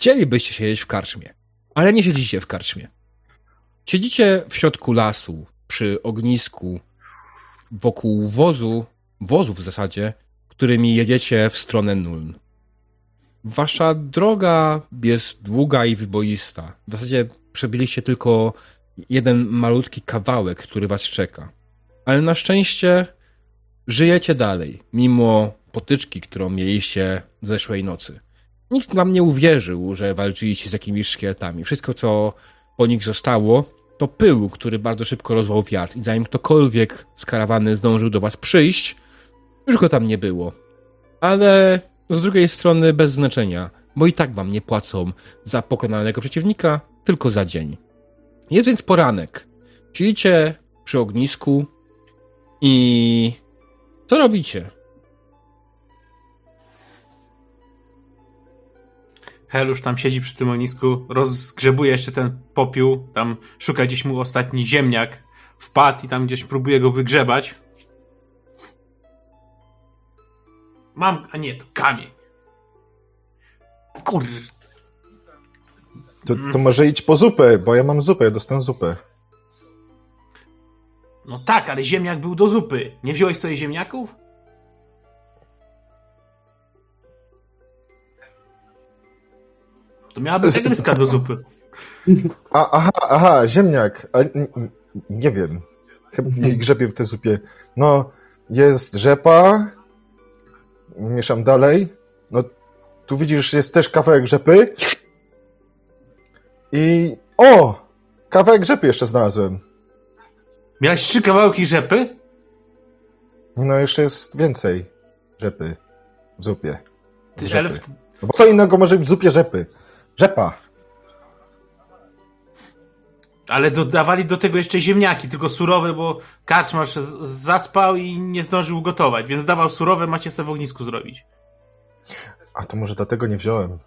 Chcielibyście siedzieć w karczmie, ale nie siedzicie w karczmie. Siedzicie w środku lasu, przy ognisku, wokół wozów w zasadzie, którymi jedziecie w stronę Nuln. Wasza droga jest długa i wyboista. W zasadzie przebiliście tylko jeden malutki kawałek, który was czeka. Ale na szczęście żyjecie dalej, mimo potyczki, którą mieliście zeszłej nocy. Nikt wam nie uwierzył, że walczyliście z jakimiś szkieletami. Wszystko, co po nich zostało, to pył, który bardzo szybko rozwoł wiatr i zanim ktokolwiek z karawany zdążył do was przyjść, już go tam nie było. Ale z drugiej strony bez znaczenia, bo i tak wam nie płacą za pokonanego przeciwnika, tylko za dzień. Jest więc poranek. Siedzicie przy ognisku i co robicie? Helusz tam siedzi przy tym ognisku, rozgrzebuje jeszcze ten popiół, tam szuka gdzieś mu ostatni ziemniak, wpadł i tam gdzieś próbuje go wygrzebać. A nie, to kamień. Kur... To może idź po zupę, bo ja mam zupę, ja dostanę zupę. No tak, ale ziemniak był do zupy. Nie wziąłeś sobie ziemniaków? To miała być egryska do zupy. Aha, ziemniak. Nie wiem. Chyba nie grzebię w tej zupie. No, jest rzepa. Mieszam dalej. No, tu widzisz, jest też kawałek rzepy. I... O! Kawałek rzepy jeszcze znalazłem. Miałeś 3 kawałki rzepy? No, jeszcze jest więcej rzepy w zupie. Z Ale rzepy. No bo co innego może być w zupie rzepy? Rzepa. Ale dodawali do tego jeszcze ziemniaki, tylko surowe, bo karczmarz zaspał i nie zdążył gotować, więc dawał surowe, macie sobie w ognisku zrobić. A to może dlatego nie wziąłem.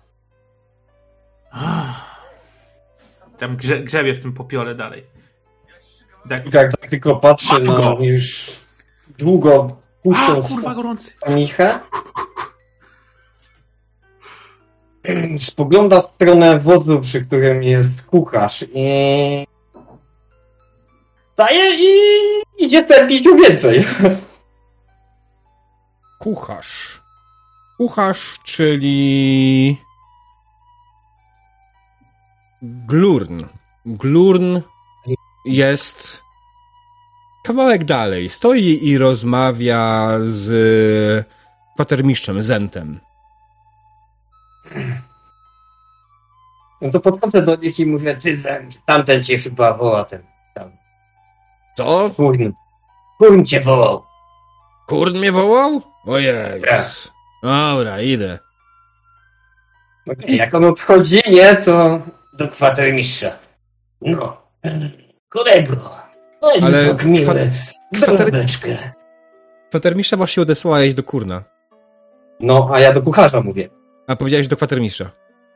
Tam grzebie w tym popiole dalej. Tak tylko patrzę na już długo pustą stanichę. Spogląda w stronę wozu, przy którym jest kucharz i staje i idzie tępić więcej. Kucharz. Kucharz, czyli... Glurn. Glurn jest kawałek dalej. Stoi i rozmawia z kwatermistrzem, Zentem. No to podchodzę do nich i mówię, ty Zent, tamten cię chyba woła ten tam. Co? Kurn cię wołał. Kurn mnie wołał? Ojej. Tak. Dobra, idę. Jak on odchodzi, nie, to do kwatermistrza. No, kolego, ale miły, drobeczkę. Kwatermistrza właśnie odesłałeś do Kurna. No, a ja do kucharza mówię. A powiedziałeś do kwatermistrza.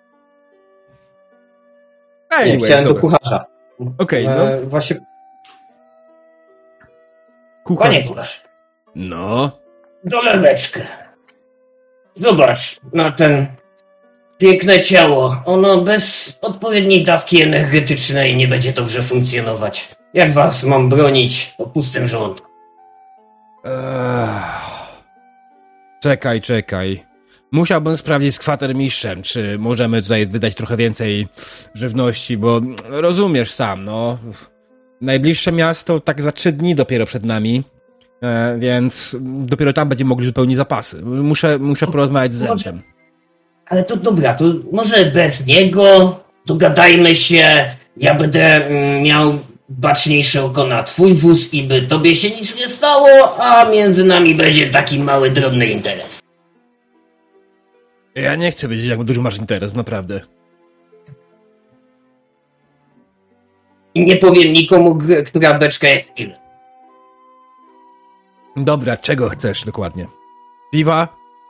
Nie, chciałem do kucharza. Okej, no. Właśnie... Kucharz. Panie kucharz. No. Doleweczkę. Zobacz na ten piękne ciało. Ono bez odpowiedniej dawki energetycznej nie będzie dobrze funkcjonować. Jak was mam bronić o pustym żołądku? Czekaj. Musiałbym sprawdzić z kwatermistrzem, czy możemy tutaj wydać trochę więcej żywności, bo rozumiesz sam, no. Najbliższe miasto tak za 3 dni dopiero przed nami, więc dopiero tam będziemy mogli zupełnić zapasy. Muszę porozmawiać z Zentem. Ale to dobra, to może bez niego dogadajmy się, ja będę miał baczniejsze oko na twój wóz i by tobie się nic nie stało, a między nami będzie taki mały, drobny interes. Ja nie chcę wiedzieć, jak duży masz interes, naprawdę. I nie powiem nikomu, która beczka jest ile. Dobra, czego chcesz dokładnie? Piwa?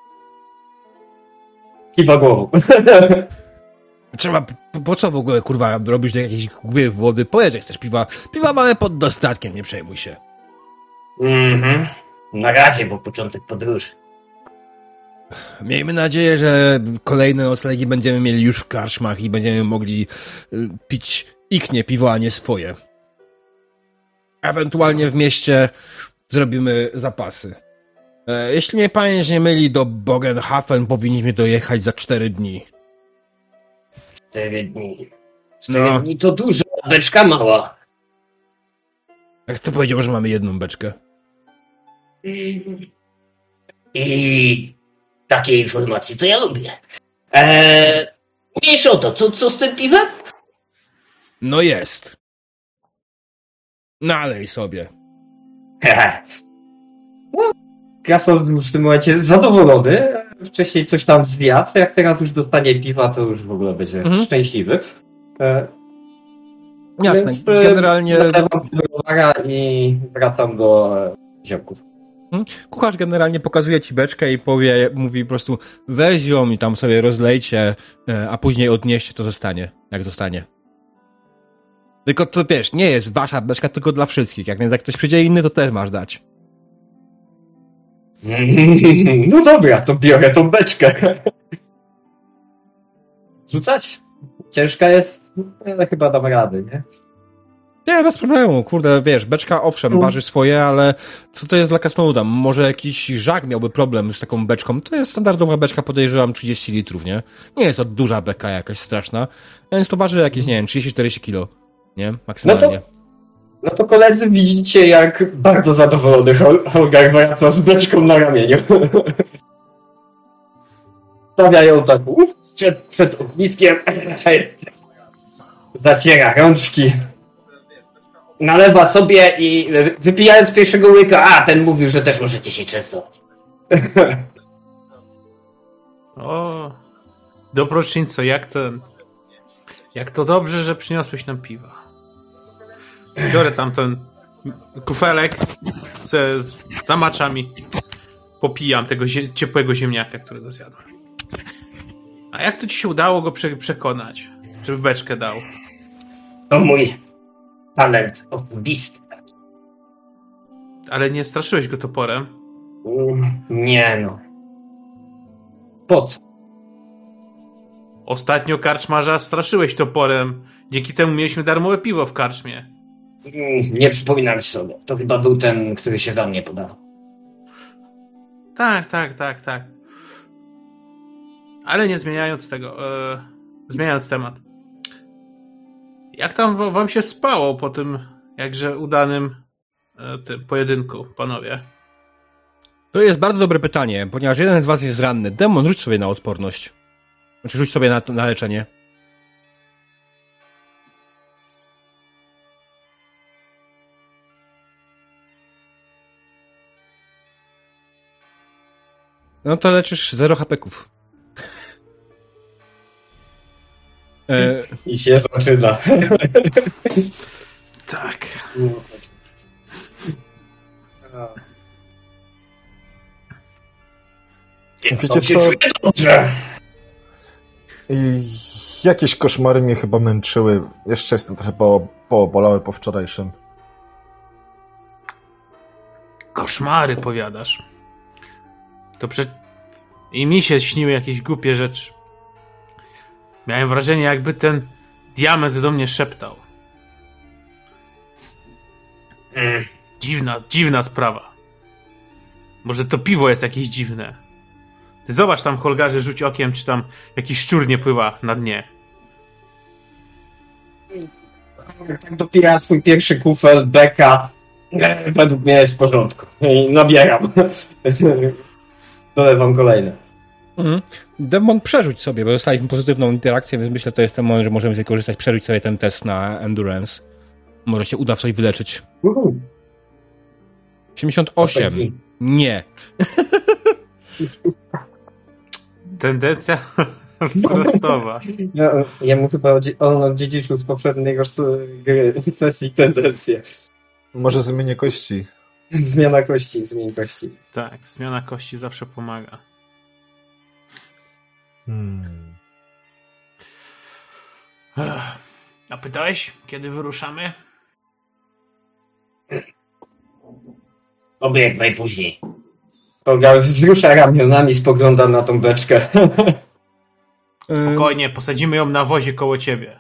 Kiwa głową. Trzeba, po co w ogóle, kurwa, robisz do jakiejś głupie wody? Powiedz, że chcesz piwa. Piwa mamy pod dostatkiem, nie przejmuj się. Na razie, bo początek podróży. Miejmy nadzieję, że kolejne noclegi będziemy mieli już w karczmach i będziemy mogli pić ich piwo, a nie swoje. Ewentualnie w mieście zrobimy zapasy. Jeśli mnie pamięć nie myli, do Bogenhafen powinniśmy dojechać za 4 dni. 4 dni. 4 dni to dużo, a beczka mała. Jak to powiedział, że mamy jedną beczkę? I takie informacje to ja lubię. Mniejsza o to, co z tym piwem? No jest. Nalej sobie. Krasnolud już w tym momencie jest zadowolony. Wcześniej coś tam zjadł, jak teraz już dostanie piwa, to już w ogóle będzie szczęśliwy. Jasne, Więc, generalnie... Nalewam do browara i wracam do ziomków. Kucharz generalnie pokazuje ci beczkę i mówi po prostu weź ją i tam sobie rozlejcie, a później odnieście, to zostanie, jak zostanie. Tylko to wiesz, nie jest wasza beczka, tylko dla wszystkich. Jak ktoś przyjdzie inny, to też masz dać. No dobra, to biorę tą beczkę. Rzucać? Ciężka jest, ale chyba dam rady, nie? Nie, bez problemu, kurde, wiesz, beczka owszem, waży swoje, ale co to jest dla krasnoluda? Może jakiś żak miałby problem z taką beczką? To jest standardowa beczka, podejrzewam 30 litrów, nie? Nie jest to duża beka jakaś straszna, więc to waży jakieś, nie wiem, 30-40 kilo, nie? Maksymalnie. No to koledzy widzicie, jak bardzo zadowolony Holgar wraca z beczką na ramieniu. Stawiają tak przed ogniskiem, zaciera rączki, nalewa sobie i wypijając pierwszego łyka, ten mówił, że też możecie się częstować. O, dobroczyńco, jak to dobrze, że przyniosłeś nam piwa. Biorę tam ten kufelek, zamaczam i popijam tego ciepłego ziemniaka, którego zjadłem. A jak to ci się udało go przekonać, żeby beczkę dał? To mój talent osobisty. Ale nie straszyłeś go toporem? Nie no. Po co? Ostatnio karczmarza straszyłeś toporem. Dzięki temu mieliśmy darmowe piwo w karczmie. Nie przypominam sobie. To chyba był ten, który się za mnie podawał. Tak. Ale nie zmieniając tego, zmieniając temat. Jak tam wam się spało po tym jakże udanym tym pojedynku, panowie? To jest bardzo dobre pytanie, ponieważ jeden z was jest ranny. Demon, rzuć sobie na odporność. Znaczy rzuć sobie na leczenie. No to leczysz 0 hapeków. I się zaczyna. Tak. Wiecie co? I jakieś koszmary mnie chyba męczyły. Jeszcze jestem trochę pobolały po wczorajszym. Koszmary, powiadasz. I mi się śniły jakieś głupie rzeczy. Miałem wrażenie, jakby ten diament do mnie szeptał. Dziwna sprawa. Może to piwo jest jakieś dziwne. Ty zobacz tam, Holgarze, rzuć okiem, czy tam jakiś szczur nie pływa na dnie. Tak dopija swój pierwszy kufel, beka. Według mnie jest w porządku. I nabieram. Dolewam kolejne. Demon, przerzuć sobie, bo dostaliśmy pozytywną interakcję, więc myślę, że to jest ten moment, że możemy wykorzystać, przerzuć sobie ten test na endurance. Może się uda coś wyleczyć. 88. Nie. Tendencja wzrostowa. Ja mu chyba odziedziczył z poprzedniego sesji tendencję. Może zmienię kości. Zmiana kości, zmień kości. Tak, zmiana kości zawsze pomaga. A pytałeś, kiedy wyruszamy? Oby jak najpóźniej. Holgar wzrusza ramionami, spogląda na tą beczkę. Spokojnie, posadzimy ją na wozie koło ciebie.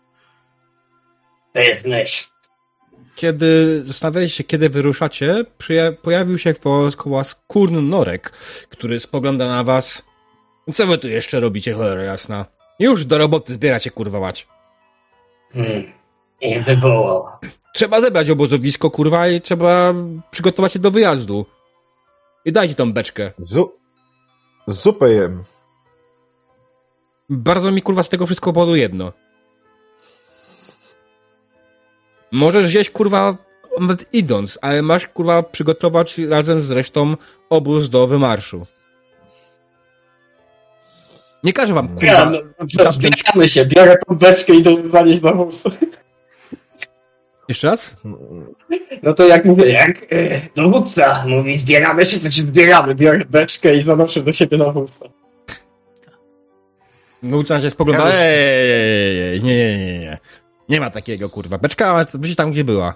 To jest myśl. Kiedy zastanawialiście się, kiedy wyruszacie, pojawił się koło was Kurn Norek, który spogląda na was. Co wy tu jeszcze robicie, cholera jasna? Już do roboty zbieracie, kurwa mać. Nie wywołał. Trzeba zebrać obozowisko, kurwa, i trzeba przygotować się do wyjazdu. I dajcie tą beczkę. Zupę jem. Bardzo mi, kurwa, z tego wszystko powodu jedno. Możesz zjeść, kurwa, nawet idąc, ale masz, kurwa, przygotować razem z resztą obóz do wymarszu. Nie każę wam, kurwa... Zbieramy się, biorę tą beczkę i idę zanieść na wóz. Jeszcze raz? No to jak mówię, jak dowódca mówi zbieramy się, to się zbieramy. Biorę beczkę i zanoszę do siebie na wóz. Nauczyłem się spoglądać. Nie. Nie ma takiego, kurwa. Beczka wróci tam, gdzie była.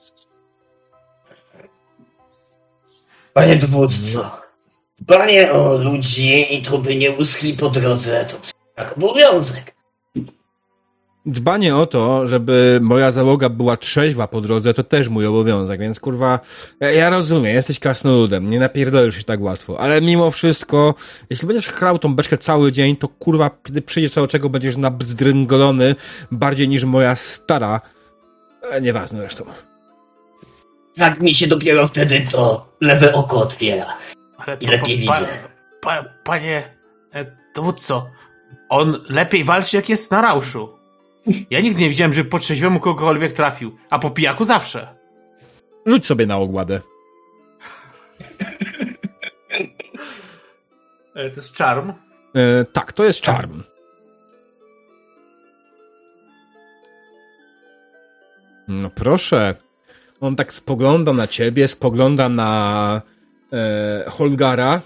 Panie dowódco, dbanie o ludzi i to by nie uschli po drodze, to tak obowiązek. Dbanie o to, żeby moja załoga była trzeźwa po drodze, to też mój obowiązek, więc kurwa, ja rozumiem, jesteś krasnoludem, nie napierdolisz się tak łatwo, ale mimo wszystko, jeśli będziesz chlał tą beczkę cały dzień, to kurwa, kiedy przyjdzie co do czego, będziesz nabzdryngolony bardziej niż moja stara. Nieważne zresztą. Tak mi się dopiero wtedy to lewe oko otwiera. Ale I lepiej widzę. Panie dowódco, on lepiej walczy, jak jest na rauszu. Ja nigdy nie widziałem, żeby po trzeźwemu kogokolwiek trafił, a po pijaku zawsze. Rzuć sobie na ogładę. To jest charm. Tak, to jest charm. No proszę. On tak spogląda na ciebie, spogląda na Holgara.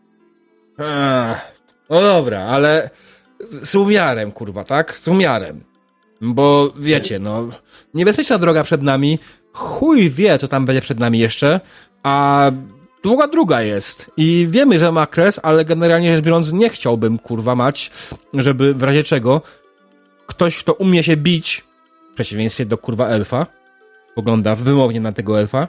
No dobra, ale z umiarem, kurwa, tak? Z umiarem. Bo wiecie, no, niebezpieczna droga przed nami, chuj wie, co tam będzie przed nami jeszcze, a długa druga jest. I wiemy, że ma kres, ale generalnie rzecz biorąc nie chciałbym, kurwa, mać, żeby w razie czego ktoś, kto umie się bić, w przeciwieństwie do, kurwa, elfa, pogląda wymownie na tego elfa,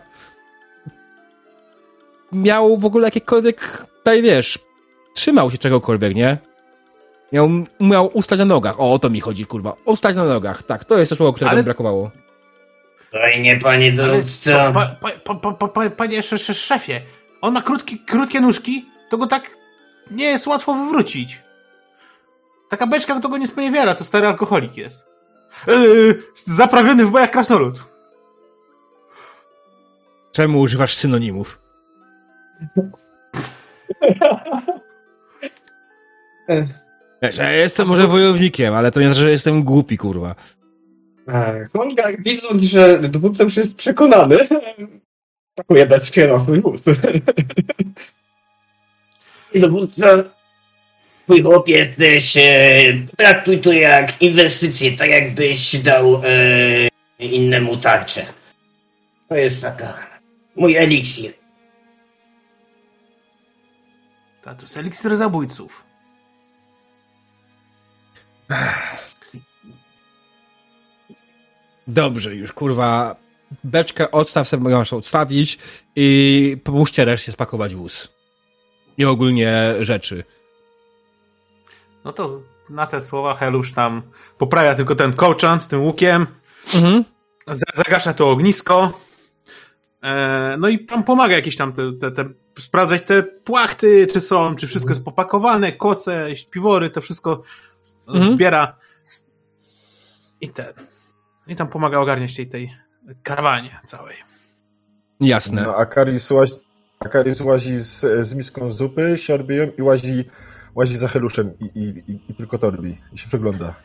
miał w ogóle jakiekolwiek, tutaj wiesz, trzymał się czegokolwiek, nie? Miał ustać na nogach. O to mi chodzi, kurwa. Ustać na nogach. Tak, to jest to słowo, którego mi brakowało. Fajnie, panie dowódco. Panie szefie, on ma krótkie nóżki, to go tak nie jest łatwo wywrócić. Taka beczka to go nie sponiewiera, to stary alkoholik jest. Zaprawiony w bojach krasnolud. Czemu używasz synonimów? Ja jestem może wojownikiem, ale to nie znaczy, że jestem głupi, kurwa. Holgar, widząc, że dowódca już jest przekonany, pakuje beczkę na swój wóz. Dowódco, twój chłopiec też traktuj to jak inwestycję, tak jakbyś dał innemu tarczę. To jest taka mój eliksir. To jest eliksir zabójców. Dobrze, już kurwa. Beczkę odstaw sobie, masz odstawić i pomóżcie reszcie spakować wóz. I ogólnie rzeczy. No to na te słowa Helusz tam poprawia tylko ten kołczan z tym łukiem. Mhm. Zagasza to ognisko. No i tam pomaga jakieś tam sprawdzać te płachty, czy wszystko jest popakowane, koce, piwory, to wszystko zbiera. I tam pomaga ogarniać tej karawanie całej. Jasne. No, Akaris łazi z miską zupy, siorbie ją i łazi za Heluszem i tylko torbi. I się przegląda.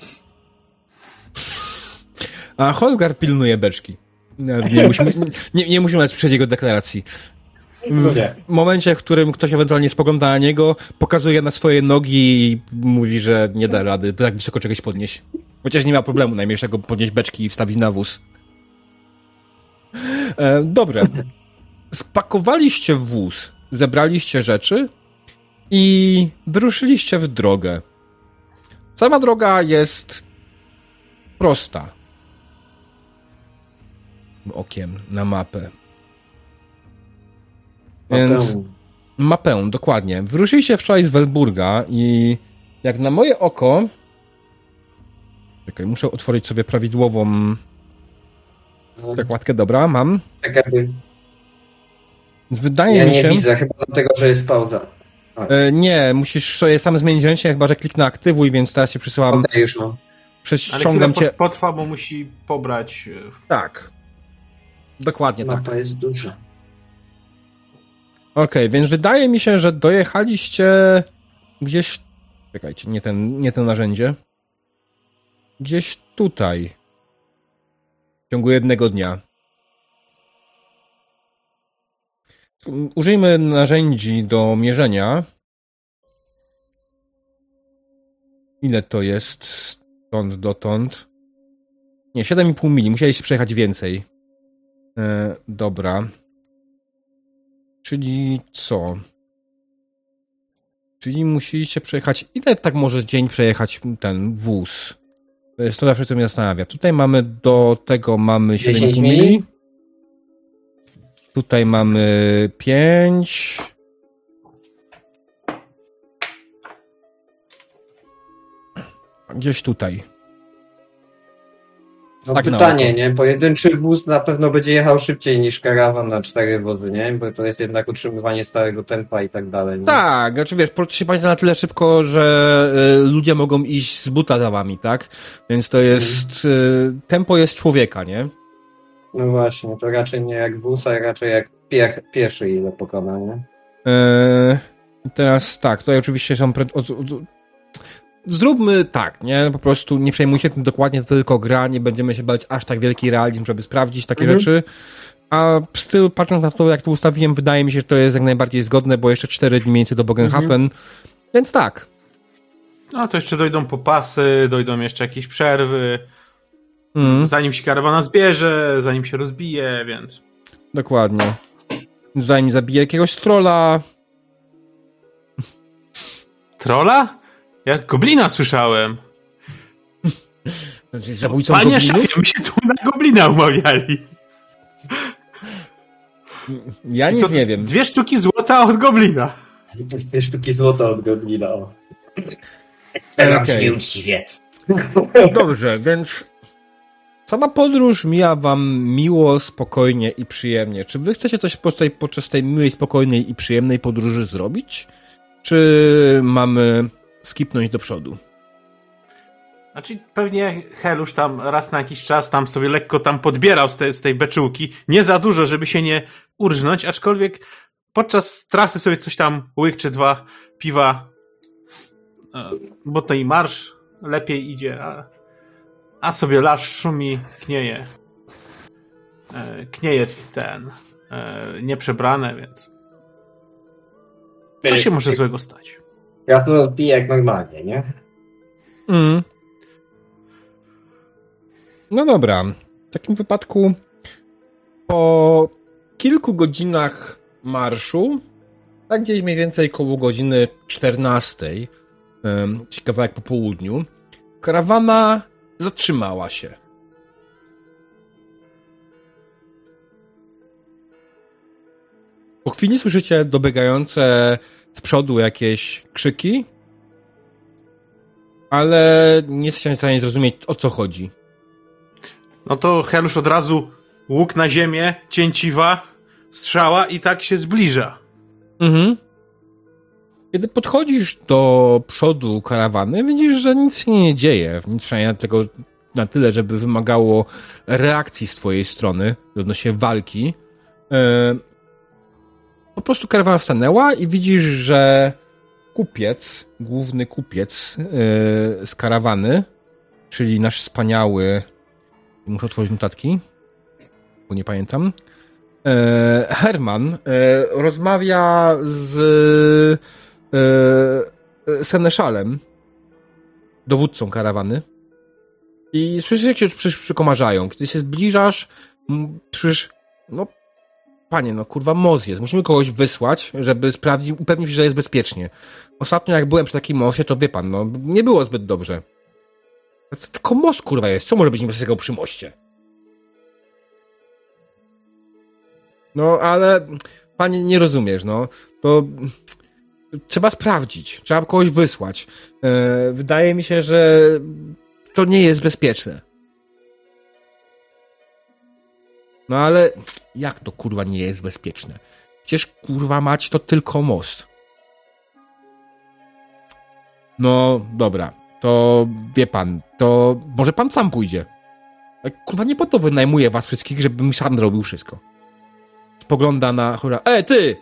A Holgar pilnuje beczki. Nie musimy nawet słyszeć jego deklaracji. W momencie, w którym ktoś ewentualnie spogląda na niego, pokazuje na swoje nogi i mówi, że nie da rady tak wysoko czegoś podnieść. Chociaż nie ma problemu najmniejszego podnieść beczki i wstawić na wóz. Dobrze. Spakowaliście wóz. zebraliście rzeczy i wyruszyliście w drogę. Sama droga jest prosta. Okiem na mapę. Więc mapę, dokładnie. Wyruszyliście wczoraj z Welburga i jak na moje oko... Czekaj, muszę otworzyć sobie prawidłową zakładkę. Dobra, mam. Tak jakby... Wydaje Ja mi się... nie widzę, chyba dlatego, że jest pauza. Nie, musisz sobie sam zmienić ręcznie, chyba że kliknę aktywuj, więc teraz się przysyłam. Okej, już mam. Ale Ściągam chwilę cię. potrwa, bo musi pobrać... Tak. Dokładnie tak. Mapa jest duża. Okej, więc wydaje mi się, że dojechaliście gdzieś... Czekajcie, nie to narzędzie. Gdzieś tutaj. W ciągu jednego dnia. Użyjmy narzędzi do mierzenia. Ile to jest stąd dotąd? Nie, 7,5 mili. Musieliście przejechać więcej. Dobra. Czyli co? Czyli musieliście przejechać... Ile tak może dzień przejechać ten wóz? To jest to zawsze, co mnie zastanawia. Tutaj mamy do tego 7,5 mili. Tutaj mamy 5. Gdzieś tutaj. No Tak, pytanie, nie? Pojedynczy wóz na pewno będzie jechał szybciej niż karawan na 4 wozy, nie? Bo to jest jednak utrzymywanie stałego tempa i tak dalej. Nie? Tak, znaczy wiesz, port się pamięta na tyle szybko, że ludzie mogą iść z buta za wami, tak? Więc to jest... tempo jest człowieka, nie? No właśnie, to raczej nie jak wóz, a raczej jak pieszy ile pokona, nie? Teraz tak, tutaj oczywiście są... Zróbmy tak, nie? Po prostu nie przejmujcie tym dokładnie, to tylko gra, nie będziemy się bać aż tak wielki realizm, żeby sprawdzić takie rzeczy. A styl, patrząc na to, jak to ustawiłem, wydaje mi się, że to jest jak najbardziej zgodne, bo jeszcze 4 dni mniej więcej do Bogenhafen. Więc tak. No to jeszcze dojdą popasy, dojdą jeszcze jakieś przerwy, zanim się karawana zbierze, zanim się rozbije, więc... Dokładnie. Zanim zabije jakiegoś trolla. Trolla? Jak goblina słyszałem. Znaczy zabójcą Panie goblinów? szefie, my się tu na goblina umawiali. Ja nic nie wiem. 2 sztuki złota od goblina. 2 sztuki złota od goblina, o. Teraz Okej. nieuczciwie. Dobrze, więc sama podróż mija wam miło, spokojnie i przyjemnie. Czy wy chcecie coś podczas tej miłej, spokojnej i przyjemnej podróży zrobić? Czy mamy skipnąć do przodu? Znaczy pewnie Helusz tam raz na jakiś czas tam sobie lekko tam podbierał z tej beczułki. Nie za dużo, żeby się nie urżnąć, aczkolwiek podczas trasy sobie coś tam łyk czy 2 piwa, bo to i marsz lepiej idzie, a sobie lasz szumi, knieje. Knieje ten nieprzebrane, więc co się może złego stać? Ja to piję jak normalnie, nie? No dobra. W takim wypadku po kilku godzinach marszu, tak gdzieś mniej więcej koło godziny 14, czyli kawałek po południu, karawana zatrzymała się. Po chwili słyszycie dobiegające z przodu jakieś krzyki, ale nie jesteście w stanie zrozumieć, o co chodzi. No to Helusz od razu łuk na ziemię, cięciwa, strzała i tak się zbliża. Kiedy podchodzisz do przodu karawany, widzisz, że nic się nie dzieje. Nic przynajmniej na tyle, żeby wymagało reakcji z twojej strony odnośnie walki. Po prostu karawana stanęła i widzisz, że kupiec, główny kupiec z karawany, czyli nasz wspaniały... Muszę otworzyć notatki, bo nie pamiętam. Herman rozmawia z Seneszalem, dowódcą karawany. I słyszysz, jak się przykomarzają. Kiedy się zbliżasz, słyszysz, no panie, no kurwa, most jest. Musimy kogoś wysłać, żeby sprawdził, upewnił się, że jest bezpiecznie. Ostatnio jak byłem przy takim mostie, to wie pan, no, nie było zbyt dobrze. To tylko most, kurwa, jest. Co może być niebezpiecznego przy moście? No, ale panie, nie rozumiesz, no. To trzeba sprawdzić. Trzeba kogoś wysłać. Wydaje mi się, że to nie jest bezpieczne. No ale jak to, kurwa, nie jest bezpieczne? Przecież, kurwa, mać, to tylko most. No, dobra. To wie pan, to może pan sam pójdzie. Kurwa, nie po to wynajmuję was wszystkich, żebym sam robił wszystko. Spogląda na... ty!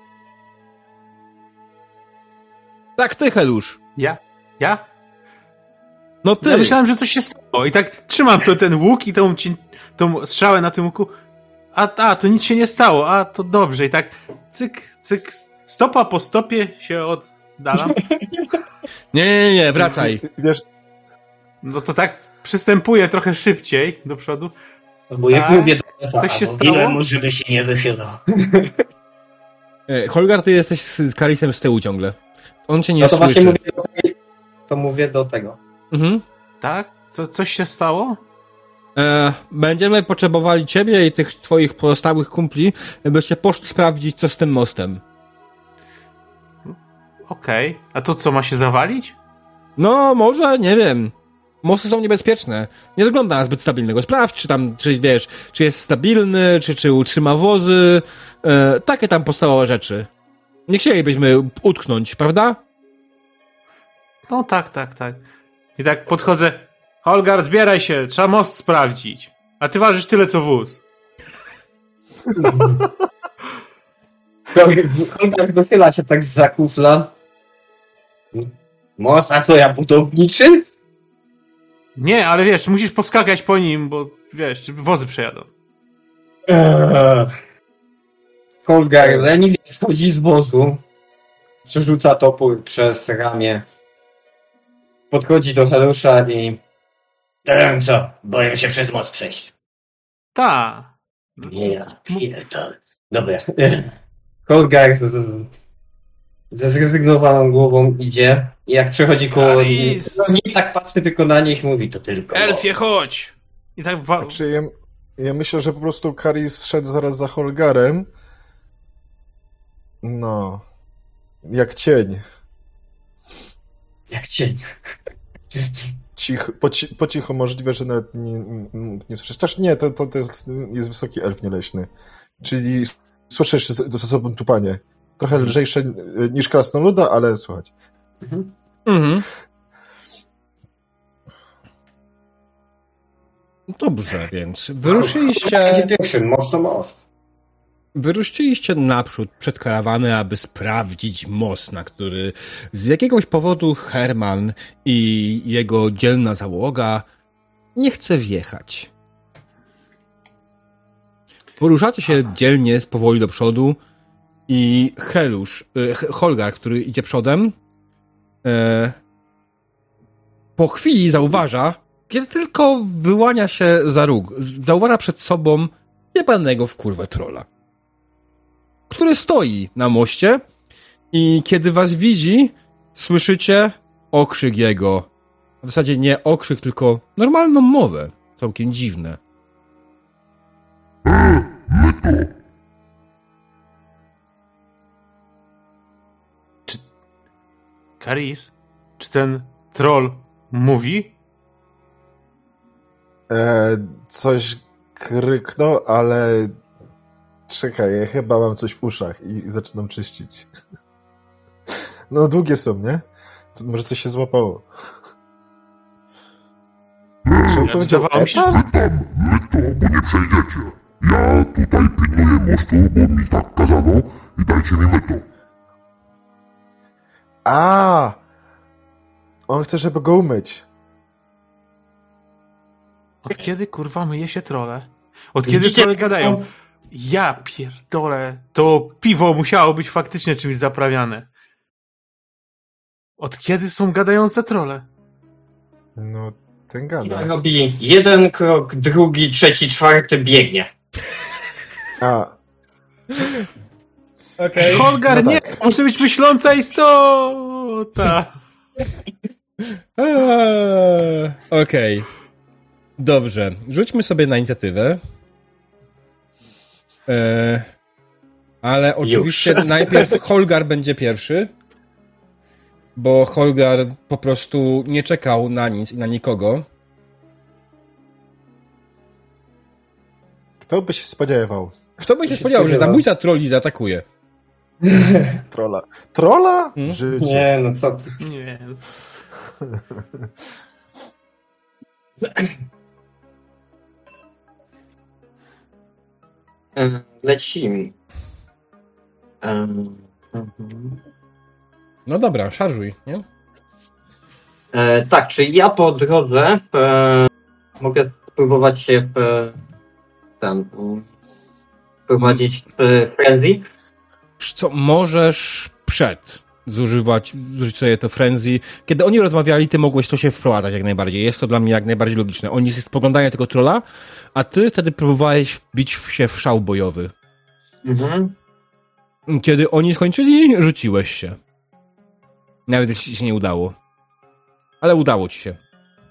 Tak, ty, Helusz. Ja? No ty! Ja myślałem, że coś się stało i tak trzymam ten łuk i tą strzałę na tym łuku. A, to nic się nie stało, a, to dobrze. I tak cyk, cyk, stopa po stopie się oddalam. Nie, wracaj. Wiesz, No to tak przystępuję trochę szybciej do przodu. Bo jak mówię do Efa, coś się bo stało? ile mu, żeby się nie wychylał. Holgar, ty jesteś z Karisem z tyłu ciągle. On cię nie No to słyszy. właśnie mówię do tego. Mhm. Tak? Coś się stało? Będziemy potrzebowali ciebie i tych twoich pozostałych kumpli, byście poszli sprawdzić, co z tym mostem. Okej. A to co, ma się zawalić? No, może, nie wiem. Mosty są niebezpieczne. Nie wygląda na zbyt stabilnego. Sprawdź, czy wiesz, czy jest stabilny, czy utrzyma wozy. Takie tam podstawowe rzeczy. Nie chcielibyśmy utknąć, prawda? No tak. I tak podchodzę. Holgar, zbieraj się, trzeba most sprawdzić. A ty ważysz tyle, co wóz. Holgar wychyla się tak zza kufla. Most, a co ja budowniczy? Nie, ale wiesz, musisz poskakać po nim, bo wiesz, żeby wozy przejadą. Holgar leniwie schodzi z wozu. Przerzuca topór przez ramię. Podchodzi do Helusza i... Teraz co? Boję się przez most przejść. Ta. Nie, pierdolę. Dobra. Holgar ze zrezygnowaną głową idzie i jak przechodzi koło Karis! no nie tak patrzy tylko na nich mówi to tylko Elfie, chodź! I tak znaczy ja myślę, że po prostu Karis szedł zaraz za Holgarem. No. Jak cień. jak cień. Po cichu możliwe, że nawet nie słyszysz. Też nie, to jest wysoki elf nieleśny. Czyli słyszysz za sobą tupanie. Trochę lżejsze niż krasnoluda, ale słuchać. Mhm. Dobrze, więc Będzie pierwszy, most to most. wyruszyliście naprzód przed karawany, aby sprawdzić most, na który z jakiegoś powodu Herman i jego dzielna załoga nie chce wjechać. Poruszacie się dzielnie, powoli do przodu i Holgar, który idzie przodem, po chwili zauważa, kiedy tylko wyłania się za róg, zauważa przed sobą jebanego w kurwę trolla, który stoi na moście i kiedy was widzi, słyszycie okrzyk jego. W zasadzie nie okrzyk, tylko normalną mowę. Całkiem dziwne. Karis, czy ten troll mówi? Coś kryknął, ale czekaj, ja chyba mam coś w uszach i zaczynam czyścić. No długie są, nie? To może coś się złapało. Wydawało mi się, że... Bo nie przejdziecie. Ja tutaj pilnuję mostu, bo mi tak kazano i dajcie mi myto. A! On chce, żeby go umyć. Od kiedy, kurwa, myje się trolle? Od kiedy Widzicie, trolle gadają? Ja pierdolę, to piwo musiało być faktycznie czymś zaprawiane. Od kiedy są gadające trolle? No, ten gada. Robi jeden krok, drugi, trzeci, czwarty, biegnie. A, Okej. Holgar, no nie! tak. Musi być myśląca istota! Okej. Dobrze. Rzućmy sobie na inicjatywę. Ale oczywiście najpierw Holgar będzie pierwszy. Bo Holgar po prostu nie czekał na nic i na nikogo. Kto by się spodziewał? Kto by się spodziewał, że zabójca trolli zaatakuje? Trolla. Trolla? Hmm? W życiu. Nie, no co ty. Nie. Lecimy. No dobra, szarżuj, nie? Tak, czy ja po drodze mogę spróbować się wprowadzić w frenzy? Co możesz zużyć sobie to frenzy. Kiedy oni rozmawiali, ty mogłeś to się wprowadzać jak najbardziej. Jest to dla mnie jak najbardziej logiczne. Oni spoglądają tego trolla, a ty wtedy próbowałeś wbić się w szał bojowy. Mhm. Kiedy oni skończyli, rzuciłeś się. Nawet jeśli ci się nie udało. Ale udało ci się.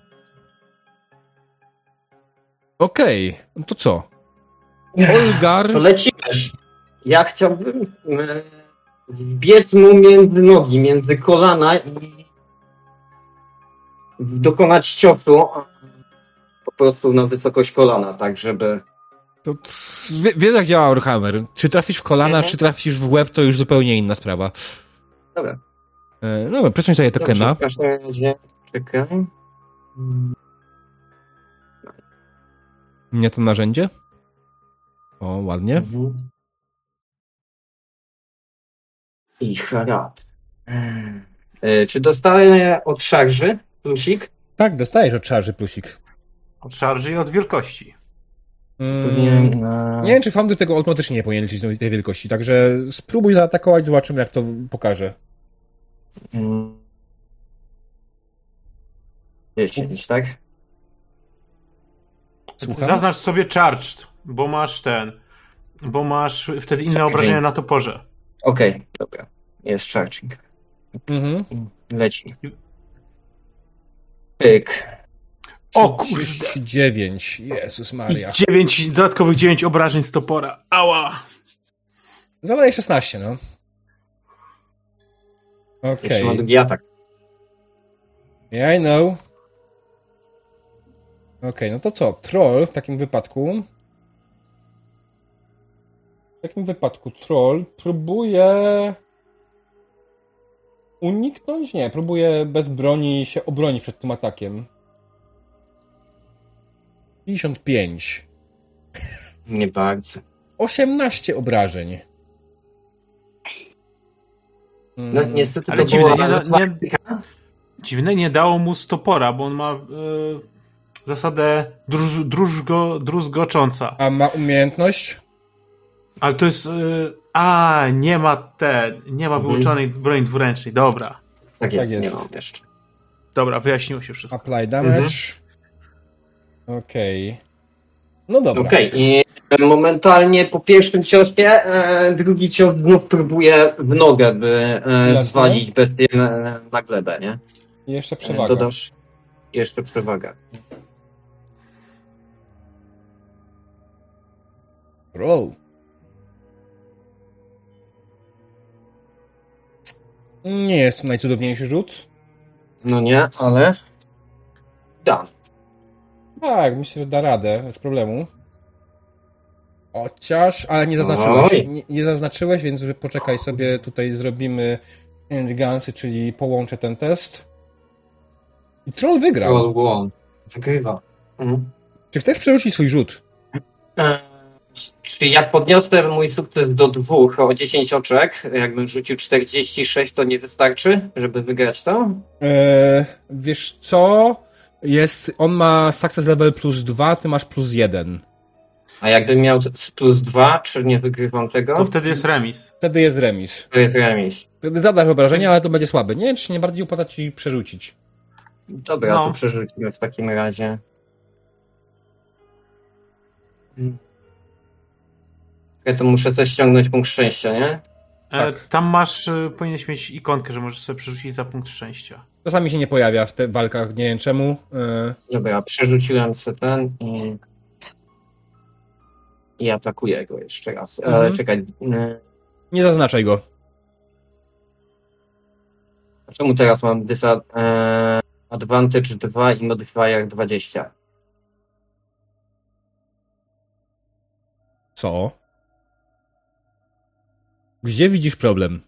Okej, no to co? Holgar... To lecimy. Ja chciałbym wbiec mu między nogi, między kolana i dokonać ciosu po prostu na wysokość kolana, tak żeby... To, wiesz jak działa Warhammer. Czy trafisz w kolana, czy trafisz w łeb, to już zupełnie inna sprawa. Dobra. Dobra, przesuń sobie tokena. Dobrze, w każdym razie czekaj. Nie to narzędzie? O, ładnie. Mhm. I charat. Czy dostaję od szarży plusik? Tak, dostajesz od szarży plusik. Od szarży i od wielkości. Nie wiem, czy fandy tego automatycznie nie powinien liczyć tej wielkości, także spróbuj zaatakować, zobaczymy jak to pokaże. 10, tak? Słucham? Zaznacz sobie charged, bo masz wtedy inne obrażenia na toporze. Okej, dobra. Jest charging. Mhm. Leci. Pyk. O kurde! 39. Jezus Maria. Dodatkowych 9 obrażeń z topora. Ała! Zadaję 16, no. Jeszcze ma Okej. drugi atak. Yeah, I know. Okej, no to co? Troll w takim wypadku... troll próbuje... uniknąć? Nie, próbuje bez broni się obronić przed tym atakiem. 55. Nie bardzo. 18 obrażeń. No niestety Ale to dziwne, była... dziwne, nie dało mu stopora, bo on ma zasadę druzgocząca. A ma umiejętność? Ale to jest... nie ma wyuczonej broni dwuręcznej. Dobra. Tak jest, Tak jest. nie mam jeszcze. Dobra, wyjaśniło się wszystko. Apply damage. Okej. No dobra. Okej, i momentalnie po pierwszym ciosie drugi cios znów próbuje w nogę, by Jasne. zwalić bestię na glebę, nie? I jeszcze przewaga. Dodasz jeszcze przewagę. Roll. Nie jest to najcudowniejszy rzut. No nie, ale... Da. Tak, myślę, że da radę, bez problemu. Chociaż, ale nie zaznaczyłeś. Oj. Nie zaznaczyłeś, więc poczekaj sobie, tutaj zrobimy Gansy, czyli połączę ten test. I troll wygrał. Roll one. Wygrywa. Mhm. Czy chcesz przerzucić swój rzut? Czy jak podniosę mój sukces do 2 o 10 oczek, jakbym rzucił 46, to nie wystarczy, żeby wygrać to? Wiesz co? On ma success level plus 2, ty masz plus 1. A jakbym miał plus 2, czy nie wygrywam tego? To wtedy jest remis. Wtedy jest remis. To jest remis. Wtedy zadasz obrażenia, ale to będzie słabe. Nie wiem, czy nie bardziej opłaca ci przerzucić. Dobra, No. to przerzucimy w takim razie. To muszę sobie ściągnąć punkt szczęścia, nie? Tak. Tam masz, powinieneś mieć ikonkę, że możesz sobie przerzucić za punkt szczęścia. Czasami się nie pojawia w tych walkach, nie wiem czemu. Dobra, przerzuciłem sobie ten i atakuję go jeszcze raz. Czekaj. Nie zaznaczaj go. Czemu teraz mam advantage 2 i modifier 20? Co? Gdzie widzisz problem?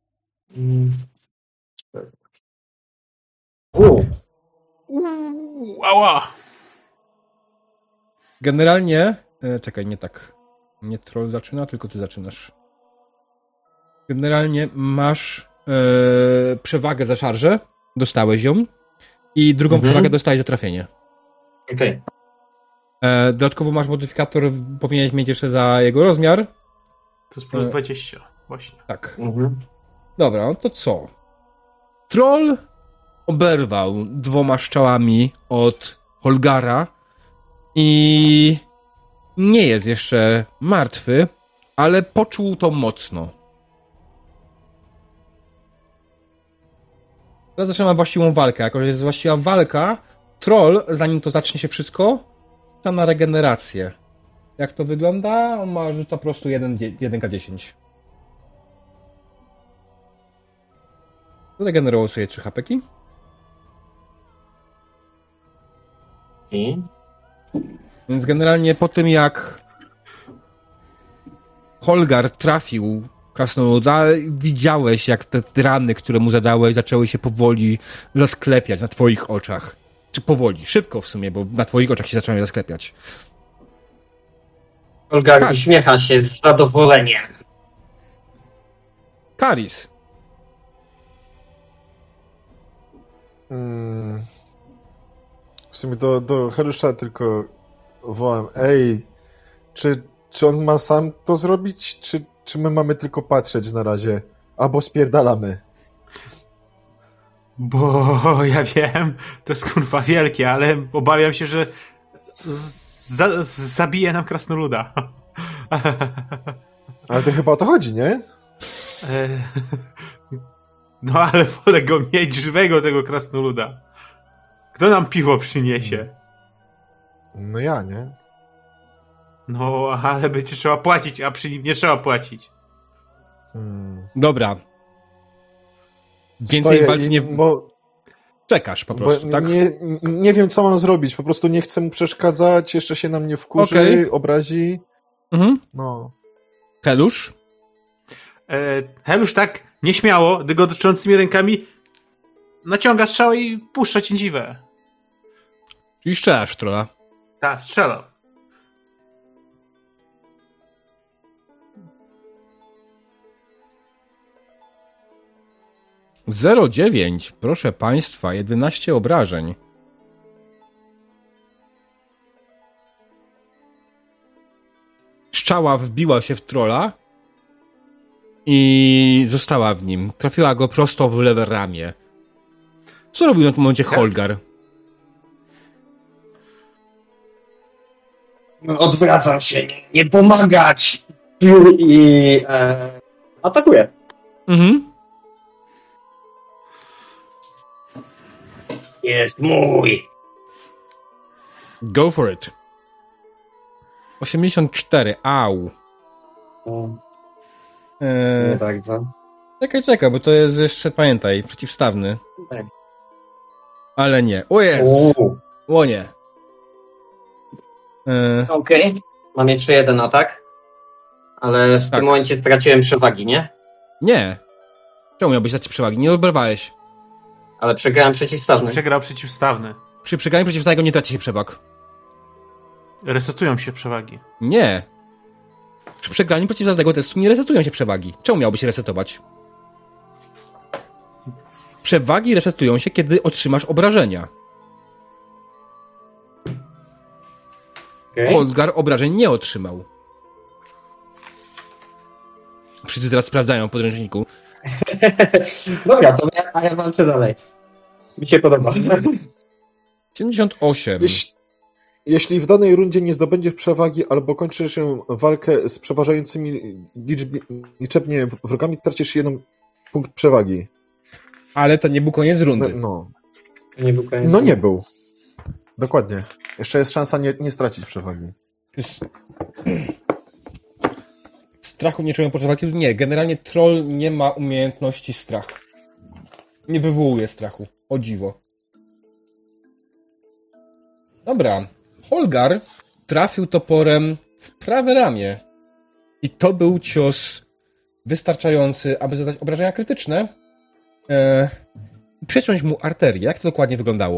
Ała! Generalnie... czekaj, nie tak. Nie troll zaczyna, tylko ty zaczynasz. Generalnie masz przewagę za szarżę. Dostałeś ją. I drugą przewagę dostałeś za trafienie. Okej. Dodatkowo masz modyfikator, powinieneś mieć jeszcze za jego rozmiar. To jest plus 20, właśnie. Tak. Dobra, no to co? Troll oberwał 2 strzałami od Holgara i nie jest jeszcze martwy, ale poczuł to mocno. Teraz zaczynamy właściwą walkę. Jako że jest właściwa walka, troll, zanim to zacznie się wszystko, rzuca na regenerację. Jak to wygląda? On ma rzuca po prostu 1K10. Zregenerował sobie 3 HP-ki. Więc generalnie po tym jak Holgar trafił krasnoluda, widziałeś jak te rany, które mu zadałeś, zaczęły się powoli zasklepiać na twoich oczach. Czy powoli, szybko w sumie, bo na twoich oczach się zaczęły zasklepiać. Holgar uśmiecha się z zadowoleniem. Karis. W sumie do Helusza tylko wołam, ej, czy on ma sam to zrobić, czy my mamy tylko patrzeć na razie? Albo spierdalamy. Bo ja wiem, to jest kurwa wielkie, ale obawiam się, że zabije nam krasnoluda. Ale to chyba o to chodzi, nie? No ale wolę go mieć żywego, tego krasnoluda. Kto nam piwo przyniesie? No ja, nie? No, ale będzie trzeba płacić, a przy nim nie trzeba płacić. Dobra. Więcej walki nie... Bo Czekasz po prostu, tak? Nie wiem, co mam zrobić. Po prostu nie chcę mu przeszkadzać, jeszcze się na mnie wkurzy, obrazi. No. Helusz? Helusz tak nieśmiało, dygoczącymi rękami naciąga strzałę i puszcza ciędziwę. Czyli strzelasz trolla. Tak, strzelam. Zero 9, proszę państwa, 11 obrażeń. Strzała wbiła się w trolla i została w nim. Trafiła go prosto w lewe ramię. Co robił na tym momencie Holgar? Odwracam się, nie pomagać! I atakuję. Jest mój. Go for it. 84, au. Nie bardzo. Czekaj, bo to jest jeszcze, pamiętaj, przeciwstawny. Tak. Ale nie. O Jezus. O nie. Okej. Mam jeszcze jeden atak. Ale w tym momencie straciłem przewagi, nie? Nie. Czemu miałbyś dać przewagi? Nie oberwałeś. Ale przegrałem przeciwstawny. Przegrał przeciwstawny. Przy przegraniu przeciwstawnego nie traci się przewag. Resetują się przewagi. Nie. Przy przegraniu przeciwstawnego testu nie resetują się przewagi. Czemu miałby się resetować? Przewagi resetują się, kiedy otrzymasz obrażenia. Holgar obrażeń nie otrzymał. Wszyscy teraz sprawdzają w podręczniku. Dobra, to ja walczę dalej. Mi się podoba. 78. Jeśli w danej rundzie nie zdobędziesz przewagi albo kończysz walkę z przeważającymi liczebnie wrogami, tracisz 1 punkt przewagi. Ale to nie był koniec rundy. No. Nie był koniec. No nie był. Dokładnie. Jeszcze jest szansa nie stracić przewagi. Strachu nie czują przewagi? Nie, generalnie troll nie ma umiejętności strach. Nie wywołuje strachu. O dziwo. Dobra. Holgar trafił toporem w prawe ramię. I to był cios wystarczający, aby zadać obrażenia krytyczne. Przeciąć mu arterię. Jak to dokładnie wyglądało?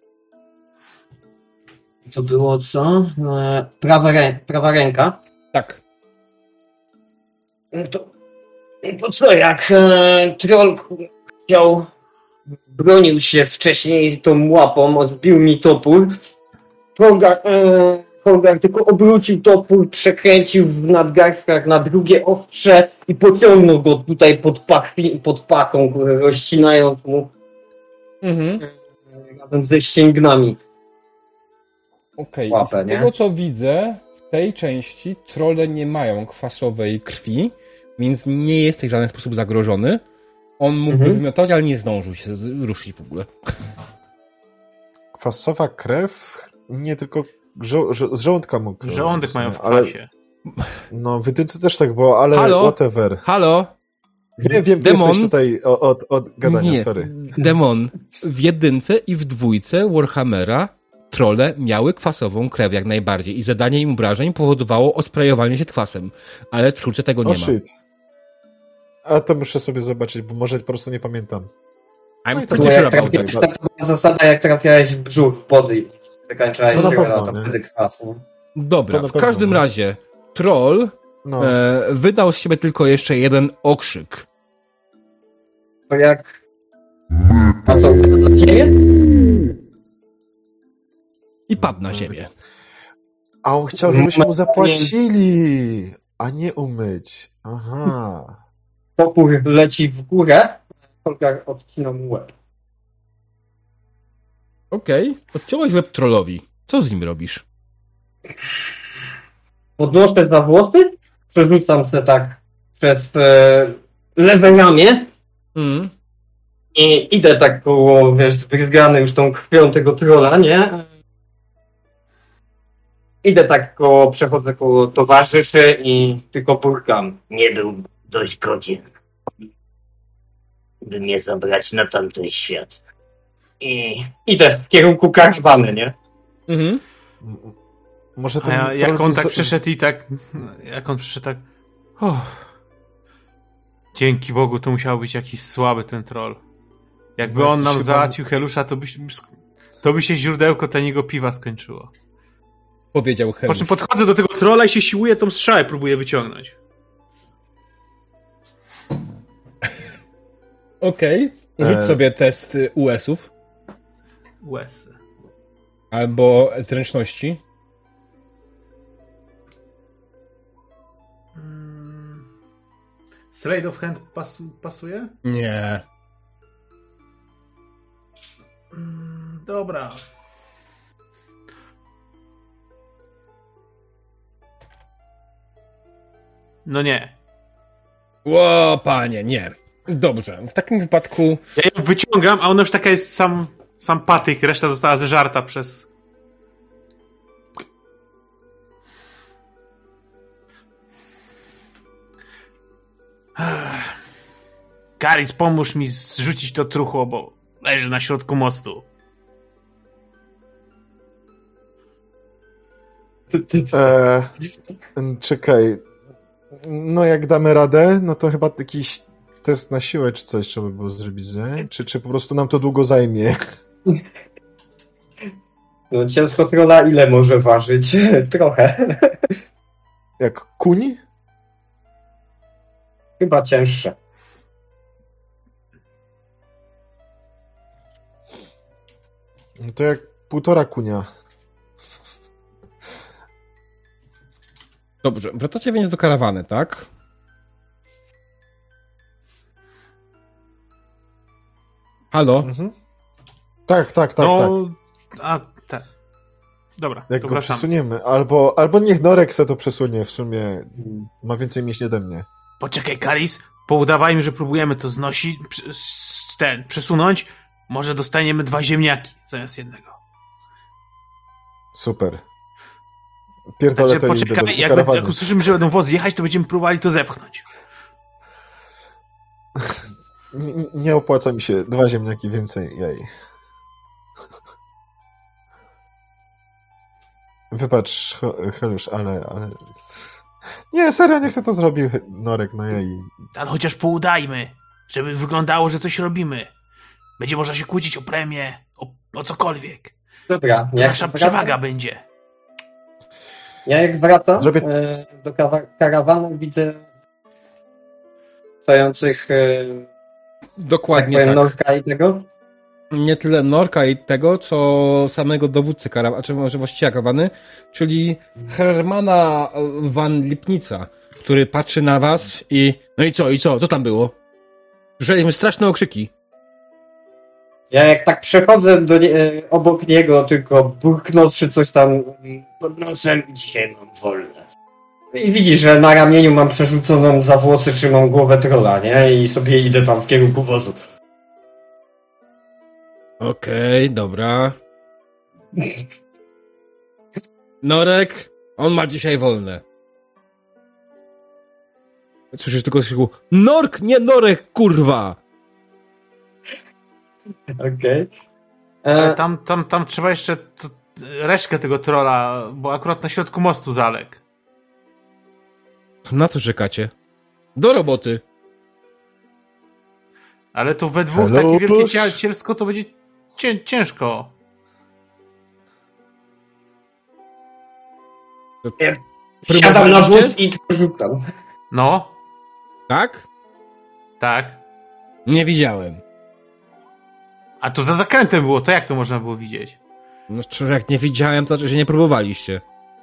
To było co? Prawa ręka. Tak. No to co, jak troll bronił się wcześniej tą łapą, zbił mi topór, Holgar tylko obrócił topór, przekręcił w nadgarstkach na drugie ostrze i pociągnął go tutaj pod pachą, rozcinając mu razem ze ścięgnami. Okej. Łapę, Z nie? tego co widzę, w tej części trolle nie mają kwasowej krwi, więc nie jesteś w żaden sposób zagrożony. On mógłby wymiotować, ale nie zdążył się ruszyć w ogóle. Kwasowa krew? Nie, tylko z żołądka mógł. Żołądek mają w ale- kwasie. No, w jedynce też tak było, ale Halo? whatever. Halo? Wiem, Demon? jesteś tutaj od gadania, Nie. sorry. Demon. W jedynce i w dwójce Warhammera trolle miały kwasową krew jak najbardziej i zadanie im obrażeń powodowało osprajowanie się kwasem. Ale w trójce tego nie ma. Shit. A to muszę sobie zobaczyć, bo może po prostu nie pamiętam. I'm To pretty była, sure jak about trafiałeś, that. to była zasada, jak trafiałeś w brzuch, w pody i wykańczałeś No na się, pewno, to nie? wtedy kwas. Nie? Dobra, To na w pewno, każdym no. razie troll No. wydał z siebie tylko jeszcze jeden okrzyk. To jak... A co, na ziemię? I padł na ziemię. A on chciał, żebyśmy mu zapłacili, a nie umyć. Aha. Topór leci w górę, Holgar odcina mu łeb. Okej. Odciąłeś łeb trollowi. Co z nim robisz? Podnoszę za włosy, przerzucam se tak przez lewe ramię i idę tak koło, wiesz, zbryzgany już tą krwią tego trolla, nie? Idę tak koło, przechodzę koło towarzyszy i tylko purkam. Nie był dość godzien, by mnie zabrać na tamten świat. I idę w kierunku karwany, nie? Może A ja, ten jak troll on by tak przyszedł i tak... Jak on przyszedł tak... Dzięki Bogu, to musiał być jakiś słaby ten troll. Jakby No, on jakiś nam chyba- załatwił Helusza, to by się źródełko taniego piwa skończyło. Powiedział Po Helusz. czym podchodzę do tego trolla i się siłuję tą strzałę, próbuję wyciągnąć. Okej. Rzuć sobie test US-ów. Łesy. Albo zręczności. Slade of Hand pasuje? Nie. Dobra. No nie. Ło, panie, nie. Dobrze. W takim wypadku... Ja ją wyciągam, a ona już taka jest sam patyk, reszta została zeżarta przez... Karis, pomóż mi zrzucić to truchło, bo leży na środku mostu. Czekaj. No jak damy radę, no to chyba jakiś test na siłę czy coś trzeba by było zrobić, nie? Czy po prostu nam to długo zajmie? No, cielsko trolla ile może ważyć? Trochę. Jak kuń? Chyba cięższe. No to jak 1,5 kunia. Dobrze. Wracacie więc do karawany, tak? Halo? Tak. No, a tak. Dobra, Jak to go wracamy. przesuniemy. Albo niech Norek se to przesunie, w sumie ma więcej mięśni ode mnie. Poczekaj, Karis, poudawajmy, że próbujemy to znosić, przesunąć. Może dostaniemy 2 ziemniaki zamiast jednego. Super. Pierdolę Także to idę poczekaj, do jak karawany. usłyszymy, że będą wozy jechać, to będziemy próbowali to zepchnąć. Nie opłaca mi się 2 ziemniaki więcej, jej. Wybacz, Helusz, ale... Nie, serio, nie chcę to zrobił Norek, no jej. Ale chociaż poudajmy, żeby wyglądało, że coś robimy. Będzie można się kłócić o premię, o cokolwiek. Dobra, To nasza przewaga będzie. Ja jak wracam Zrobię- do karawany, widzę stojących Dokładnie powiem, tak. Norka i tego. Nie tyle Norka i tego, co samego dowódcy karawany, czy może właściciela karawany, czyli Hermana van Lipnica, który patrzy na was i... No i co? Co tam było? Słyszeliśmy straszne okrzyki. Ja jak tak przechodzę obok niego, tylko burknąwszy coś tam Pod nosem dzisiaj mam wolne. i widzisz, że na ramieniu mam przerzuconą za włosy, trzymam głowę trolla, nie? I sobie idę tam w kierunku wozu. Okej, dobra. Norek, on ma dzisiaj wolne. Słyszysz tylko z krzyku: Nork, nie Norek, kurwa! Okej. Ale tam trzeba jeszcze resztkę tego trolla, bo akurat na środku mostu zaległ. To na co czekacie? Do roboty. Ale to we dwóch Hello, takie wielkie boss. cielsko to będzie ciężko. Siadam na Próbowaliście? wóz i Rzucam. No, Tak? tak. Nie widziałem. A to za zakrętem było, to jak to można było widzieć? No czy jak nie widziałem, to znaczy, że nie próbowaliście.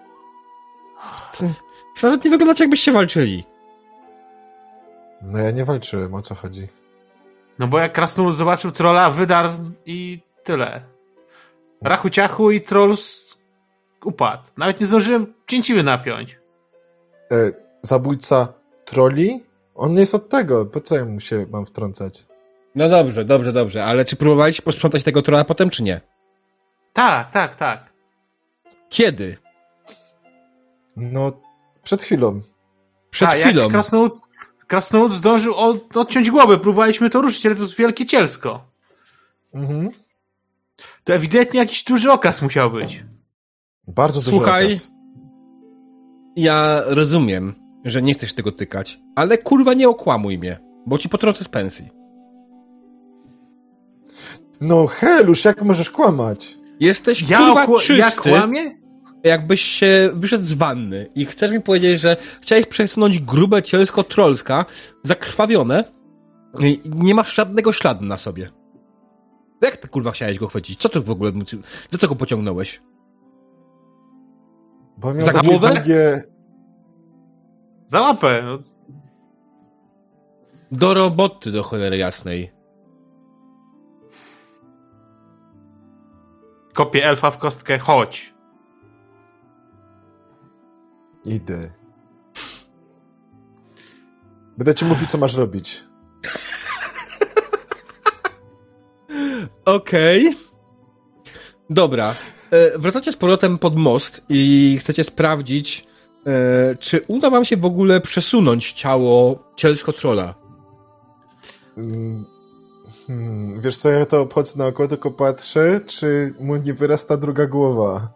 Nawet nie wyglądacie, jakbyście walczyli. No ja nie walczyłem, o co chodzi? No bo jak Krasnolud zobaczył trolla, wydarł i tyle. Rachu ciachu i troll upadł. Nawet nie zdążyłem cięciwy napiąć. Zabójca troli? On jest od tego, po co ja mu się mam wtrącać? No dobrze, ale czy próbowaliście posprzątać tego trolla potem, czy nie? Tak. Kiedy? No, przed chwilą. Przed Tak, chwilą. Jak Krasnolud zdążył odciąć głowę, próbowaliśmy to ruszyć, ale to jest wielkie cielsko. Mhm. To ewidentnie jakiś duży okaz musiał być. Bardzo dużo Słuchaj, okaz. ja rozumiem, że nie chcesz tego tykać, ale kurwa nie okłamuj mnie, bo ci potrącę z pensji. No Helusz, jak możesz kłamać? Jesteś kurwa Ja czysty, kłamię? jakbyś się wyszedł z wanny i chcesz mi powiedzieć, że chciałeś przesunąć grube cielsko trollska, zakrwawione i nie masz żadnego śladu na sobie. Jak ty kurwa chciałeś go chwycić? Co ty w ogóle, za co go pociągnąłeś? Bo miał Za takie głowę? długie... Za łapę. No. Do roboty, do cholery jasnej. Kopię elfa w kostkę, chodź. Idę. Będę ci mówił, co masz robić. Okej. Dobra. Wracacie z powrotem pod most i chcecie sprawdzić, czy uda wam się w ogóle przesunąć ciało cielsko-trolla. Wiesz co, ja to obchodzę naokoło, tylko patrzę, czy mu nie wyrasta druga głowa.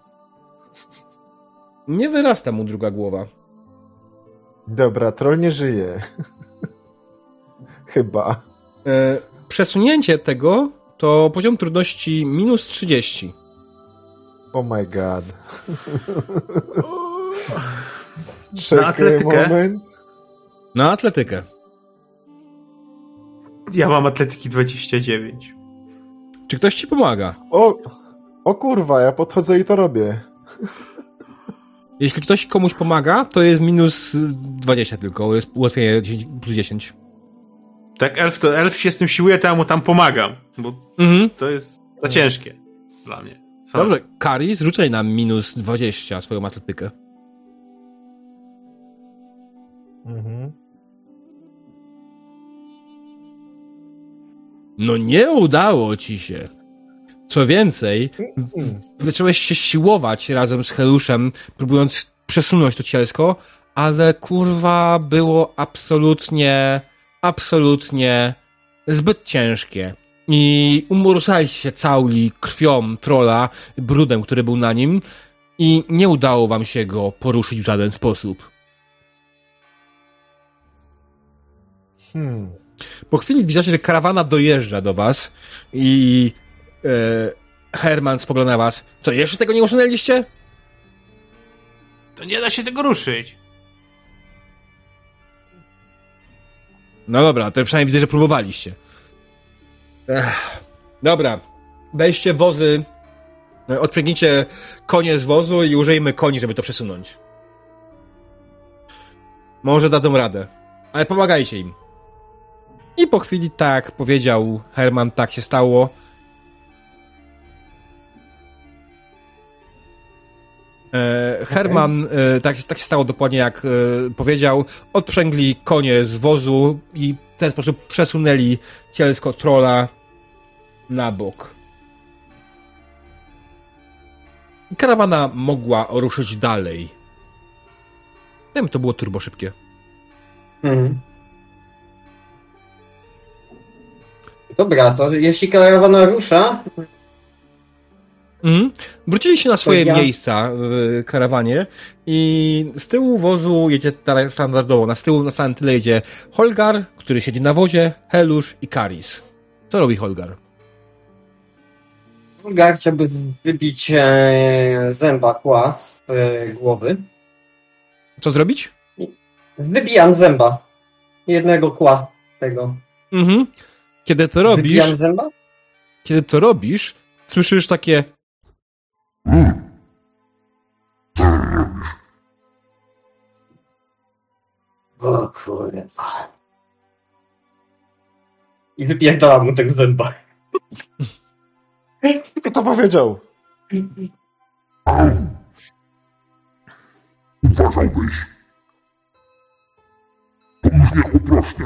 Nie wyrasta mu druga głowa. Dobra, troll nie żyje. Chyba. Przesunięcie tego to poziom trudności minus 30. Oh my god. Na Czekaj atletykę? moment. Na atletykę. Ja mam atletyki 29. Czy ktoś ci pomaga? O kurwa, ja podchodzę i to robię. Jeśli ktoś komuś pomaga, to jest minus 20 tylko. Jest ułatwienie 10, plus 10. Tak, elf się z tym siłuje, to ja mu tam pomagam, bo to jest za ciężkie dla mnie. Dobrze, Karis, rzucaj na minus 20 swoją atletykę. Mhm. No nie udało ci się. Co więcej, zacząłeś się siłować razem z Heluszem, próbując przesunąć to cielsko, ale kurwa było absolutnie zbyt ciężkie. I umorusaliście się całli krwią trola, brudem, który był na nim i nie udało wam się go poruszyć w żaden sposób. Po chwili widzicie, że karawana dojeżdża do was i Herman spogląda na was. Co, jeszcze tego nie usunęliście? To nie da się tego ruszyć. No dobra, to przynajmniej widzę, że próbowaliście. Dobra, weźcie wozy, odpręgnijcie konie z wozu i użyjmy koni, żeby to przesunąć. Może dadzą radę, ale pomagajcie im. I po chwili tak powiedział Herman, tak się stało. Herman, tak się stało dokładnie jak powiedział, odprzęgli konie z wozu i w ten sposób przesunęli cielsko trola na bok. Karawana mogła ruszyć dalej. Wiem, to było turbo szybkie. Dobra, to jeśli karawana rusza... Wróciliście na swoje miejsca w karawanie i z tyłu wozu jedzie teraz standardowo. Na samym tyle jedzie Holgar, który siedzi na wozie, Helusz i Karis. Co robi Holgar? Holgar chciałby wybić zęba kła z głowy. Co zrobić? Wybijam zęba. Jednego kła tego. Kiedy to robisz... Wybijam zęba? Kiedy to robisz, słyszysz takie... O kurwa. I wypierdałam mu tego zęba. Kto to powiedział? Uważałbyś. To już niech uproszczę.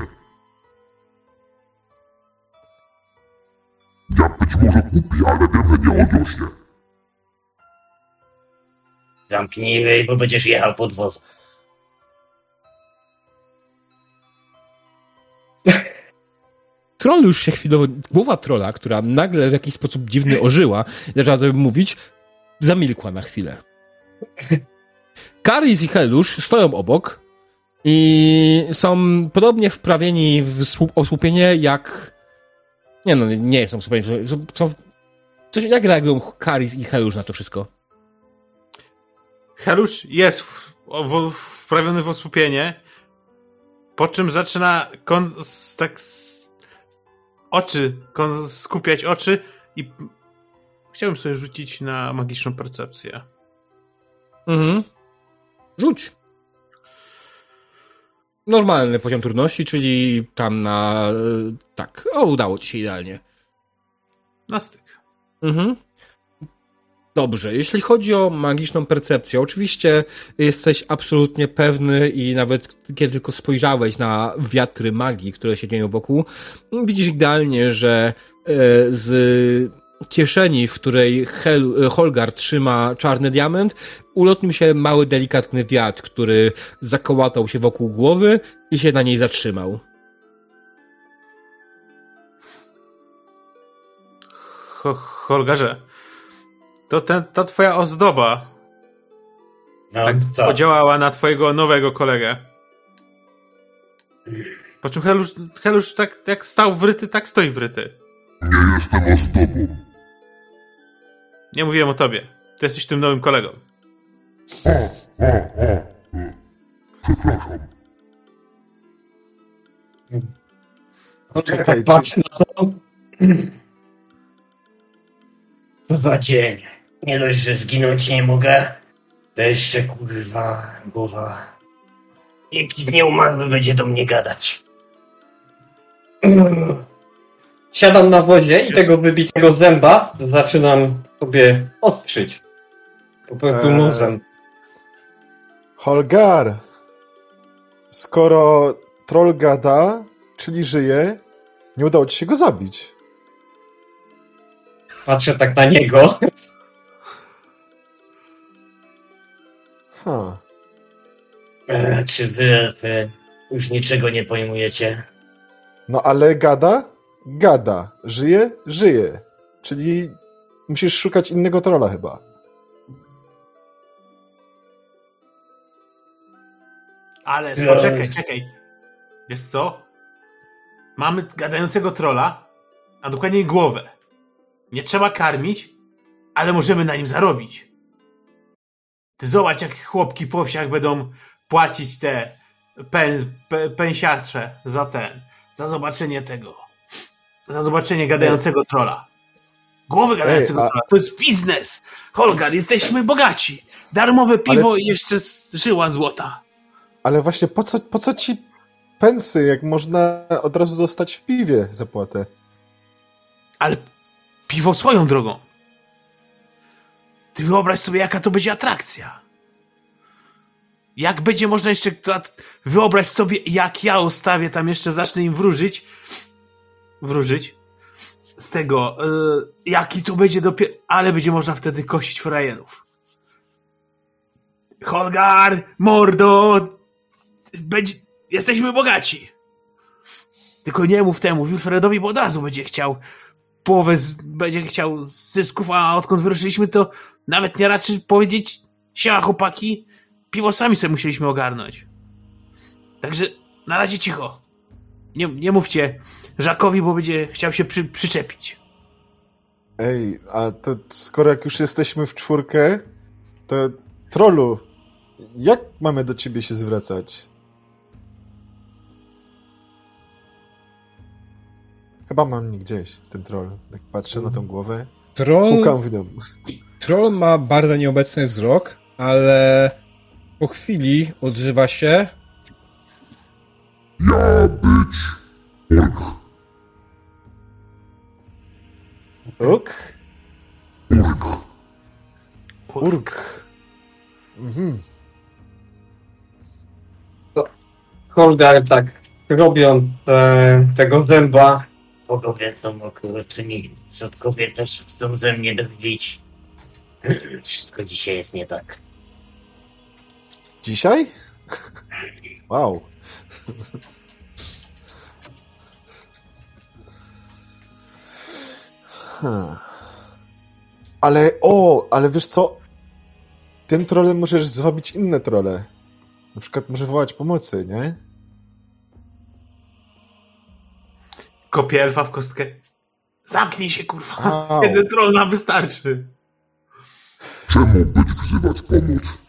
Ja być może kupi, ale wiem, że nie odniósł się. Zamknij ryj, bo będziesz jechał pod woz. Troll już się chwilowo... Głowa trolla, która nagle w jakiś sposób dziwny ożyła i zaczęła to mówić, zamilkła na chwilę. Karis i Helusz stoją obok i są podobnie wprawieni w osłupienie jak... Nie są osłupieni. Jak reagują Karis i Helusz na to wszystko? Helusz jest wprawiony w osłupienie, po czym zaczyna skupiać oczy i chciałbym sobie rzucić na magiczną percepcję. Rzuć. Normalny poziom trudności, czyli tam na... Tak, udało ci się idealnie. Na styk. Dobrze, jeśli chodzi o magiczną percepcję, oczywiście jesteś absolutnie pewny i nawet kiedy tylko spojrzałeś na wiatry magii, które się dzieją wokół, widzisz idealnie, że z kieszeni, w której Holgar trzyma czarny diament, ulotnił się mały, delikatny wiatr, który zakołatał się wokół głowy i się na niej zatrzymał. Holgarze, to ta twoja ozdoba tak co? podziałała na twojego nowego kolegę. Po czym Helusz tak jak stał wryty, tak stoi wryty. Nie jestem ozdobą. Nie mówiłem o tobie. Ty jesteś tym nowym kolegą. Przepraszam. Poczekaj, Patrz na to. Kurwa dzień. Nie dość, że zginąć nie mogę, to jeszcze kurwa głowa. Nikt nie umarły będzie do mnie gadać. Siadam na wozie i tego wybitego zęba zaczynam sobie ostrzyć. Po prostu nożem. Holgar, skoro troll gada, czyli żyje, nie udało ci się go zabić. Patrzę tak na niego. Czy wy już niczego nie pojmujecie? No ale gada? Gada. Żyje? Żyje. Czyli musisz szukać innego trolla chyba. Ale Ja- czekaj. Wiesz co? Mamy gadającego trolla, a dokładniej głowę. Nie trzeba karmić, ale możemy na nim zarobić. Ty zobacz, jak chłopki po wsiach będą płacić te pensiatrze za zobaczenie tego. Za zobaczenie gadającego trolla. Głowy gadającego trolla. To jest biznes! Holgar, jesteśmy bogaci. Darmowe piwo i jeszcze żyła złota. Ale właśnie po co ci pensy, jak można od razu dostać w piwie zapłatę? Ale piwo swoją drogą. Ty wyobraź sobie, jaka to będzie atrakcja. Jak będzie można jeszcze... Wyobraź sobie, jak ja ustawię tam jeszcze, zacznę im wróżyć z tego, jaki to będzie dopiero... Ale będzie można wtedy kosić frajerów. Holgar, mordo, jesteśmy bogaci. Tylko nie mów temu Wilfredowi, bo od razu będzie chciał połowę będzie chciał zysków, a odkąd wyruszyliśmy, to nawet nie raczy powiedzieć: siema chłopaki, piwo sami sobie musieliśmy ogarnąć. Także na razie cicho. Nie mówcie Żakowi, bo będzie chciał się przyczepić. Ej, a to skoro jak już jesteśmy w czwórkę, to trollu, jak mamy do ciebie się zwracać? Chyba mam mnie gdzieś, ten troll. Tak patrzę na tą głowę. Pukam w nią. Troll ma bardzo nieobecny wzrok, ale po chwili odzywa się. Ja być Urk? Urk. Urk. Mhm. Holgar tak robią tego zęba. Bogowie są okrutni, przodkowie też chcą ze mnie drwić. Wszystko dzisiaj jest nie tak. Dzisiaj? Wow. Ale wiesz co? Tym trolem możesz zwabić inne trole. Na przykład może wołać pomocy, nie? Kopię elfa w kostkę. Zamknij się, kurwa. Au. Jeden troll nam wystarczy. Czemu być wzywać pomoc?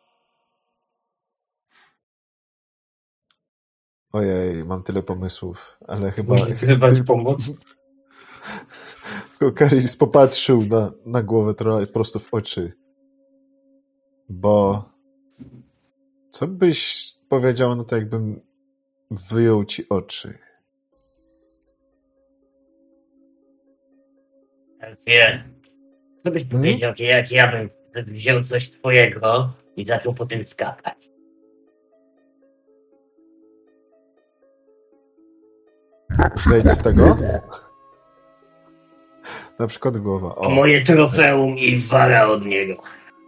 Ojej, mam tyle pomysłów, ale chyba... Wzywać pomoc. Tylko Karis popatrzył na głowę trolla prosto w oczy. Bo... Co byś powiedział na to, jakbym wyjął ci oczy? Wie, co byś powiedział, jak ja bym wziął coś twojego i zaczął po tym skakać? Zejdź z tego? Na przykład głowa. O. Moje trofeum i wala od niego.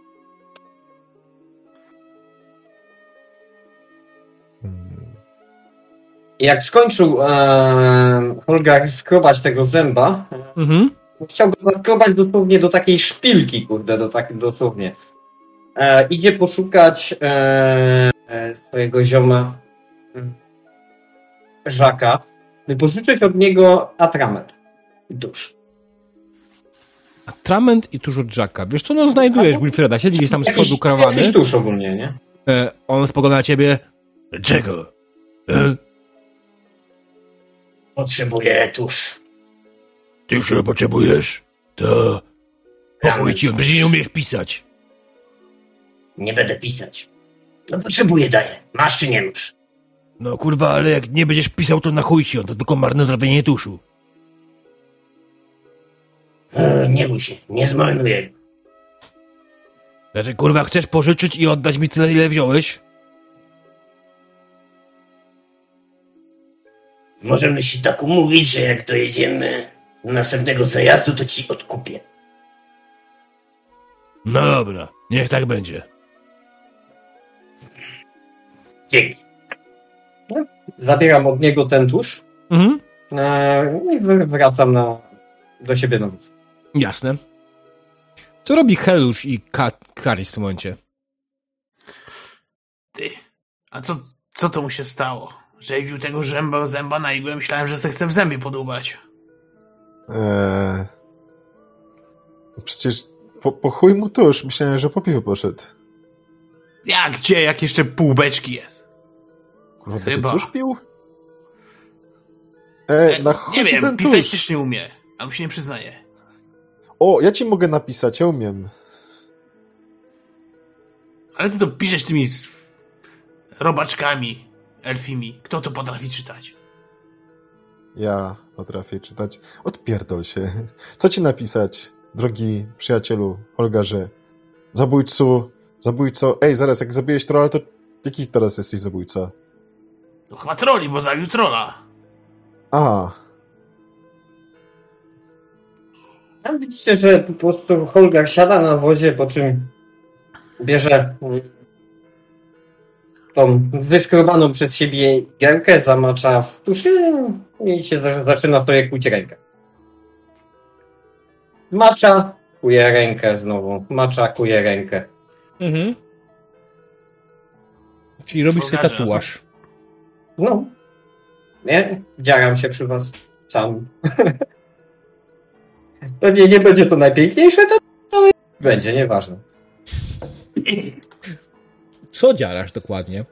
Jak skończył Holgar skrobać tego zęba, chciał go zaskrobać dosłownie do takiej szpilki, kurde, do takiej dosłownie. Idzie poszukać swojego zioma Żaka, by pożyczyć od niego atrament i tusz. Atrament i tuż od Jacka. Wiesz co, no znajdujesz Wilfreda, siedzi gdzieś tam z przodu Jakiś karawany. tusz ogólnie, nie? On spogląda na ciebie. Czego? Potrzebuję tusz. Ty czego potrzebujesz? To... Pokój ci, on przecież nie umiesz pisać. Nie będę pisać. No potrzebuję, daję. Masz czy nie masz? No kurwa, ale jak nie będziesz pisał, to na chuj ci on, to tylko marne trawienie tuszu. Nie bój się, nie zmarnuję. Znaczy, kurwa, chcesz pożyczyć i oddać mi tyle, ile wziąłeś? Możemy się tak umówić, że jak dojedziemy do następnego zajazdu, to ci odkupię. No dobra, niech tak będzie. Dzięki. Zabieram od niego ten tusz Mhm. i wracam do siebie na wóz. Jasne. Co robi Helusz i Karis w tym momencie? Ty, a co to mu się stało? Że wbił tego zęba na igłę, myślałem, że se chce w zębie podłubać. Przecież po chuj mu tuż. Myślałem, że po piwo poszedł. Jak gdzie? Jak jeszcze pół beczki jest? Kurwa, będzie Chyba. tuż pił? Na chuj Nie ci wiem, ten pisać tusz. też nie umie. A mu się nie przyznaje. O, ja ci mogę napisać, ja umiem. Ale ty to piszesz tymi robaczkami elfimi. Kto to potrafi czytać? Ja potrafię czytać. Odpierdol się. Co ci napisać, drogi przyjacielu, Holgarze? Zabójco. Ej, zaraz, jak zabiłeś trolla, to jaki teraz jesteś zabójca? No chyba troli, bo zabił trolla. A, Tam widzicie, że po prostu Holgar siada na wozie, po czym bierze tą wyskrobaną przez siebie gękę, zamacza w tuszy i się zaczyna sobie kłuć rękę. Macza, kuje rękę znowu. Macza, kuje rękę. Mhm. Czyli robisz sobie Holgarze, tatuaż. No. Nie? Dziaram się przy was sam. Pewnie nie będzie to najpiękniejsze, ale będzie, nieważne. Co dziarasz dokładnie?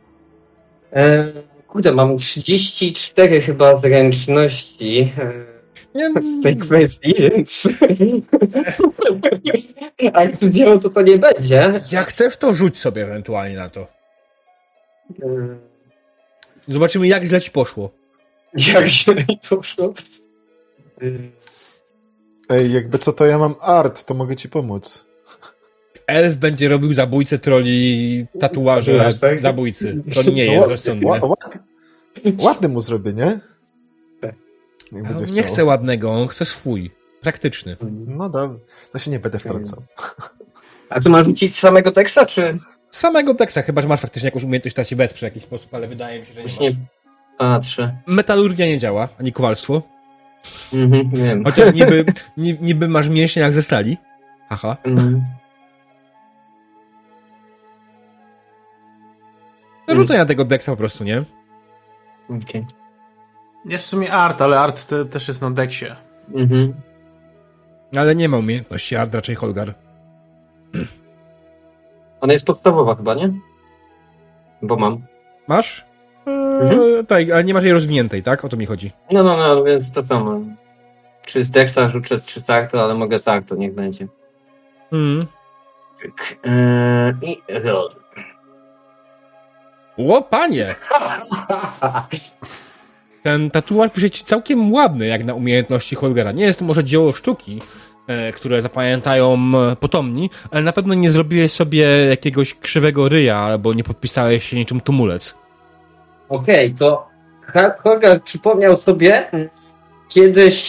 Kurde, mam 34 chyba zręczności Nie, w tej kwestii, więc a jak tu dzieło, to nie będzie. jak chcesz, to rzuć sobie ewentualnie na to. Zobaczymy, jak źle ci poszło. Jak się poszło? ej, jakby co, to ja mam art, to mogę ci pomóc. Elf będzie robił zabójcę troli tatuaże Tak. zabójcy. To nie jest rozsądne. Ładny mu zrobię, nie? Tak. Jak będzie Nie chciał. chce ładnego, on chce swój. Praktyczny. No dobra, to się nie będę wtrącał. A co, masz rzucić z samego teksta, czy? Samego teksta, chyba że masz faktycznie jakąś umiejętność, która ci wesprze w jakiś sposób, ale wydaje mi się, że nie Właśnie masz. patrzę. Metalurgia nie działa, ani kowalstwo. Wiem. Chociaż niby masz mięśnie jak ze stali. Haha. Rzucaj na tego deksa po prostu, nie? Okej. Jest w sumie art, ale art też jest na deksie. Ale nie ma umiejętności, a raczej Holgar. Ona jest podstawowa chyba, nie? Bo mam. Masz? Tak, ale nie masz jej rozwiniętej, tak? O to mi chodzi. No, więc to samo. Czy z Dexa rzucę, czy z Arto, ale mogę z Arto, niech będzie. Tak. I roll. O, panie! Ten tatuaż wyszedł ci całkiem ładny, jak na umiejętności Holgera. Nie jest to może dzieło sztuki, które zapamiętają potomni, ale na pewno nie zrobiłeś sobie jakiegoś krzywego ryja, albo nie podpisałeś się niczym tumulec. Okej, to Holger przypomniał sobie kiedyś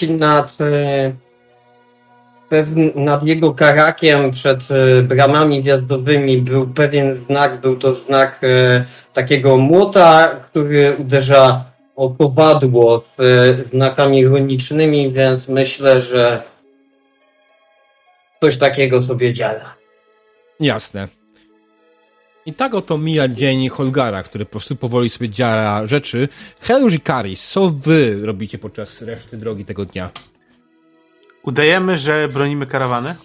nad jego karakiem przed bramami wjazdowymi był pewien znak, był to znak takiego młota, który uderza o kowadło z znakami runicznymi, więc myślę, że coś takiego sobie działa. Jasne. I tak oto mija dzień Holgara, który po prostu powoli sobie dziara rzeczy. Helusz i Karis, co wy robicie podczas reszty drogi tego dnia? Udajemy, że bronimy karawany.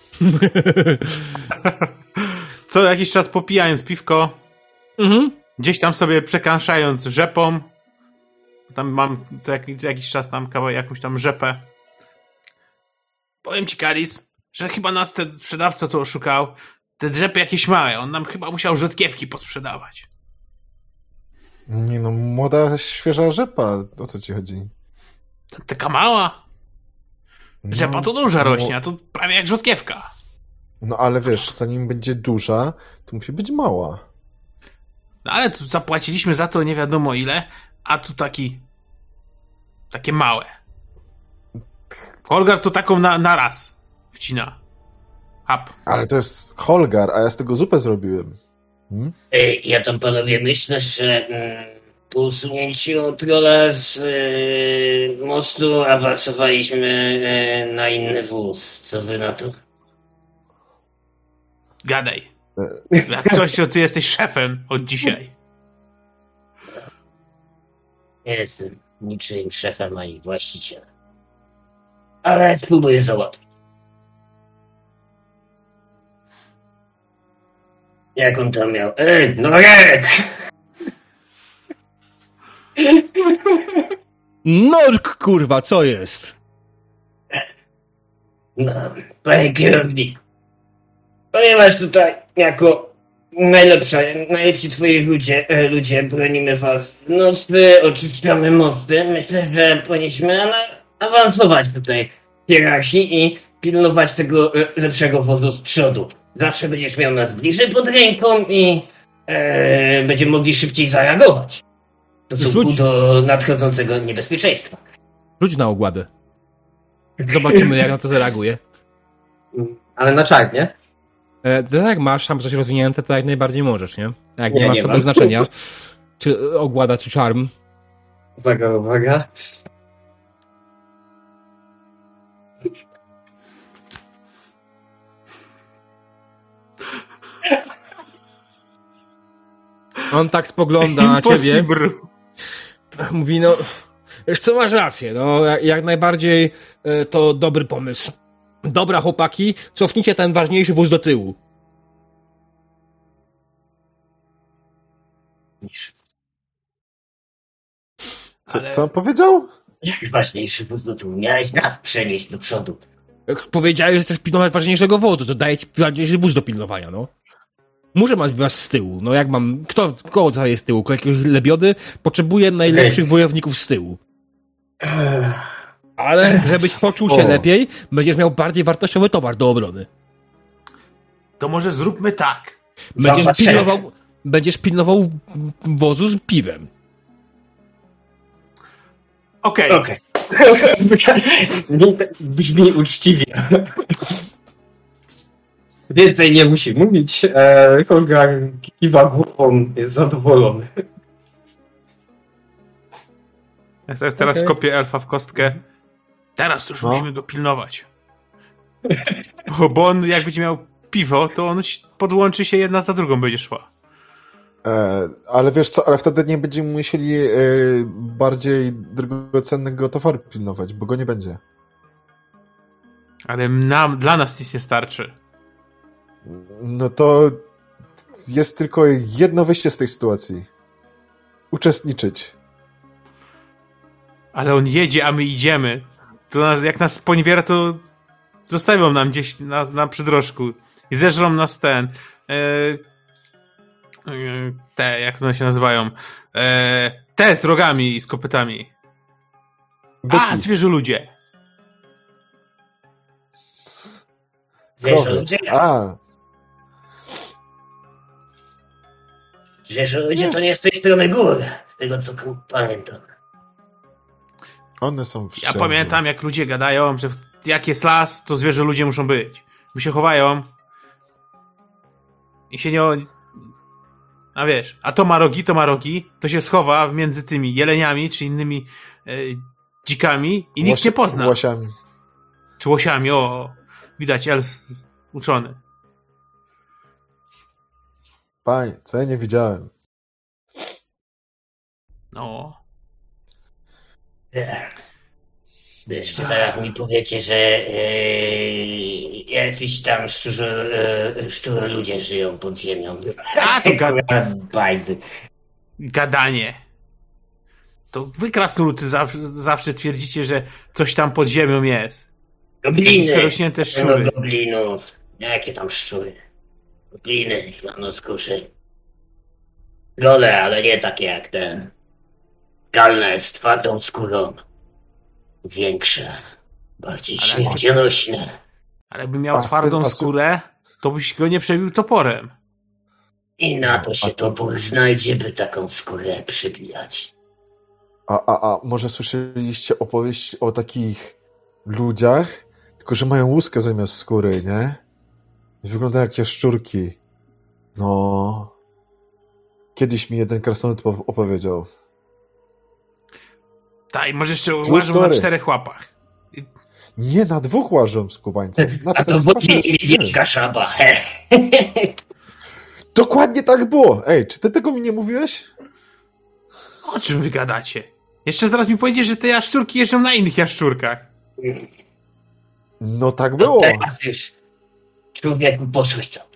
Co jakiś czas popijając piwko, gdzieś tam sobie przekąszając rzepą. Tam mam co jakiś czas tam jakąś tam rzepę. Powiem ci, Karis, że chyba nas ten sprzedawca tu oszukał. Te rzepy jakieś małe, on nam chyba musiał rzodkiewki posprzedawać. Nie no, młoda, świeża rzepa. O co ci chodzi? Taka mała. Rzepa to duża rośnie, a to prawie jak rzodkiewka. No ale wiesz, zanim będzie duża, to musi być mała. No ale tu zapłaciliśmy za to nie wiadomo ile, a tu takie małe. Holgar to taką na raz wcina. Hap. Ale to jest Holgar, a ja z tego zupę zrobiłem. Ja tam, panowie, myślę, że po usunięciu trolla z mostu awansowaliśmy na inny wóz. Co wy na to? Gadaj. Jak coś, to ty jesteś szefem od dzisiaj. Nie jestem niczym szefem ani właścicielem. Ale spróbuję załatwić. Jak on tam miał? Norek! Nork, kurwa, co jest? No, panie kierownik, ponieważ tutaj jako najlepsi twoi ludzie bronimy was w nocy, oczyszczamy mosty, myślę, że powinniśmy awansować tutaj w hierarchii i pilnować tego lepszego wozu z przodu. Zawsze będziesz miał nas bliżej pod ręką i będziemy mogli szybciej zareagować w stosunku do nadchodzącego niebezpieczeństwa. Rzuć na ogładę. Zobaczymy, jak na to zareaguje. Ale na czarnie, nie? To jak masz tam coś rozwinięte, to jak najbardziej możesz, nie? A jak nie masz, nie to mam. bez znaczenia. Czy ogłada, czy charm. Uwaga. On tak spogląda na ciebie. Impossible. Mówi, no, wiesz co, masz rację, no, jak najbardziej to dobry pomysł. Dobra, chłopaki, cofnijcie ten ważniejszy wóz do tyłu. Co on powiedział? Jak ważniejszy wóz do tyłu? Miałeś nas przenieść do przodu. Jak powiedziałeś, że chcesz pilnować ważniejszego wozu, to daję ci ważniejszy wóz do pilnowania, no. Muszę mać was z tyłu, no jak mam, kogo zostaje z tyłu? Jakiegoś lebiody? Potrzebuję najlepszych wojowników z tyłu. Ale żebyś poczuł się lepiej, będziesz miał bardziej wartościowy towar do obrony. To może zróbmy tak. Będziesz pilnował wozu z piwem. Okej. Brzmi uczciwie. Więcej nie musi mówić. Holgar kiwa głową, jest zadowolony. Jak teraz kopię elfa w kostkę. Teraz już musimy go pilnować. Bo on jak będzie miał piwo, to on podłączy się, jedna za drugą będzie szła. Ale wiesz co, ale wtedy nie będziemy musieli bardziej drogocennego towaru pilnować, bo go nie będzie. Ale dla nas nic nie starczy. No to jest tylko jedno wyjście z tej sytuacji. Uczestniczyć. Ale on jedzie, a my idziemy. To jak nas poniewiera, to zostawią nam gdzieś na przydrożku i zeżrą nas te, jak one się nazywają, te z rogami i z kopytami. Zwierzę ludzie. Zwierzę ludzie to nie z tej strony góry, z tego co pamiętam. One są wszędzie. Ja pamiętam, jak ludzie gadają, że jak jest las, to zwierzę ludzie muszą być. Bo się chowają i się nie... A wiesz, a to ma rogi, to się schowa między tymi jeleniami, czy innymi dzikami i nikt nie pozna. Łosiami. Czy łosiami, widać, elf uczony. Panie, co ja nie widziałem. No. Jeszcze zaraz mi powiecie, że jakiś tam szczury ludzie żyją pod ziemią. A, to bajdy. Gadanie. To wy, krasnoludy, zawsze twierdzicie, że coś tam pod ziemią jest. Gobliny! Przerośnięte szczury. Goblinów. Jakie tam szczury? Gobliny, no skuszy. Gole, ale nie takie jak ten. Galne, z twardą skórą. Większe. Bardziej śmiercionośne. Ale jakby miał twardą skórę, to byś go nie przebił toporem. I na to się topór znajdzie, by taką skórę przybijać. A może słyszeliście opowieść o takich ludziach, tylko że mają łuskę zamiast skóry, nie? I wyglądają jak jaszczurki. No. Kiedyś mi jeden krasnolud opowiedział. Tak, i może jeszcze łażą na 4 łapach. Nie, na 2 łażą skubańcem. A to właśnie wielka żaba. Dokładnie tak było. Ej, czy ty tego mi nie mówiłeś? O czym wy gadacie? Jeszcze zaraz mi powiedziesz, że te jaszczurki jeżdżą na innych jaszczurkach. No tak było. Teraz już, człowieku, poszłeś sobie.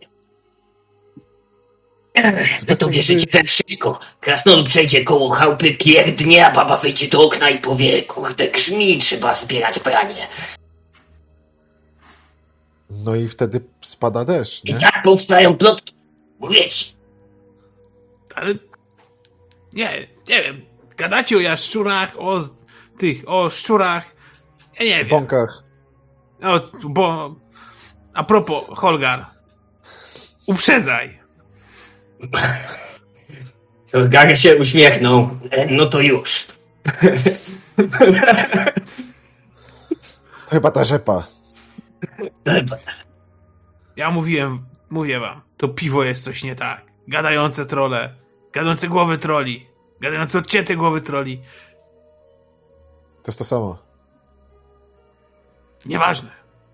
Wy to wierzycie we wszystko. Krasnolud przejdzie koło chałupy, pierdnie, a baba wyjdzie do okna i powie, kurde, grzmi, trzeba zbierać pranie. No i wtedy spada deszcz, nie? I tak powstają plotki. Mówię ci. Ale... Nie wiem. Gadacie o jaszczurach, o szczurach. Ja nie wiem. Bąkach. No, bo... A propos, Holgar. Uprzedzaj. Holgar się uśmiechnął. No to już. To chyba ta rzepa. Ja mówię wam, to piwo jest coś nie tak. Gadające trolle, gadające głowy troli, gadające odcięte głowy troli. To jest to samo. Nieważne.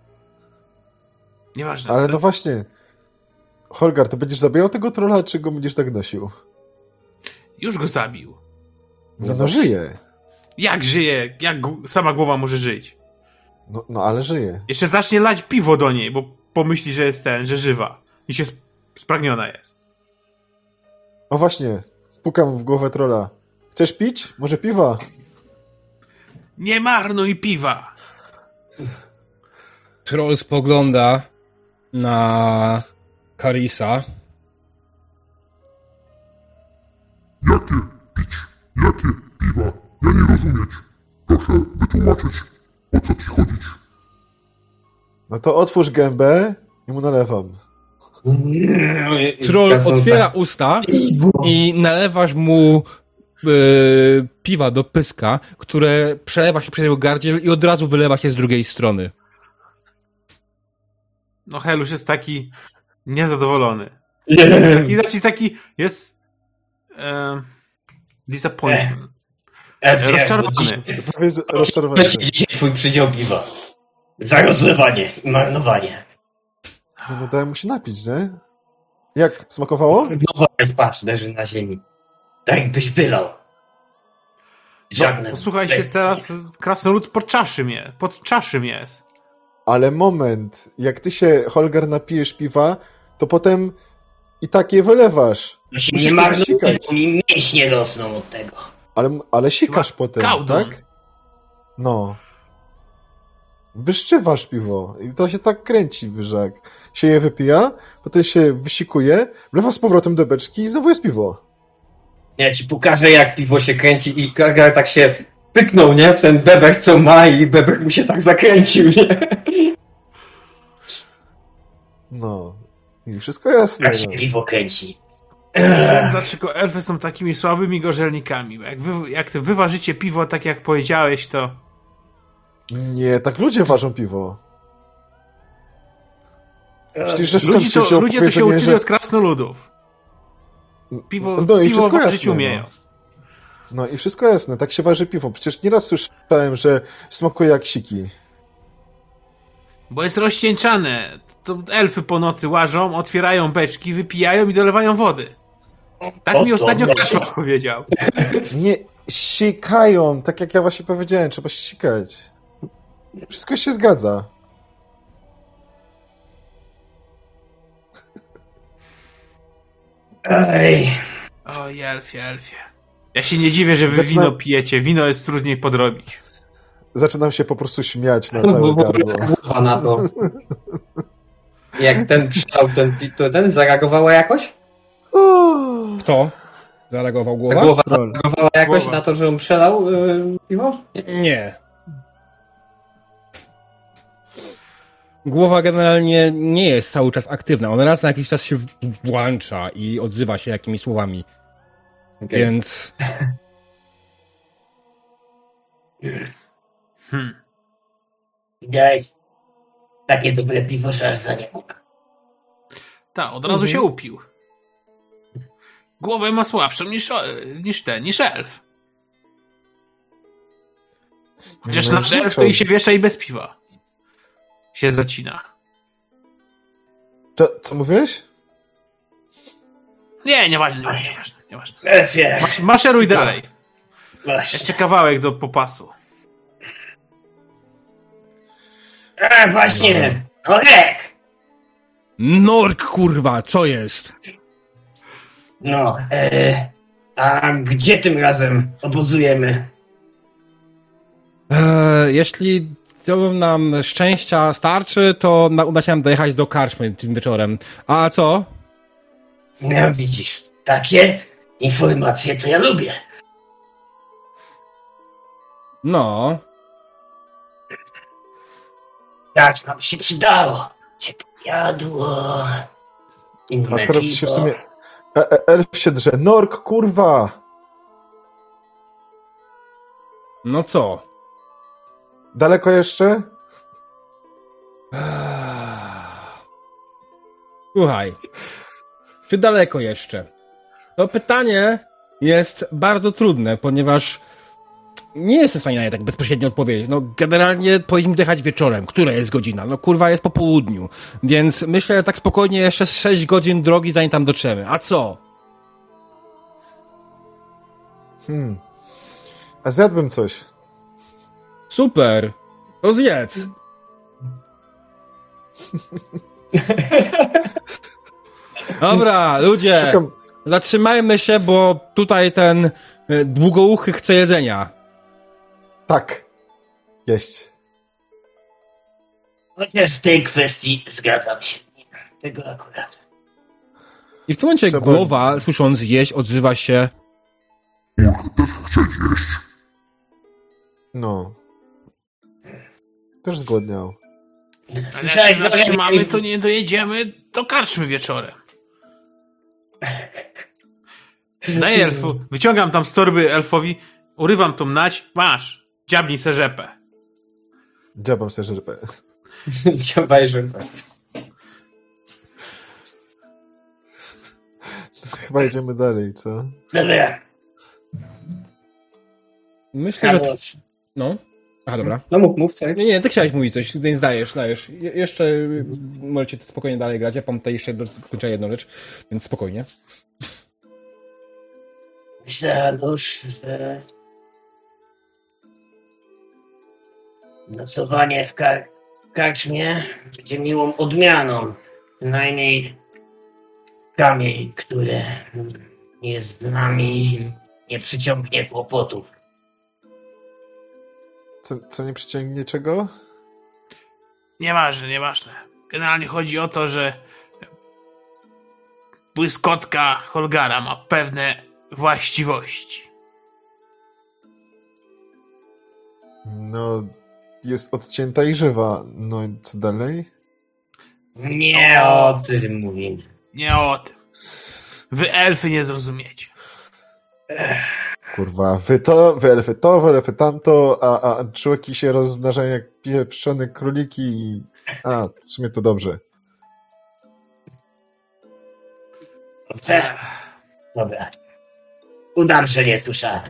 Ale to... no właśnie. Holgar, to będziesz zabijał tego trolla, czy go będziesz tak nosił? Już go zabił. No żyje. Jak żyje? Jak sama głowa może żyć? No ale żyje. Jeszcze zacznie lać piwo do niej, bo pomyśli, że jest że żywa. I się spragniona jest. O właśnie, pukam w głowę trolla. Chcesz pić? Może piwa? Nie marnuj piwa! Troll spogląda na Karisa. Jakie pić? Jakie piwa? Ja nie rozumieć. Proszę wytłumaczyć, o co ci chodzić. No to otwórz gębę i mu nalewam. Troll otwiera usta i nalewasz mu piwa do pyska, które przelewa się przez jego gardziel i od razu wylewa się z drugiej strony. No Heluś jest taki niezadowolony. Taki jest disappointment. Rozczarowany. Rozczarowany. Dzisiaj twój przydział piwa. Za rozlewanie i marnowanie. No dałem mu się napić, nie? Jak? Smakowało? No patrz, leży na ziemi. Tak jakbyś wylał. Żadne. No, słuchaj się, teraz krasnolud pod czaszym jest. Ale moment, jak ty się, Holgar, napijesz piwa, to potem i tak je wylewasz. No się nie marnuje, bo mi mięśnie rosną od tego. Ale sikasz Chyba potem, kałdun. tak? No. Wyszczywasz piwo i to się tak kręci, wyżak. Się je wypija, potem się wysikuje, wlewa z powrotem do beczki i znowu jest piwo. Ja ci pokażę, jak piwo się kręci i Holgar tak się pyknął, nie? W ten bebek, co ma i bebek mu się tak zakręcił, nie? No. I wszystko jasne. Jak się No. piwo kręci. Dlaczego elfy są takimi słabymi gorzelnikami? Bo jak wy ważycie piwo tak jak powiedziałeś, to... Nie, tak ludzie ważą piwo. Przecież, że skąd Ludzie to się uczyli że... od krasnoludów. Piwo i piwo wszystko ważyć jasne, umieją. No i wszystko jasne, tak się waży piwo. Przecież nieraz słyszałem, że smakuje jak siki. Bo jest rozcieńczane. To elfy po nocy łażą, otwierają beczki, wypijają i dolewają wody. Tak mi ostatnio Kaczmarz powiedział. Nie, sikają, tak jak ja właśnie powiedziałem, trzeba sikać. Wszystko się zgadza. Ej. Oj, elfie. Ja się nie dziwię, że wy wino pijecie. Wino jest trudniej podrobić. Zaczynam się po prostu śmiać na całe gardło. Głowa na to. Jak ten przelał, ten zareagowała jakoś? Kto? Zareagował głowa? Głowa zareagowała jakoś na to, że on przelał piwo? Nie. głowa generalnie nie jest cały czas aktywna. Ona raz na jakiś czas się włącza i odzywa się jakimiś słowami. Okay. Więc... Widziałeś? Takie dobre piwo, że aż za nie mógł. Tak, od razu się upił. Głowę ma słabszą niż elf. Chociaż No, nasz elf to i się wiesza i bez piwa. Się zacina. Co mówiłeś? Nieważne. Elfie! Maszeruj dalej. Właśnie. Jeszcze kawałek do popasu. Właśnie! Norek! Nork, kurwa, co jest? No, a gdzie tym razem obozujemy? Jeśli to nam szczęścia starczy, to uda się nam dojechać do karczmy tym wieczorem. A co? No widzisz, takie informacje to ja lubię. No. Tak, nam się przydało. Ciepło jadło. A Inne teraz piwo. się w sumie... Elf się drze. Nork, kurwa! No co? Daleko jeszcze? Słuchaj. Czy daleko jeszcze? To pytanie jest bardzo trudne, ponieważ nie jestem w stanie na nie tak bezpośrednio odpowiedzieć. No generalnie powinniśmy jechać wieczorem. Która jest godzina? No kurwa, jest po południu. Więc myślę, że tak spokojnie jeszcze z 6 godzin drogi, zanim tam dotrzemy. A co? A zjadłbym coś. Super. To zjedz. Dobra, ludzie. Szukam... Zatrzymajmy się, bo tutaj ten długouchy chce jedzenia. Tak. Jeść. Chociaż w tej kwestii zgadzam się z nim. Tego akurat. I w tym momencie Trzeba- głowa, słysząc jeść, odzywa się: Też chcieć jeść. No. Też zgłodniał. Ale jak Słyszałeś, się zatrzymamy, to nie dojedziemy do karczmy wieczorem. Daj elfu. Wyciągam tam z torby elfowi, urywam tą nać. Masz. Dziabnij se rzepę. Dziabam sobie rzepę. Dziobaj, że tak. Chyba jedziemy dalej, co? Dobra, myślę, że... Karol. No. Aha, dobra. No mów, co? Nie, ty chciałeś mówić coś, więc dajesz. Jeszcze możecie spokojnie dalej grać. Ja mam tutaj jeszcze dokończę jedną rzecz, więc spokojnie. Myślę, Janusz, że nocowanie w karczmie będzie miłą odmianą. Przynajmniej kamień, który jest z nami, nie przyciągnie kłopotów. Co nie przyciągnie czego? Nieważne. Generalnie chodzi o to, że błyskotka Holgara ma pewne właściwości. No, jest odcięta i żywa. No i co dalej? Nie o tym mówimy. Nie o tym. Wy elfy nie zrozumiecie. Kurwa, wy elfy tamto, a człoki się rozmnażają jak pieprzone króliki i... A, w sumie to dobrze. Dobra. Udam, że nie słyszałem.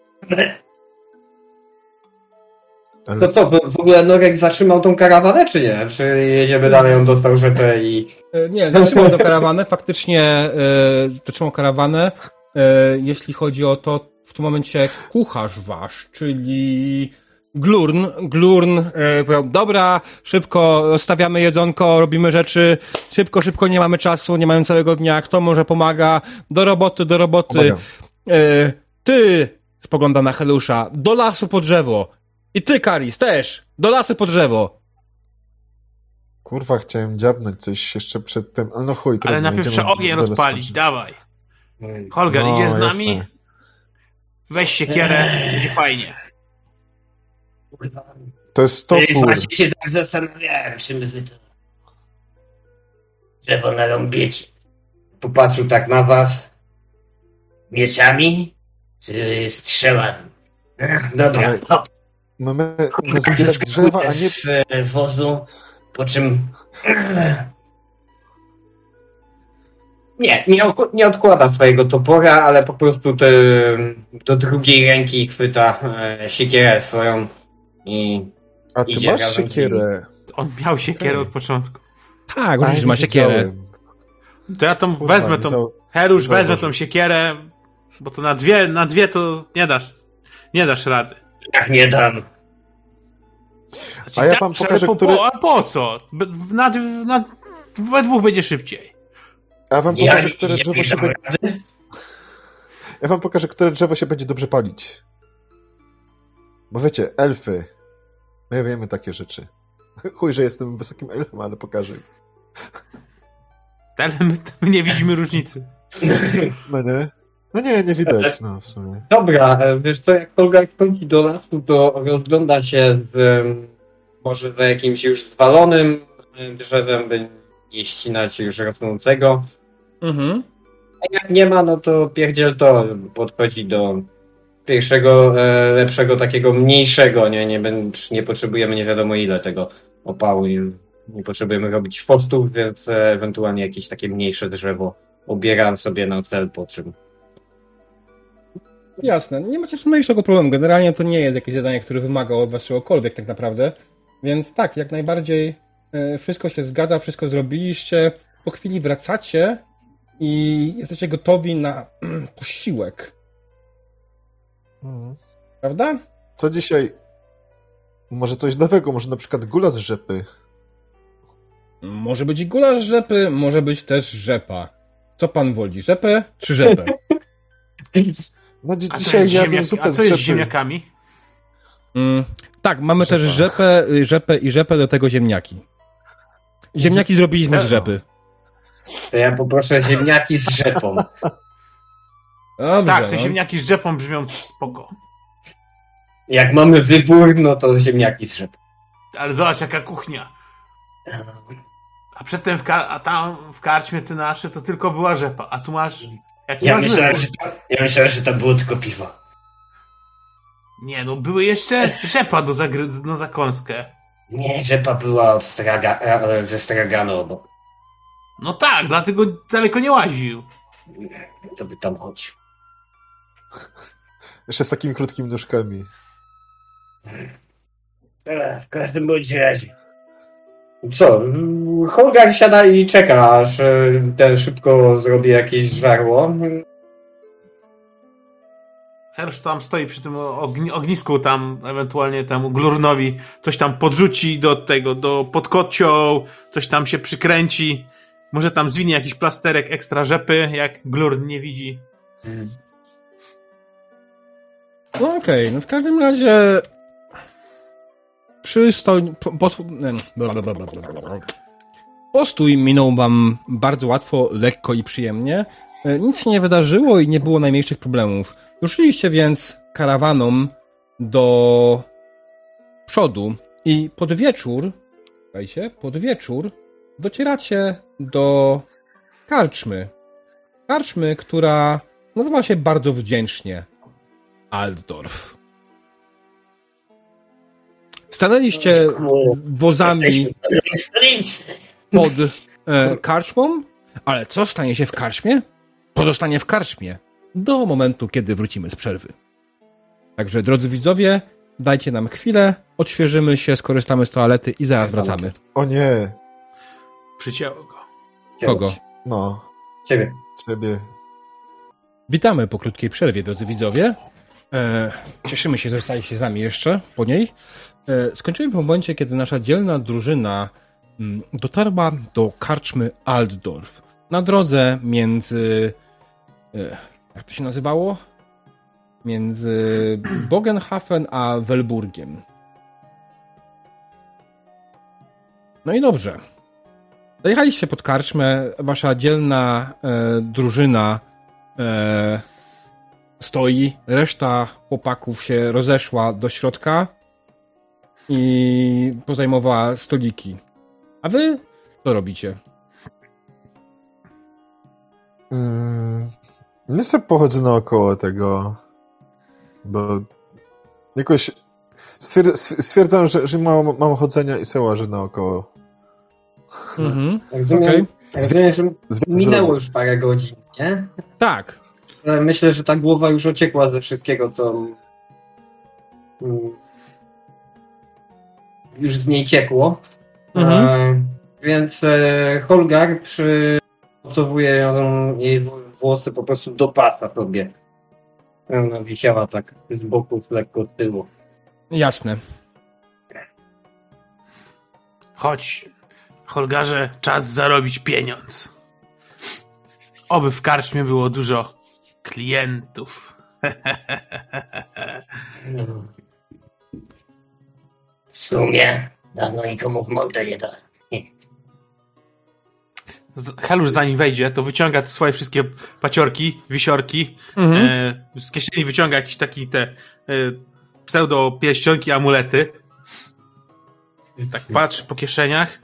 Ale... To co, w ogóle Norek zatrzymał tą karawanę, czy nie? Czy jedziemy dalej, on dostał rzepę i... Nie, zatrzymał tę karawanę. Faktycznie zatrzymał karawanę. Jeśli chodzi o to, w tym momencie kucharz wasz, czyli Glurn powiedział: dobra, szybko stawiamy jedzonko, robimy rzeczy, szybko, nie mamy czasu, nie mamy całego dnia, kto może pomaga, do roboty. Pomagam. Ty, spogląda na Helusza, do lasu po drzewo. I ty, Karis, też, do lasu po drzewo. Kurwa, chciałem dziabnąć coś jeszcze przed tym, ale no chuj. Ale trudno, najpierw idziemy trzeba ogień do rozpalić, lasu. dawaj. Holger, idziesz z nami? Jasne. Weź siekierę, będzie fajnie. To jest topór. Właśnie się tak zastanawiałem, czy my wy to drzewo narąbiecie. Popatrzył tak na was. Mieczami? Czy strzałami? Dobra, Ale- hop. Mamy zbierać drzewa, a nie... z wozu, po czym... Nie odkłada swojego topora, ale po prostu do drugiej ręki chwyta siekierę swoją i A ty idzie masz razem z siekierę. On miał siekierę od początku. Tak, oczywiście, ma siekierę. widziałem. To ja tą Kurwa, wezmę nie tą... zau- Heruś, wezmę zauważył. tą siekierę, bo to na dwie to nie dasz rady. tak nie dam. Znaczy, A ja tak, wam że pokażę, a po co? We dwóch będzie szybciej. Ja wam Ja pokażę, które drzewo nie się dam będzie... rady. Ja wam pokażę, które drzewo się będzie dobrze palić. Bo wiecie, elfy. My wiemy takie rzeczy. Chuj, że jestem wysokim elfem, ale pokażę. Ale my nie widzimy różnicy. No nie? No nie widać, no w sumie. Dobra, wiesz co, jak Olga wchodzi do lasu, to rozgląda się może za jakimś już zwalonym drzewem, by nie ścinać już rosnącego. Mhm. A jak nie ma, no to pierdziel to podchodzi do pierwszego, lepszego, takiego mniejszego, nie potrzebujemy nie wiadomo ile tego opału, nie potrzebujemy robić fostów, więc ewentualnie jakieś takie mniejsze drzewo obieram sobie na cel, po czym Jasne, nie macie mniejszego problemu. Generalnie to nie jest jakieś zadanie, które wymaga od was czegokolwiek tak naprawdę. Więc tak, jak najbardziej wszystko się zgadza, wszystko zrobiliście. Po chwili wracacie i jesteście gotowi na posiłek. Mhm. Prawda? Co dzisiaj? Może coś nowego, może na przykład gula z rzepy. Może być i gulasz rzepy, może być też rzepa. Co pan woli, rzepę czy rzepę? No A dzisiaj jadłem zupę co z jest z rzepy. ziemniakami? Tak, mamy też Rzepa. rzepę, do tego ziemniaki. Ziemniaki zrobiliśmy z rzepy. to ja poproszę ziemniaki z rzepą. Dobrze, Tak, te no. ziemniaki z rzepą brzmią spoko. Jak mamy wybór, no to ziemniaki z rzepą. Ale zobacz jaka kuchnia. A przedtem tam w karczmie ty nasze to tylko była rzepa, a tu masz... Jaki Ja masz myślałem, wybór? że to było tylko piwo. Nie, no były jeszcze rzepa na zakąskę. Nie, rzepa była ze straganu obok. No tak, dlatego daleko nie łaził. To by tam chodził. Jeszcze z takimi krótkimi nóżkami. W każdym bądź razie. Co? Holgar siada i czeka, aż ten szybko zrobi jakieś żarło. Hersz tam stoi przy tym ognisku, tam ewentualnie temu Glurnowi coś tam podrzuci do podkocioł, coś tam się przykręci. Może tam zwinie jakiś plasterek ekstra rzepy, jak Glurn nie widzi. No okej, no w każdym razie postój minął wam bardzo łatwo, lekko i przyjemnie. Nic się nie wydarzyło i nie było najmniejszych problemów. Ruszyliście więc karawaną do przodu i pod wieczór, słuchajcie, docieracie do karczmy. Karczmy, która nazywa się bardzo wdzięcznie Altdorf. Stanęliście wozami Jesteśmy w stolicy. pod karczmą, ale co stanie się w karczmie? Pozostanie w karczmie do momentu, kiedy wrócimy z przerwy. Także, drodzy widzowie, dajcie nam chwilę, odświeżymy się, skorzystamy z toalety i zaraz wracamy. O nie. Przycięło go. Kogo? No, Ciebie. ciebie. Witamy po krótkiej przerwie, drodzy widzowie. Cieszymy się, że zostaliście z nami jeszcze po niej. Skończymy po momencie, kiedy nasza dzielna drużyna dotarła do karczmy Altdorf. Na drodze między... jak to się nazywało? Między Bogenhafen a Welburgiem. No i dobrze. Dojechaliście pod karczmę, wasza dzielna drużyna stoi, reszta chłopaków się rozeszła do środka. i pozajmowała stoliki. A wy co robicie? Nie sobie pochodzę naokoło tego, bo jakoś stwierdzam, że mam chodzenia i se łażę naokoło. Okej. Rozumiem, że minęło już parę godzin, nie? Tak. Myślę, że ta głowa już ociekła ze wszystkiego, co już z niej ciekło. Więc Holgar przymocowuje jej włosy po prostu do pasa sobie. Ona wisiała tak z boku, lekko z tyłu. Jasne. Chodź, Holgarze, czas zarobić pieniądz. Oby w karczmie było dużo klientów. W sumie dawno nikomu w mordę nie da. Helusz zanim wejdzie, to wyciąga te swoje wszystkie paciorki, wisiorki, z kieszeni wyciąga jakieś takie te pseudo pierścionki, amulety. Tak patrzy po kieszeniach.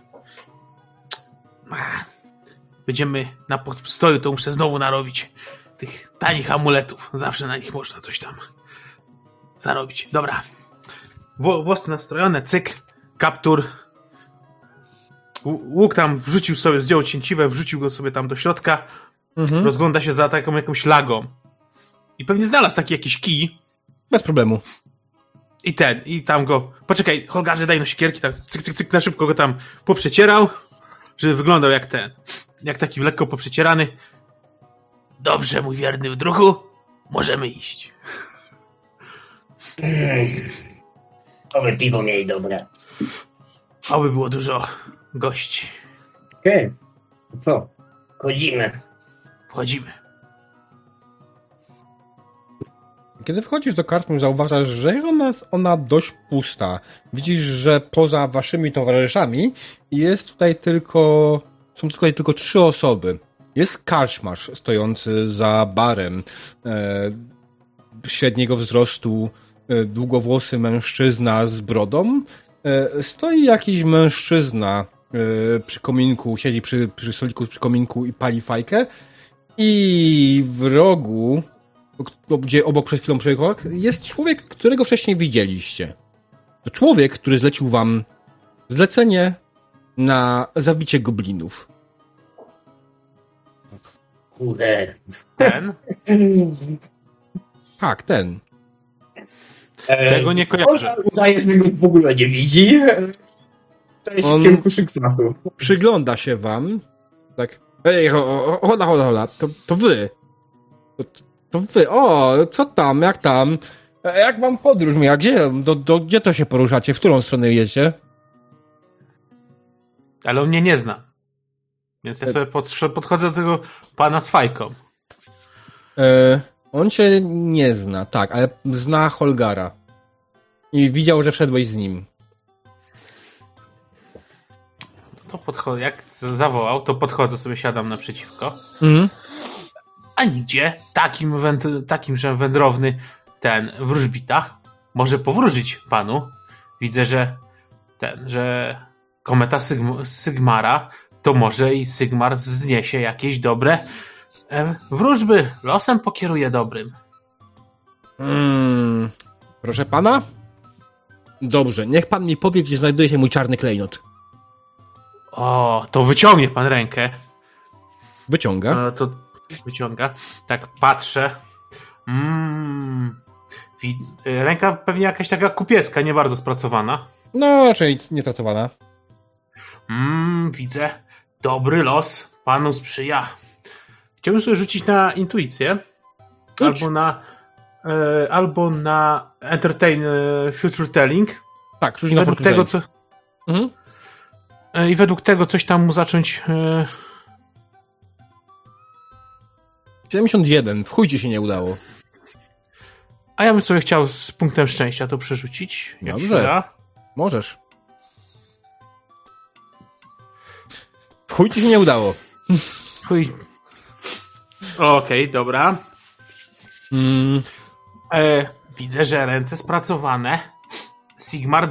Będziemy na postoju, to muszę znowu narobić tych tanich amuletów. Zawsze na nich można coś tam zarobić. Dobra. Włosy nastrojone, cyk, kaptur. Łuk tam wrzucił sobie, zdjął cięciwe, wrzucił go sobie tam do środka. Rozgląda się za taką jakąś lagą. I pewnie znalazł taki jakiś kij. Bez problemu. I tam go... Poczekaj, Holgarze, daj no siekierki, tak cyk, cyk, cyk, na szybko go tam poprzecierał, żeby wyglądał jak taki lekko poprzecierany. Dobrze, mój wierny druhu, możemy iść. Oby piwo mieli dobre. Oby było dużo gości. Okej. To co? Chodzimy. Wchodzimy. Kiedy wchodzisz do karczmy, zauważasz, że jest ona dość pusta. Widzisz, że poza waszymi towarzyszami są tutaj tylko 3 osoby. Jest karczmarz stojący za barem, średniego wzrostu, długowłosy mężczyzna z brodą. Stoi jakiś mężczyzna przy kominku, siedzi przy stoliku przy kominku i pali fajkę. I w rogu, gdzie obok przed chwilą przejechał, jest człowiek, którego wcześniej widzieliście. To człowiek, który zlecił wam zlecenie na zabicie goblinów. Kurde. Ten? Tak, ten. Tego nie kojarzę. Udaje, że go w ogóle nie widzi. Udaje się w kierunku szykwasu. Przygląda się wam. Tak. Ej, hola. To wy. To wy. O, co tam, jak tam? Jak wam podróż mija? Gdzie to się poruszacie? W którą stronę jedziecie? Ale on mnie nie zna. Więc ja sobie podchodzę do tego pana z fajką. On cię nie zna, tak, ale zna Holgara. I widział, że wszedłeś z nim. To podchodzę, jak zawołał, to podchodzę sobie, siadam naprzeciwko. A nigdzie takim, że wędrowny ten wróżbita może powróżyć panu. Widzę, że kometa Sigmara, to może i Sigmar zniesie jakieś dobre wróżby. Losem pokieruje dobrym. Proszę pana? Dobrze, niech pan mi powie, gdzie znajduje się mój czarny klejnot. O, to wyciągnie pan rękę. Wyciąga. To wyciąga. Tak patrzę. Ręka pewnie jakaś taka kupiecka, nie bardzo spracowana. No, raczej nietracowana. Widzę. Dobry los panu sprzyja. Chciałbym sobie rzucić na intuicję. Albo na entertain future telling. Tak, rzuć na według tego, co. I według tego coś tam mu zacząć. 71. W chuj ci się nie udało. A ja bym sobie chciał z punktem szczęścia to przerzucić. Dobrze. Możesz. W chuj ci się nie udało. Chuj. Okej, dobra. Widzę, że ręce spracowane. Sigmar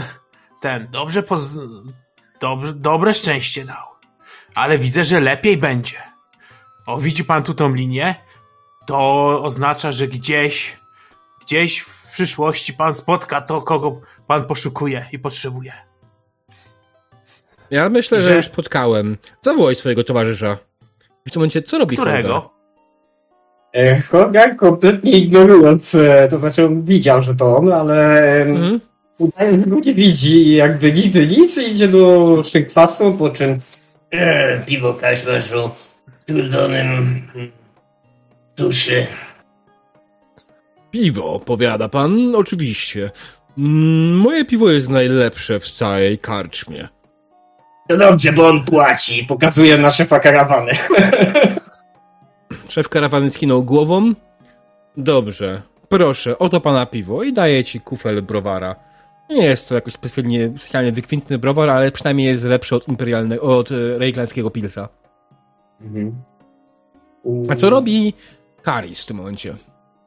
dobre szczęście dał. Ale widzę, że lepiej będzie. O, widzi pan tu tą linię? To oznacza, że gdzieś w przyszłości pan spotka to, kogo pan poszukuje i potrzebuje. Ja myślę, że już spotkałem. Zawołaj swojego towarzysza. W tym momencie, co robi Którego? Holgar kompletnie ignorując, to znaczy on widział, że to on, ale udaje, że go nie widzi i jakby nigdy nic i idzie do szykwasu, po czym Piwo kaszmarzu, trudzonym duszy. Piwo, powiada pan? Oczywiście. Moje piwo jest najlepsze w całej karczmie. To dobrze, bo on płaci. pokazuje na szefa karawany. Szef karawany skinął głową. Dobrze, proszę, oto pana piwo i daję ci kufel browara. Nie jest to jakoś specjalnie wykwintny browar, ale przynajmniej jest lepszy od rejglandzkiego pilsa. A co robi Karis w tym momencie?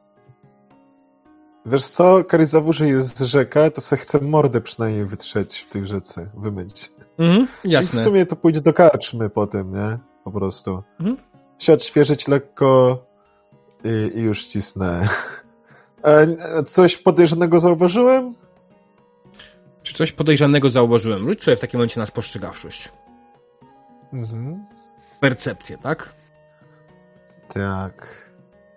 Wiesz co, Karis zawórzy jest rzeka, to se chce mordę przynajmniej wytrzeć w tej rzece, wymyć. Jasne. I w sumie to pójdzie do karczmy potem, nie? Po prostu. Się odświeżyć lekko i już cisnę. Coś podejrzanego zauważyłem? Czy coś podejrzanego zauważyłem? Rzuć sobie w takim momencie na spostrzegawczość. Percepcję, tak? Tak.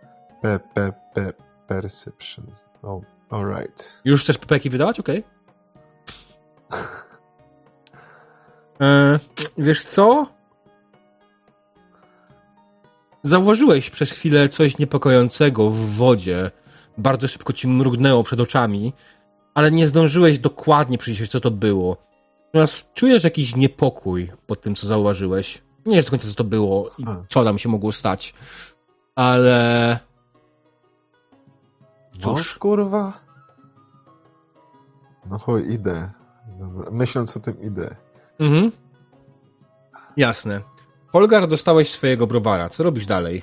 Perception. Oh, alright. Już chcesz pepeki wydawać? Okej. Wiesz co? Zauważyłeś przez chwilę coś niepokojącego w wodzie. Bardzo szybko ci mrugnęło przed oczami, ale nie zdążyłeś dokładnie przyjrzeć, co to było. Natomiast czujesz jakiś niepokój po tym, co zauważyłeś. Nie wiesz do końca, co to było i co tam się mogło stać. Ale... Cóż, kurwa? No chuj, idę. Dobra. Myśląc o tym, idę. Jasne. Holgar, dostałeś swojego browara. Co robisz dalej?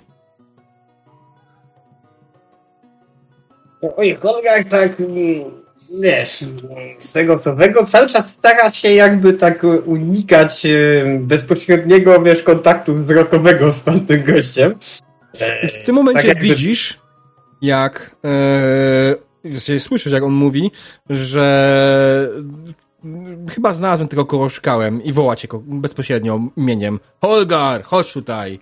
Oj, Holgar tak, wiesz, z tego co wego cały czas stara się jakby tak unikać bezpośredniego, wiesz, kontaktu wzrokowego z tamtym gościem. W tym momencie tak jakby... widzisz, jak słyszysz, jak on mówi, że chyba znalazłem tego, kogo szukałem i woła cię bezpośrednio imieniem. Holgar, chodź tutaj.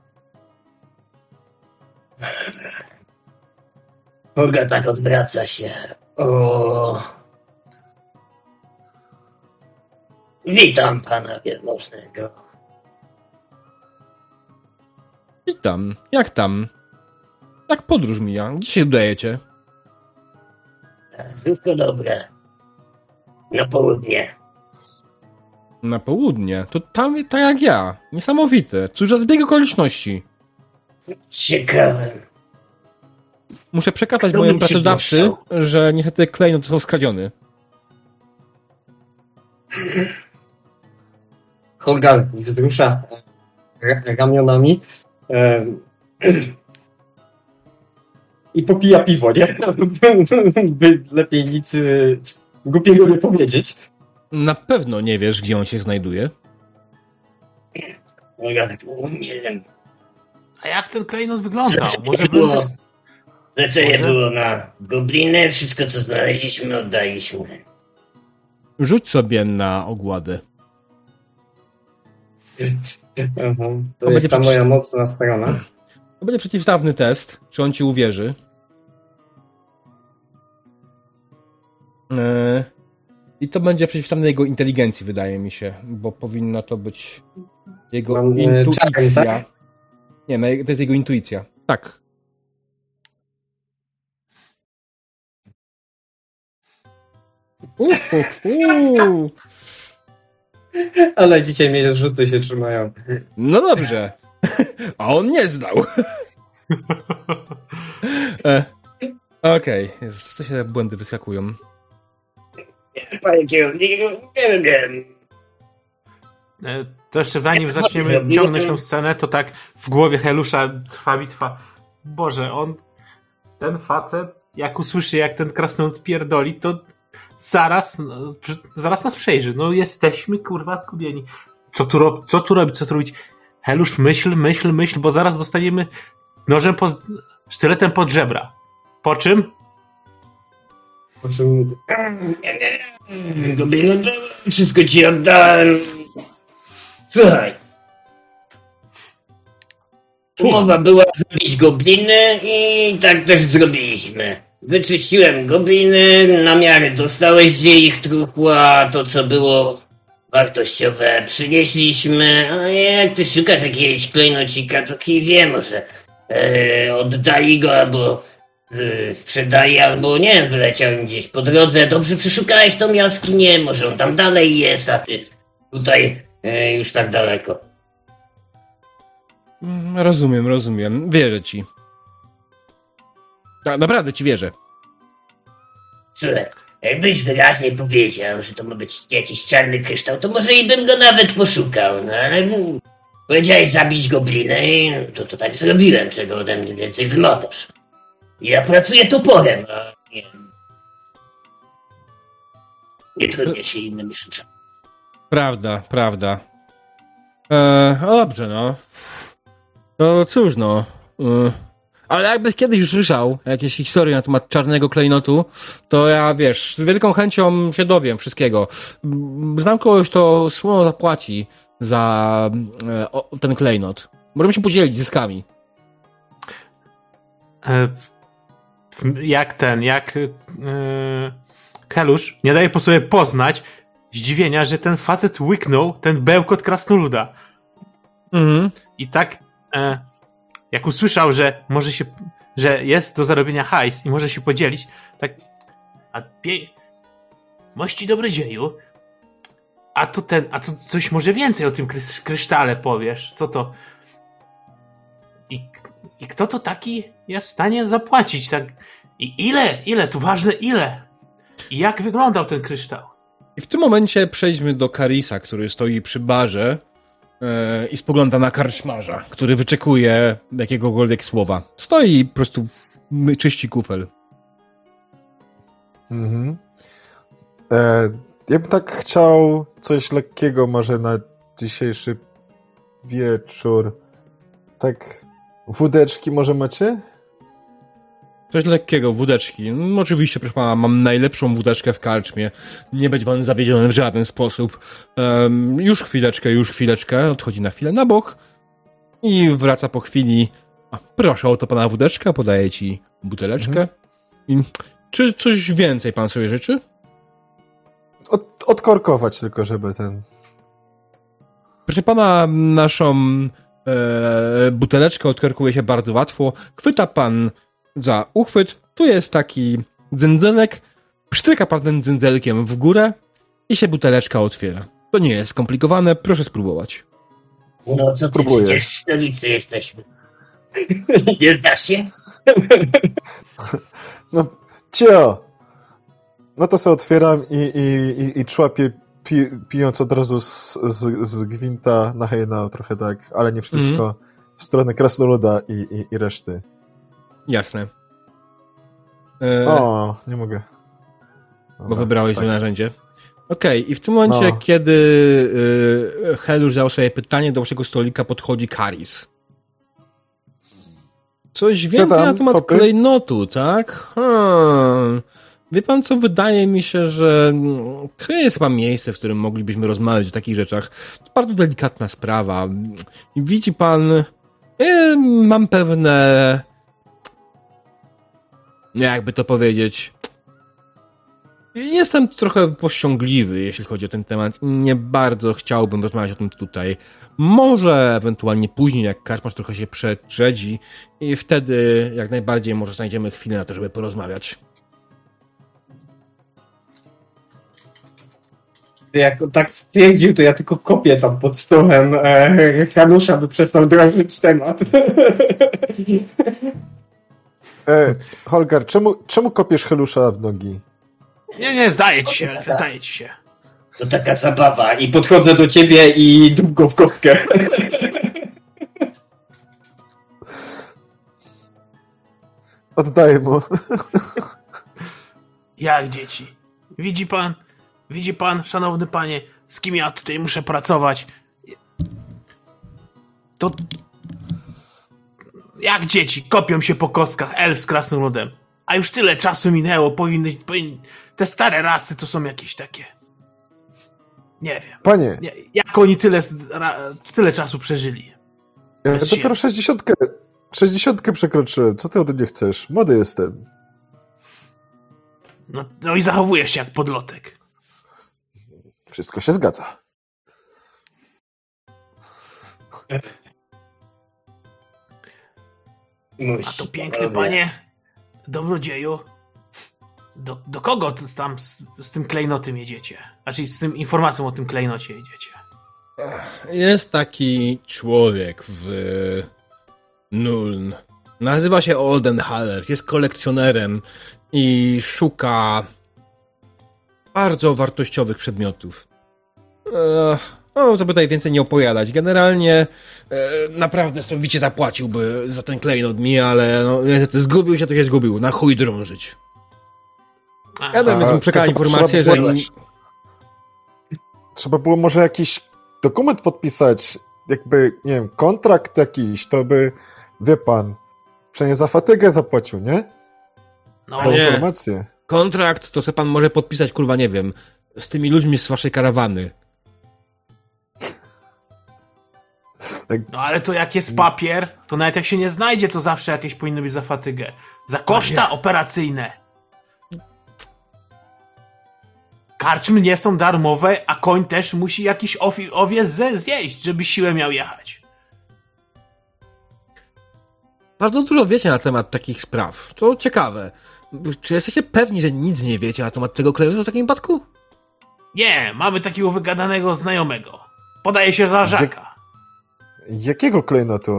Holgar tak odwraca się. O. Witam pana wielmożnego. Witam. Jak tam? Jak podróż mija? Gdzie się udajecie? Wszystko dobre. Na południe. Na południe? To tam tak jak ja. Niesamowite. Cóż za zbieg okoliczności. Ciekawe. Muszę przekazać Kto mojemu by pracodawcy, przypuszczał? że niestety klejnot został skradziony. Holgar wzrusza ramionami i popija piwo, nie? By lepiej nic głupiego nie powiedzieć. Na pewno nie wiesz, gdzie on się znajduje. Holgar tak, nie wiem. A jak ten klejnot wyglądał? Zlecenie było na gobliny, wszystko co znaleźliśmy oddaliśmy. Rzuć sobie na ogładę. To jest ta moja mocna strona. To będzie przeciwstawny test, czy on ci uwierzy. I to będzie przeciwstawne jego inteligencji, wydaje mi się, bo powinno to być jego intuicja. Czarny, tak? Nie, to jest jego intuicja. Tak. Ale dzisiaj mnie rzuty się trzymają. No dobrze. A on nie zdał. Okej. Co się te błędy wyskakują? Panie kierowniku, nie wiem. To jeszcze zanim zaczniemy ciągnąć tą scenę, to tak w głowie Helusza trwa bitwa. Boże, ten facet, jak usłyszy, jak ten krasnolud pierdoli, to zaraz nas przejrzy. No jesteśmy, kurwa, zgubieni. Co tu robić? Helusz, myśl, bo zaraz dostaniemy sztyletem pod żebra. Po czym? Goblino, wszystko ci oddałem. Słuchaj. Umowa była zabić gobliny i tak też zrobiliśmy. Wyczyściłem gobliny, na miarę dostałeś gdzie ich truchła, to co było wartościowe przynieśliśmy, a jak ty szukasz jakiegoś klejnocika, to kij wie, może oddali go albo sprzedali, albo nie, wyleciał im gdzieś po drodze. Dobrze przeszukałeś tą jaskinię, może on tam dalej jest, a ty tutaj już tak daleko. Rozumiem. Wierzę ci. Tak, naprawdę ci wierzę. Słuchaj, jakbyś wyraźnie powiedział, że to ma być jakiś czarny kryształ, to może i bym go nawet poszukał, no ale powiedziałeś zabić goblinę i to tak zrobiłem, czego ode mnie więcej wymotasz. Ja pracuję toporem, a nie trudnię się innymi rzeczami. Prawda. No dobrze, no. To cóż, no. Ale jakbyś kiedyś słyszał jakieś historie na temat czarnego klejnotu, to ja, wiesz, z wielką chęcią się dowiem wszystkiego. Znam kogoś, kto słono zapłaci za ten klejnot. Możemy się podzielić zyskami. Helusz nie daje po sobie poznać zdziwienia, że ten facet łyknął ten bełkot krasnoluda. I tak jak usłyszał, że że jest do zarobienia hajs i może się podzielić, tak mości dobrodzieju, a tu coś może więcej o tym krysztale powiesz, co to i kto to taki jest w stanie zapłacić, tak, i ile, tu ważne ile i jak wyglądał ten kryształ. I w tym momencie przejdźmy do Karisa, który stoi przy barze i spogląda na karczmarza, który wyczekuje jakiegokolwiek słowa. Stoi i po prostu czyści kufel. Ja bym tak chciał coś lekkiego może na dzisiejszy wieczór. Tak, wódeczki może macie? Coś lekkiego, wódeczki. No, oczywiście, proszę pana, mam najlepszą wódeczkę w karczmie. Nie być pan zawiedziony w żaden sposób. Już chwileczkę. Odchodzi na chwilę na bok i wraca po chwili. Proszę, oto pana wódeczka, podaję ci buteleczkę. Czy coś więcej pan sobie życzy? Odkorkować tylko, żeby ten... Proszę pana, naszą buteleczkę odkorkuje się bardzo łatwo. Chwyta pan za uchwyt. Tu jest taki dzędzelek. Przytryka pan tym dzędzelkiem w górę i się buteleczka otwiera. To nie jest skomplikowane. Proszę spróbować. No co ty, Próbuję. przecież w stolicy jesteśmy. Nie znasz się? No, cio! No to sobie otwieram i człapię, pijąc od razu z gwinta na hejna trochę tak, ale nie wszystko, w stronę krasnoluda i reszty. Jasne. Nie mogę. Dobra, bo wybrałeś złe narzędzie. Okej, i w tym momencie, kiedy Helusz zadał sobie pytanie, do waszego stolika podchodzi Karis. Coś więcej na temat klejnotu, tak? Wie pan co, wydaje mi się, że to nie jest chyba miejsce, w którym moglibyśmy rozmawiać o takich rzeczach. To bardzo delikatna sprawa. Widzi pan, mam pewne... jakby to powiedzieć... Jestem trochę pościągliwy, jeśli chodzi o ten temat. Nie bardzo chciałbym rozmawiać o tym tutaj. Może ewentualnie później, jak karczmarz trochę się przedrzedzi i wtedy jak najbardziej może znajdziemy chwilę na to, żeby porozmawiać. Jak tak stwierdził, to ja tylko kopię tam pod stołem Janusza, by przestał drążyć temat. Holgar, czemu kopiesz Helusza w nogi? Nie, zdaje ci się. To taka zabawa. I podchodzę do ciebie i długo go w kostkę. Oddaję mu. Jak dzieci? Widzi pan, szanowny panie, z kim ja tutaj muszę pracować? To... Jak dzieci, kopią się po kostkach elf z krasnoludem. A już tyle czasu minęło, te stare rasy to są jakieś takie... Nie wiem. Panie. Jak oni tyle czasu przeżyli? Ja dopiero 60 przekroczyłem. Co ty ode mnie chcesz? Młody jestem. No i zachowujesz się jak podlotek. Wszystko się zgadza. A to piękny panie, dobrodzieju. Do kogo tam z tym klejnotem jedziecie? Znaczy z tym informacją o tym klejnocie jedziecie? Jest taki człowiek w Nuln. Nazywa się Oldenhaler. Jest kolekcjonerem i szuka bardzo wartościowych przedmiotów. No, to tutaj więcej nie opowiadać. Generalnie naprawdę sowicie zapłaciłby za ten klejnot mi, ale no, niestety zgubił się, to się zgubił. Na chuj drążyć. Ja więc mu przekazałem informację, że... Trzeba było może jakiś dokument podpisać, jakby, nie wiem, kontrakt jakiś, to by, wie pan, przynajmniej za fatygę zapłacił, nie? No za nie. informację. Kontrakt to se pan może podpisać, kurwa, nie wiem, z tymi ludźmi z waszej karawany. No ale to jak jest papier, to nawet jak się nie znajdzie, to zawsze jakieś powinno być za fatygę. Za koszta operacyjne. Karczmy nie są darmowe, a koń też musi jakiś owiec zjeść, żeby siłę miał jechać. Bardzo dużo wiecie na temat takich spraw. To ciekawe. Czy jesteście pewni, że nic nie wiecie na temat tego klejnotu w takim wypadku? Nie, mamy takiego wygadanego znajomego. Podaje się za Żaka. Jakiego klejnotu?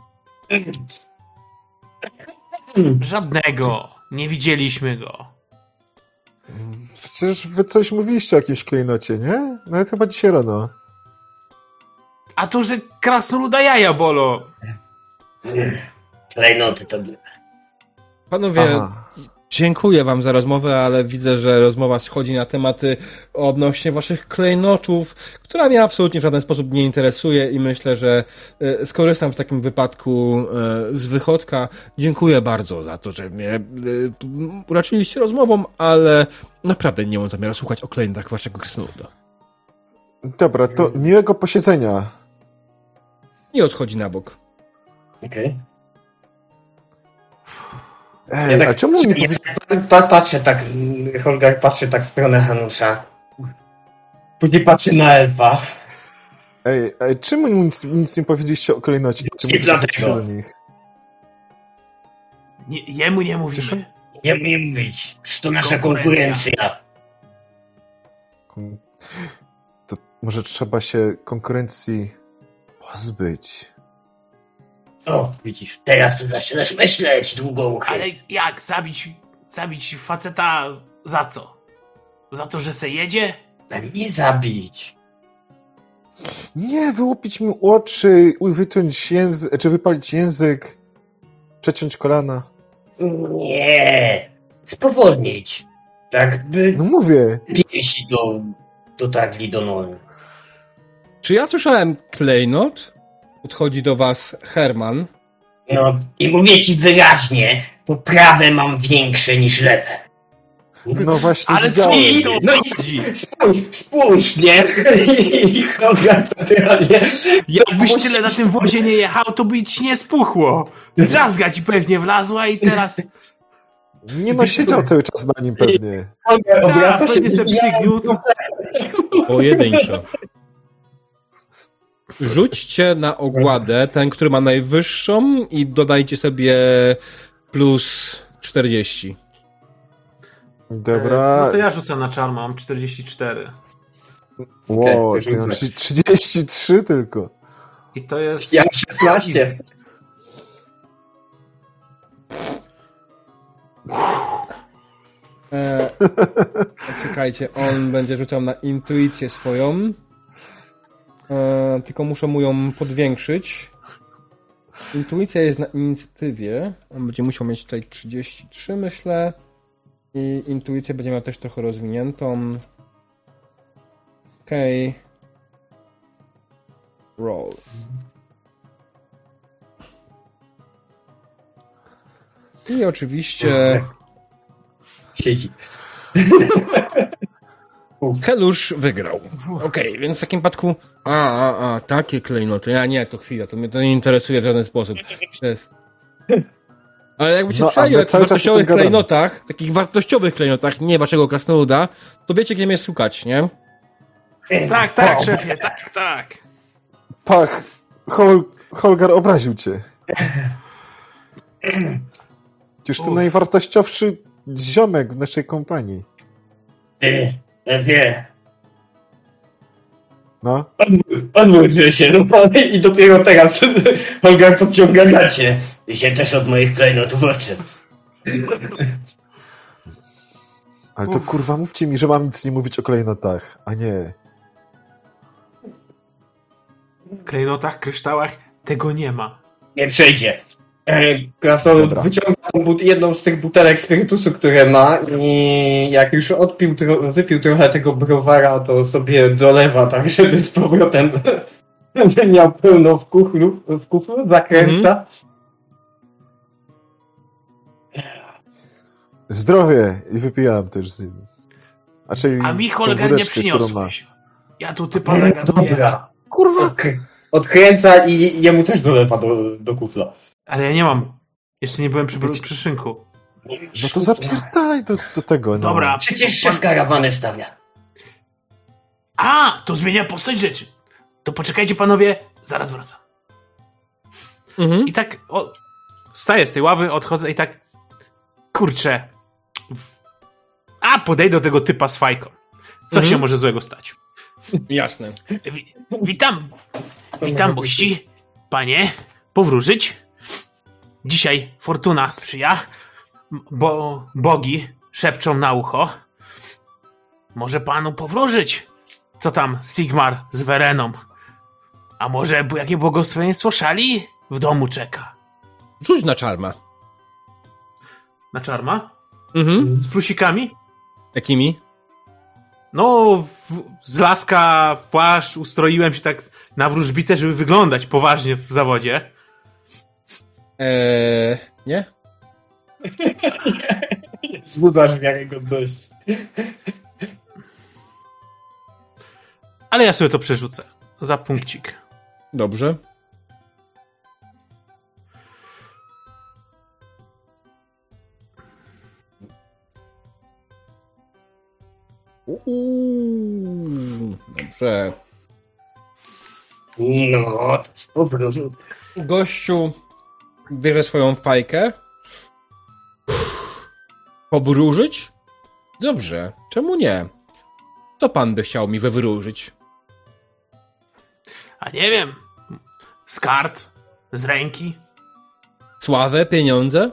Żadnego. Nie widzieliśmy go. Przecież wy coś mówiliście o jakimś klejnocie, nie? Nawet chyba dzisiaj rano. A to, że krasnoluda jaja bolą. Klejnoty to były. Panowie, dziękuję wam za rozmowę, ale widzę, że rozmowa schodzi na tematy odnośnie waszych klejnotów, która mnie absolutnie w żaden sposób nie interesuje i myślę, że skorzystam w takim wypadku z wychodka. Dziękuję bardzo za to, że mnie uraczyliście rozmową, ale naprawdę nie mam zamiaru słuchać o klejnotach waszego krasnoluda. Dobra, to miłego posiedzenia. I odchodzi na bok. Okej. Ej, a czemu nie Patrzę tak, Holger patrzy tak w stronę Hanusza. Później patrzy na elfa. Ej, czemu nic nie powiedzieliście o klejnocie? Nie dlatego. Do nich? Jemu nie mówimy. Nie umiem mówić. Że to nasza konkurencja. To może trzeba się konkurencji pozbyć. O, widzisz, teraz to zaczynasz myśleć długouchy. Ale jak? Zabić faceta za co? Za to, że se jedzie? Nie zabić. Nie, wyłupić mi oczy, wyciąć język, czy wypalić język, przeciąć kolana. Nie. Spowolnić. Tak by No mówię. piesi dotarli do Nuln. Czy ja słyszałem klejnot? Podchodzi do was Herman. No i mówię ci wyraźnie, to prawe mam większe niż lewe. No właśnie Ale co widziałem. mi to No obchodzi? Spójrz, nie? I Holger centralnie. Jakbyś tyle na tym wozie nie jechał, to by ci nie spuchło. Drzazga ci pewnie wlazła i teraz... Nie no, siedział cały czas na nim pewnie. Holger obraca się pewnie se i przygniótł. Pojedynczo. Rzućcie na ogładę ten, który ma najwyższą i dodajcie sobie plus 40. Dobra. No to ja rzucę na czarma, mam 44. Wow, Okej, ty mam rzucaj. 33 tylko. I to jest... Ja 16. Czekajcie, on będzie rzucał na intuicję swoją. Tylko muszę mu ją podwiększyć. Intuicja jest na inicjatywie. On będzie musiał mieć tutaj 33, myślę. I intuicję będzie miał też trochę rozwiniętą. Okej. Roll. I oczywiście Siedzi. Helusz wygrał. Okej, więc w takim przypadku takie klejnoty. Nie, to chwila, to mnie to nie interesuje w żaden sposób. Ale jakby się słyszeli o wartościowych klejnotach, takich wartościowych klejnotach, nie waszego krasnoluda, to wiecie, gdzie mnie szukać, nie? Tak, szefie, tak. Pach, Holgar obraził cię. Przecież ty najwartościowszy ziomek w naszej kompanii. Nie. No. Odmówił się, i dopiero teraz Holgar podciąga gacie. Ty się też od moich klejnotów oczy. Ale to kurwa mówcie mi, że mam nic nie mówić o klejnotach, a nie. W klejnotach, kryształach tego nie ma. Nie przejdzie. Krasnolud wyciąga jedną z tych butelek spirytusu, które ma i jak już wypił trochę tego browara, to sobie dolewa tak, żeby z powrotem miał pełno w kuflu, zakręca. Zdrowie! I wypijałem też z nim. A mi Holger nie przyniosłeś. Ja tu typa zagaduję. Dobra. Kurwa! Odkręca i jemu też dolewa do kufla. Ale ja nie mam. Jeszcze nie byłem przy szynku. No to zapierdalaj do tego. No. Dobra. Przecież szef karawany stawia. To zmienia postać rzeczy. To poczekajcie, panowie, zaraz wracam. I tak wstaję z tej ławy, odchodzę i tak kurczę. Podejdę do tego typa z fajką. Co się może złego stać? Jasne. Witam mości, panie, powróżyć. Dzisiaj fortuna sprzyja, bo bogi szepczą na ucho. Może panu powróżyć, co tam Sigmar z Wereną. A może jakie błogosławieństwo szali w domu czeka. Rzuć na czarma. Na czarma? Mhm. Z plusikami? Jakimi? No, z laska, płaszcz, ustroiłem się tak na wróżbitę, żeby wyglądać poważnie w zawodzie. Nie? Wzbudzasz wiarygodność. Ale ja sobie to przerzucę. Za punkcik. Dobrze. Dobrze. No, to powróżył. Gościu bierze swoją fajkę. Powróżyć? Dobrze. Czemu nie? Co pan by chciał mi wywróżyć? A nie wiem. Z kart? Z ręki? Sławę? Pieniądze?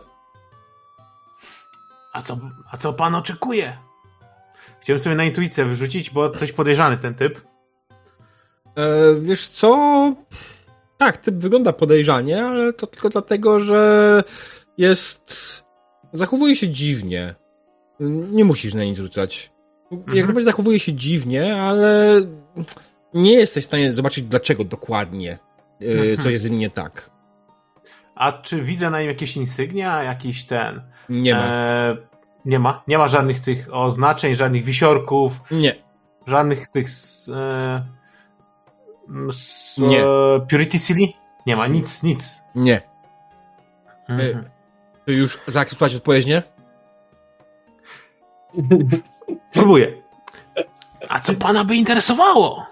A co pan oczekuje? Chciałem sobie na intuicję wyrzucić, bo coś podejrzany ten typ. Wiesz co? Tak, typ wygląda podejrzanie, ale to tylko dlatego, że zachowuje się dziwnie. Nie musisz na nic rzucać. Jak najbardziej zachowuje się dziwnie, ale nie jesteś w stanie zobaczyć, dlaczego dokładnie coś jest z nim nie tak. A czy widzę na nim jakieś insygnia? Jakiś ten... Nie ma. Nie ma? Nie ma żadnych tych oznaczeń, żadnych wisiorków? Nie. Żadnych tych... nie. Purity Seali? Nie ma, nic. Nie. To już zaakceptować odpowiedź, nie? Próbuję. A co pana by interesowało?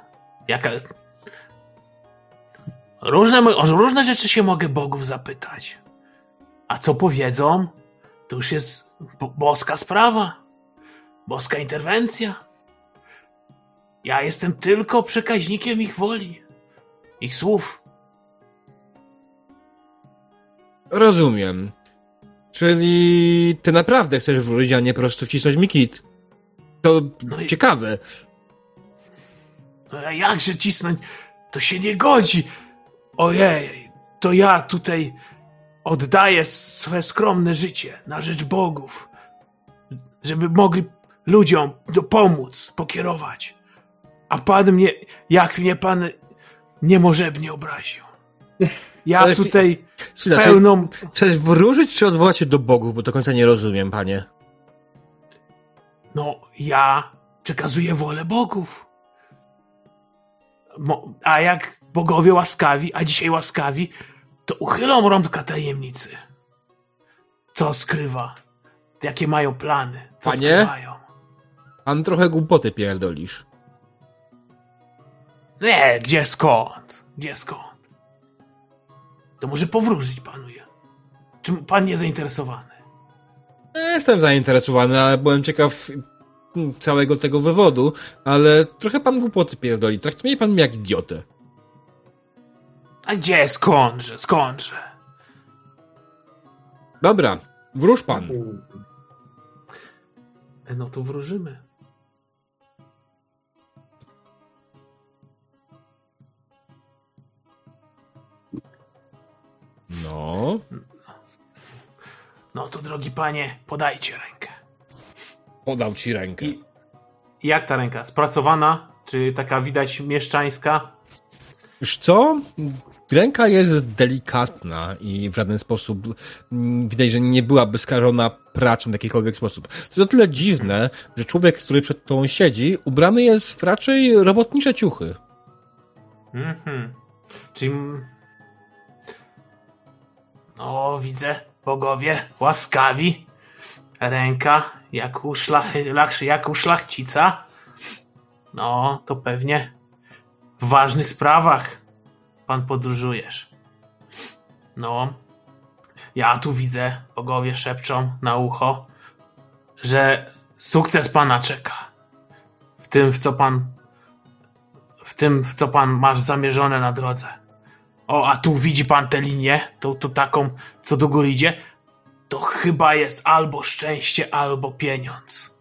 O różne rzeczy się mogę bogów zapytać. A co powiedzą, to już jest boska sprawa. Boska interwencja. Ja jestem tylko przekaźnikiem ich woli. Ich słów. Rozumiem. Czyli ty naprawdę chcesz wrócić, a nie po prostu wcisnąć mi kit. To ciekawe. No a jakże cisnąć? To się nie godzi. Ojej, to ja tutaj oddaję swoje skromne życie na rzecz bogów. żeby mogli ludziom pomóc, pokierować. A pan jak mnie pan niemożebnie obraził. Ja tutaj z pełną... Chcesz wróżyć, czy odwołać się do bogów, bo do końca nie rozumiem, panie. No, ja przekazuję wolę bogów. A jak bogowie łaskawi, a dzisiaj łaskawi, to uchylą rąbka tajemnicy. Co skrywa? Jakie mają plany? Co panie? skrywają? Pan trochę głupoty pierdolisz. Nie, gdzie skąd? To może powróżyć panu. Czy pan nie zainteresowany? Jestem zainteresowany, ale byłem ciekaw całego tego wywodu, ale trochę pan głupoty pierdoli. Traktuje pan mnie jak idiotę. A gdzie? Skądże? Dobra, wróż pan. No to wróżymy. No. No to drogi panie, podajcie rękę. Podał ci rękę. I jak ta ręka? Spracowana? Czy taka widać mieszczańska? Wiesz co? Ręka jest delikatna i w żaden sposób widać, że nie byłaby skażona pracą w jakikolwiek sposób. To jest o tyle dziwne, że człowiek, który przed tobą siedzi, ubrany jest w raczej robotnicze ciuchy. Czyli... O, widzę, bogowie, łaskawi. Ręka, jak u szlachcica. No, to pewnie w ważnych sprawach pan podróżujesz. No, ja tu widzę, bogowie szepczą na ucho, że sukces pana czeka. W tym, w co pan masz zamierzone na drodze. O, a tu widzi pan tę linię, tą taką, co do góry idzie? To chyba jest albo szczęście, albo pieniądz.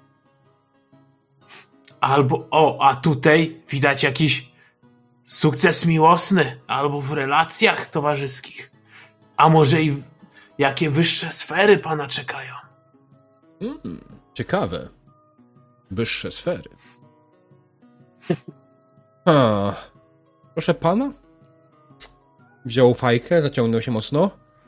A tutaj widać jakiś sukces miłosny, albo w relacjach towarzyskich. A może i jakie wyższe sfery pana czekają. Ciekawe. Wyższe sfery. Proszę pana? Wziął fajkę, zaciągnął się mocno.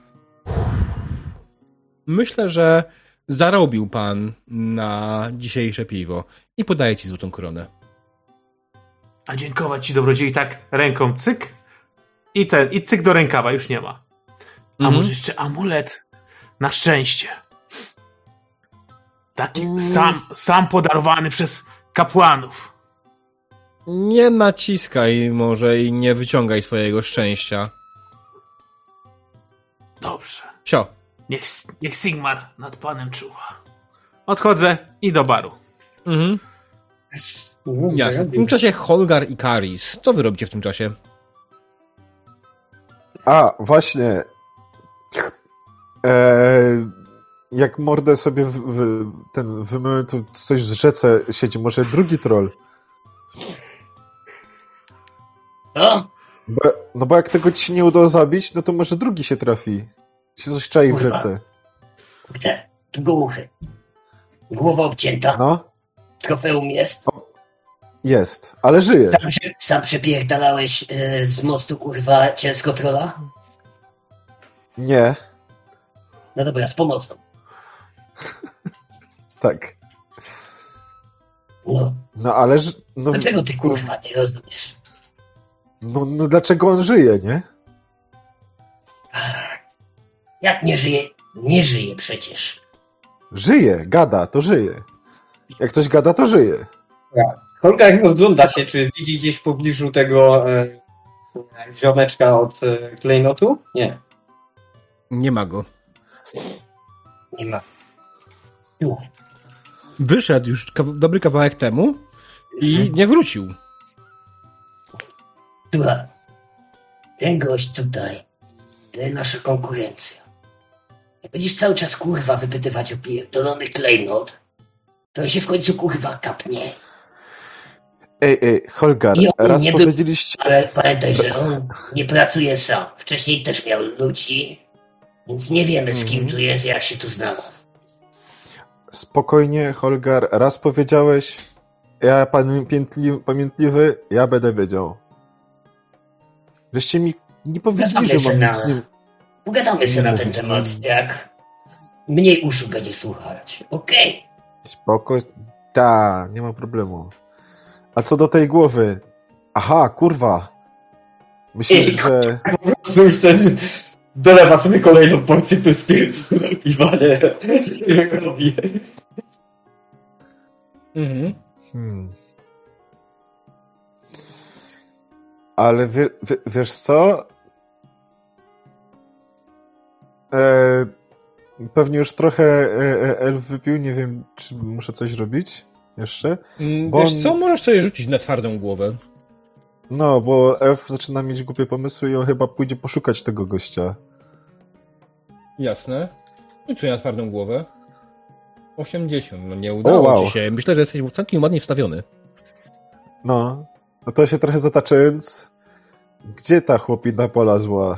Myślę, że zarobił pan na dzisiejsze piwo i podaję ci złotą koronę. A dziękować ci, dobrodziej, tak ręką cyk i cyk do rękawa, już nie ma. A może jeszcze amulet na szczęście. Taki sam podarowany przez kapłanów. Nie naciskaj może i nie wyciągaj swojego szczęścia. Dobrze. Sio. Niech Sigmar nad panem czuwa. Odchodzę i do baru. Jasne. W tym czasie Holgar i Karis. Co wy robicie w tym czasie? A, właśnie. Jak mordę sobie wymyłem, to coś w rzece siedzi. Może drugi troll. Co? Bo jak tego ci się nie udało zabić, no to może drugi się trafi. Się coś czai w rzece. Kurde, długuchy. Głowa obcięta. No. Trofeum jest. Jest, ale żyje. Sam przepierdalałeś z mostu, kurwa, cielsko trolla? Nie. No dobra, z pomocą. Tak. No ale... No, dlaczego ty, kurwa, nie rozumiesz? No dlaczego on żyje, nie? Jak nie żyje? Nie żyje przecież. Żyje, gada, to żyje. Jak ktoś gada, to żyje. Holgar ogląda się, czy widzi gdzieś w pobliżu tego ziomeczka od klejnotu? Nie. Nie ma go. Nie ma. Wyszedł już dobry kawałek temu i nie wrócił. Dobra. Ten gość tutaj to jest nasza konkurencja. Jak będziesz cały czas, kurwa, wypytywać o pierdolony klejnot, to on się w końcu, kurwa, kapnie. Ej, Holgar, raz powiedzieliście... Ale pamiętaj, że on nie pracuje sam. Wcześniej też miał ludzi, więc nie wiemy, z kim tu jest, jak się tu znalazł. Spokojnie, Holgar, raz powiedziałeś, ja pamiętliwy, ja będę wiedział. Żeście mi nie powiedzieli, że mam nic nie... Pogadamy się na ten temat, jak mniej uszu będzie słuchać, okej? Spoko... Ta, nie ma problemu. A co do tej głowy? Aha, kurwa. Myślisz, że... Po prostu już ten... Dolewa sobie kolejną porcję tu spirtu na piwa, nie robi. Ale wiesz co? Pewnie już trochę elf wypił, nie wiem, czy muszę coś robić jeszcze. Wiesz co, możesz sobie rzucić na twardą głowę. No, bo elf zaczyna mieć głupie pomysły i on chyba pójdzie poszukać tego gościa. Jasne. I co na twardą głowę? 80, no nie udało ci się. Myślę, że jesteś całkiem ładnie wstawiony. No to się trochę zataczając. Gdzie ta chłopina polazła?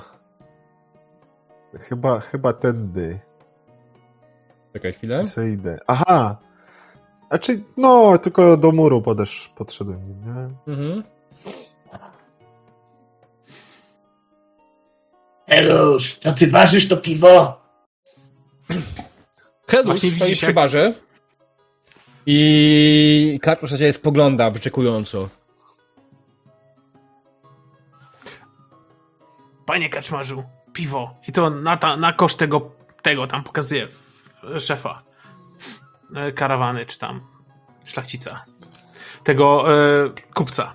Chyba tędy. Czekaj chwilę. Idę. Aha! Znaczy, no, tylko do muru podszedłem, nie? Elusz, to ty ważysz to piwo? Helusz stoi przy barze i Karpus się spogląda wyczekująco. Panie kaczmarzu, piwo. I to na koszt tego tam pokazuje szefa karawany, czy tam szlachcica. Tego kupca.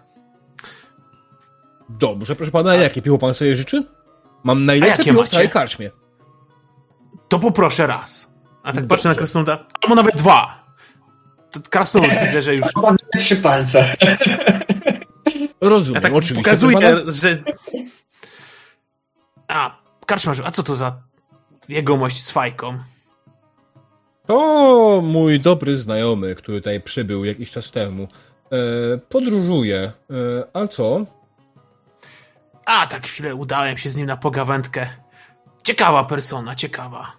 Dobrze, proszę pana, jakie piwo pan sobie życzy? Mam najlepsze piwo w całej karczmie. To poproszę raz. A tak patrzę na krasnoluda. Albo nawet 2. Krasnolud widzę, że już... Mam 3 palce. Rozumiem, ja tak oczywiście. pokazuję, że... Karczmarzu, a co to za jegomość z fajką? To mój dobry znajomy, który tutaj przybył jakiś czas temu. Podróżuje. A co? Tak chwilę udałem się z nim na pogawędkę. Ciekawa persona, ciekawa.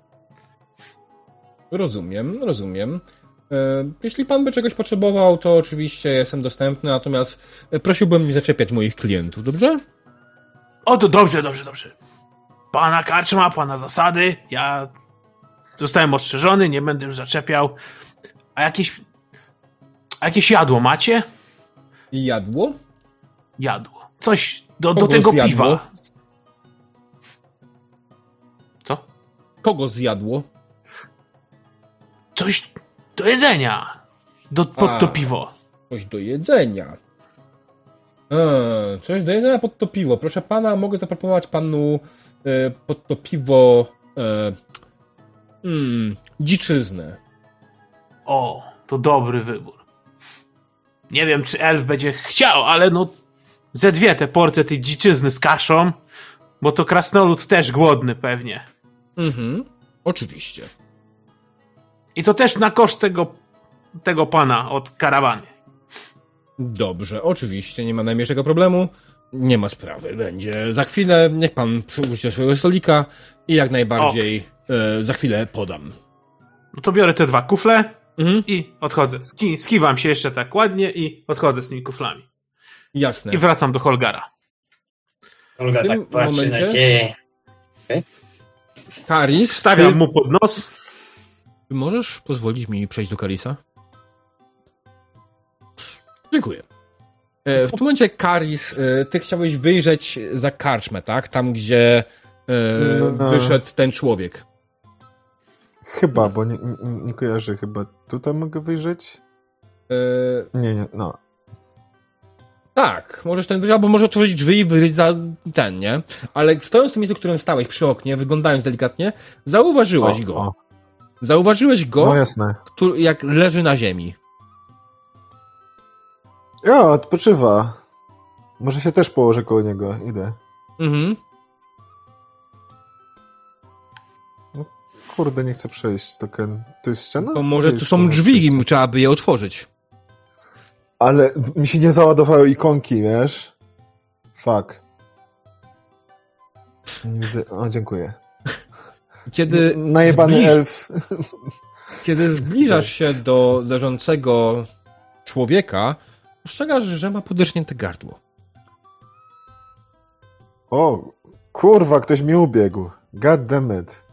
Rozumiem. Jeśli pan by czegoś potrzebował, to oczywiście jestem dostępny, natomiast prosiłbym nie zaczepiać moich klientów, dobrze? O, to dobrze. Pana karczma, pana zasady, ja zostałem ostrzeżony, nie będę już zaczepiał. A jakieś jadło macie? Jadło? Jadło. Coś do tego zjadło? piwa. Co? Kogo zjadło? Coś do jedzenia. Pod to piwo. Coś do jedzenia. Coś do jedzenia pod to piwo. Proszę pana, mogę zaproponować panu pod to piwo dziczyznę. O, to dobry wybór. Nie wiem, czy elf będzie chciał, ale no ze 2 te porcje tej dziczyzny z kaszą, bo to krasnolud też głodny pewnie. Oczywiście. I to też na koszt tego pana od karawany. Dobrze, oczywiście, nie ma najmniejszego problemu. Nie ma sprawy, będzie za chwilę. Niech pan przyłóż do swojego stolika i jak najbardziej za chwilę podam. No to biorę te 2 kufle i odchodzę. Skiwam się jeszcze tak ładnie i odchodzę z tymi kuflami. Jasne. I wracam do Holgara. Holgar tak patrzy na ciebie. Karis, stawiam mu pod nos. Czy możesz pozwolić mi przejść do Karisa? Dziękuję. W tym momencie, Karis, ty chciałeś wyjrzeć za karczmę, tak? Tam, gdzie wyszedł ten człowiek. Chyba, bo nie kojarzę. Chyba tutaj mogę wyjrzeć? Nie, no. Tak, możesz ten wyjrzeć, albo może otworzyć drzwi i wyjrzeć za ten, nie? Ale stojąc w tym miejscu, w którym stałeś przy oknie, wyglądając delikatnie, zauważyłeś go. Zauważyłeś go, no jasne. Jak leży na ziemi. Ja, odpoczywa. Może się też położę koło niego. Idę. No, kurde, nie chcę przejść. To jest ściana? To może tu są drzwi i trzeba by je otworzyć. Ale mi się nie załadowały ikonki, wiesz? Fuck. Nie widzę. O, dziękuję. Kiedy najebany elf. Kiedy zbliżasz się do leżącego człowieka, dostrzegasz, że ma podesznięte gardło. O, kurwa, ktoś mi ubiegł. God damn it.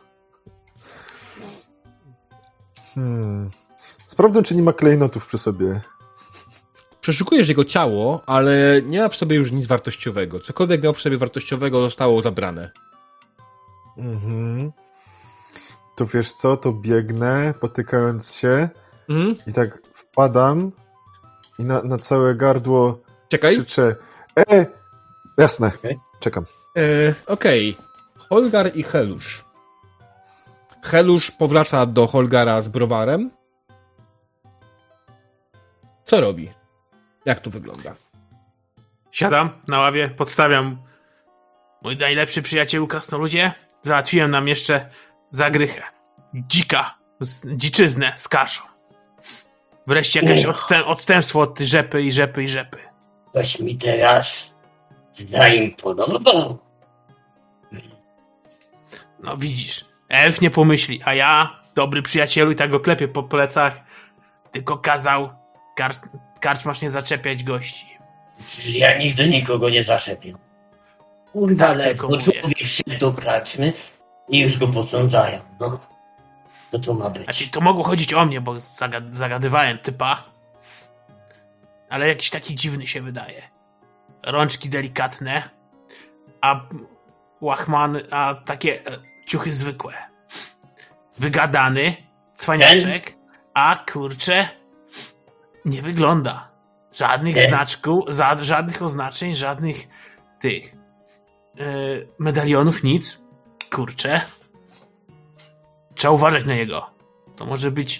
Sprawdzę, czy nie ma klejnotów przy sobie. Przeszukujesz jego ciało, ale nie ma przy sobie już nic wartościowego. Cokolwiek miał przy sobie wartościowego, zostało zabrane. To wiesz co, to biegnę, potykając się i tak wpadam i na całe gardło krzyczę jasne, czekam. Okej. Holgar i Helusz. Helusz powraca do Holgara z browarem. Co robi? Jak to wygląda? Siadam na ławie, podstawiam. Mój najlepszy przyjaciel krasnoludzie, załatwiłem nam jeszcze zagrychę. Dziczyznę z kaszą. Wreszcie jakieś odstępstwo od rzepy i rzepy. Ktoś mi teraz zaimponował. No widzisz, elf nie pomyśli, a ja, dobry przyjacielu, i tak go klepię po plecach, tylko kazał karczmasz nie zaczepiać gości. Czyli ja nigdy nikogo nie zaszepię. Kurwa, Tak, ledwo tylko mówię. człowiek wszedł do karczmy i już go posądzają. No, co to ma być? Znaczy, to mogło chodzić o mnie, bo zagadywałem typa. Ale jakiś taki dziwny się wydaje. Rączki delikatne, a łachmany, a takie ciuchy zwykłe. Wygadany, cwaniaczek, a kurczę, nie wygląda. Żadnych żadnych oznaczeń, żadnych tych medalionów, nic. Kurczę. Trzeba uważać na niego. To może być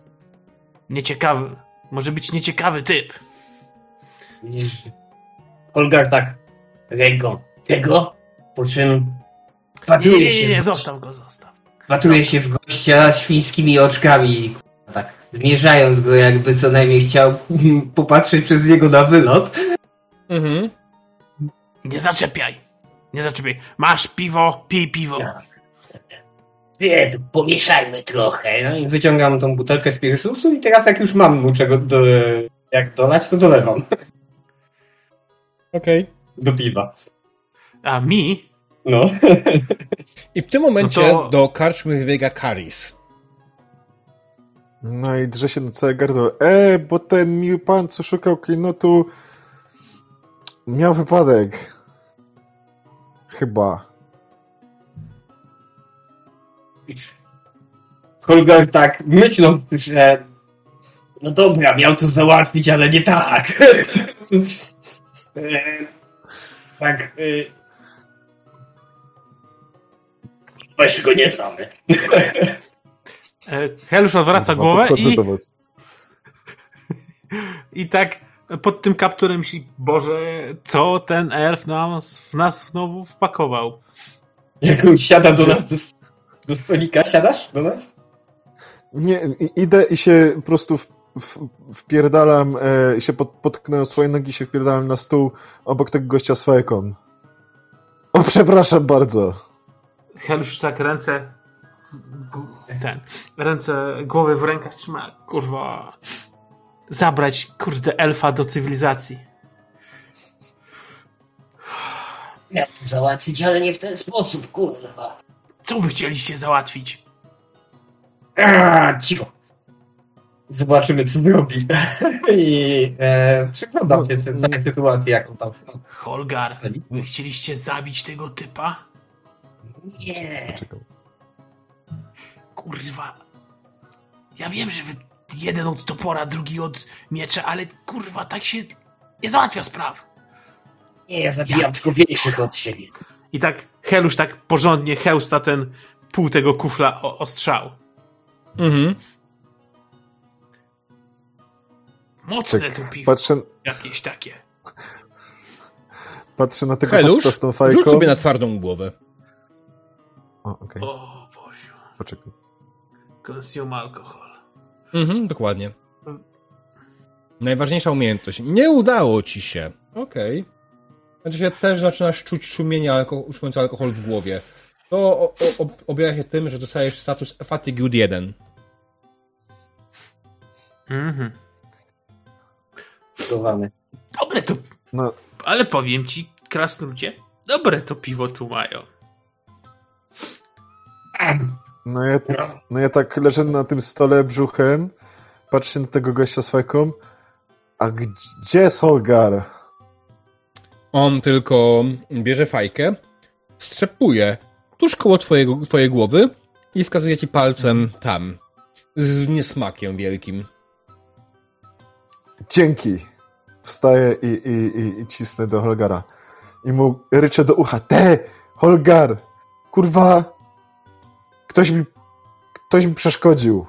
nieciekawy typ. Widzisz, Holgar tak ręką tego, po czym patruje się. Nie, zostaw go. Patruje się w gościa świńskimi oczkami, tak zmierzając go, jakby co najmniej chciał popatrzeć przez niego na wylot. Nie zaczepiaj. Masz piwo, pij piwo. Nie, pomieszajmy trochę. No i wyciągam tą butelkę spirytusu i teraz jak już mam mu czego jak dolać, to dolewam. Okej. Do piwa. A mi? No. I w tym momencie do karczmy wybiega Karis. No i drze się na całe gardło. Bo ten miły pan, co szukał klejnotu, miał wypadek. Chyba. Holgar tak myślą, że no dobra, miał to załatwić, ale nie tak. Tak. Weź go nie znamy. Helusz odwraca głowę do was. i tak pod tym kapturem myśli, Boże, co ten elf w nas znowu wpakował. Jak on siada do nas do stolika, siadasz do nas? Nie, idę i się po prostu wpierdalam, się potknę swoje nogi, się wpierdalam na stół obok tego gościa z fajką. O, przepraszam bardzo. Helusz tak głowy w rękach trzyma, kurwa, zabrać, kurde, elfa do cywilizacji. Miał to załatwić, ale nie w ten sposób, kurwa. Co wy chcieliście załatwić? Cicho. Zobaczymy, co zrobi. I przyglądam się całej sytuacji, jaką tam. Holgar, wy chcieliście zabić tego typa? Nie. Czekam. Kurwa. Ja wiem, że wy jeden od topora, drugi od miecza, ale kurwa, tak się nie załatwia spraw. Nie, ja zabijam tylko większych od siebie. I tak Helusz tak porządnie chełsta ten pół tego kufla o strzał. Mocne Tak, tu piwo. patrzę, Jakieś takie. patrzę na tego Helusz, faceta z tą fajką. rzuć sobie na twardą głowę. O, okej. O Boziu. Poczekaj. Consume alkohol. Dokładnie. Najważniejsza umiejętność. Nie udało ci się. Okej. Znaczy się też zaczynasz czuć szumiący alkohol w głowie. To objawia się tym, że dostajesz status Fatigued 1. Dobre to... No, Ale powiem ci, krasnoludzie, dobre to piwo tu mają. no ja tak leżę na tym stole brzuchem, patrzę na tego gościa z fajką, a gdzie jest Holgar? On tylko bierze fajkę, strzepuje tuż koło twojej głowy i wskazuje ci palcem tam. Z niesmakiem wielkim. Dzięki. Wstaję i cisnę do Holgara. I mu ryczę do ucha. Holgar! Kurwa! Ktoś mi przeszkodził.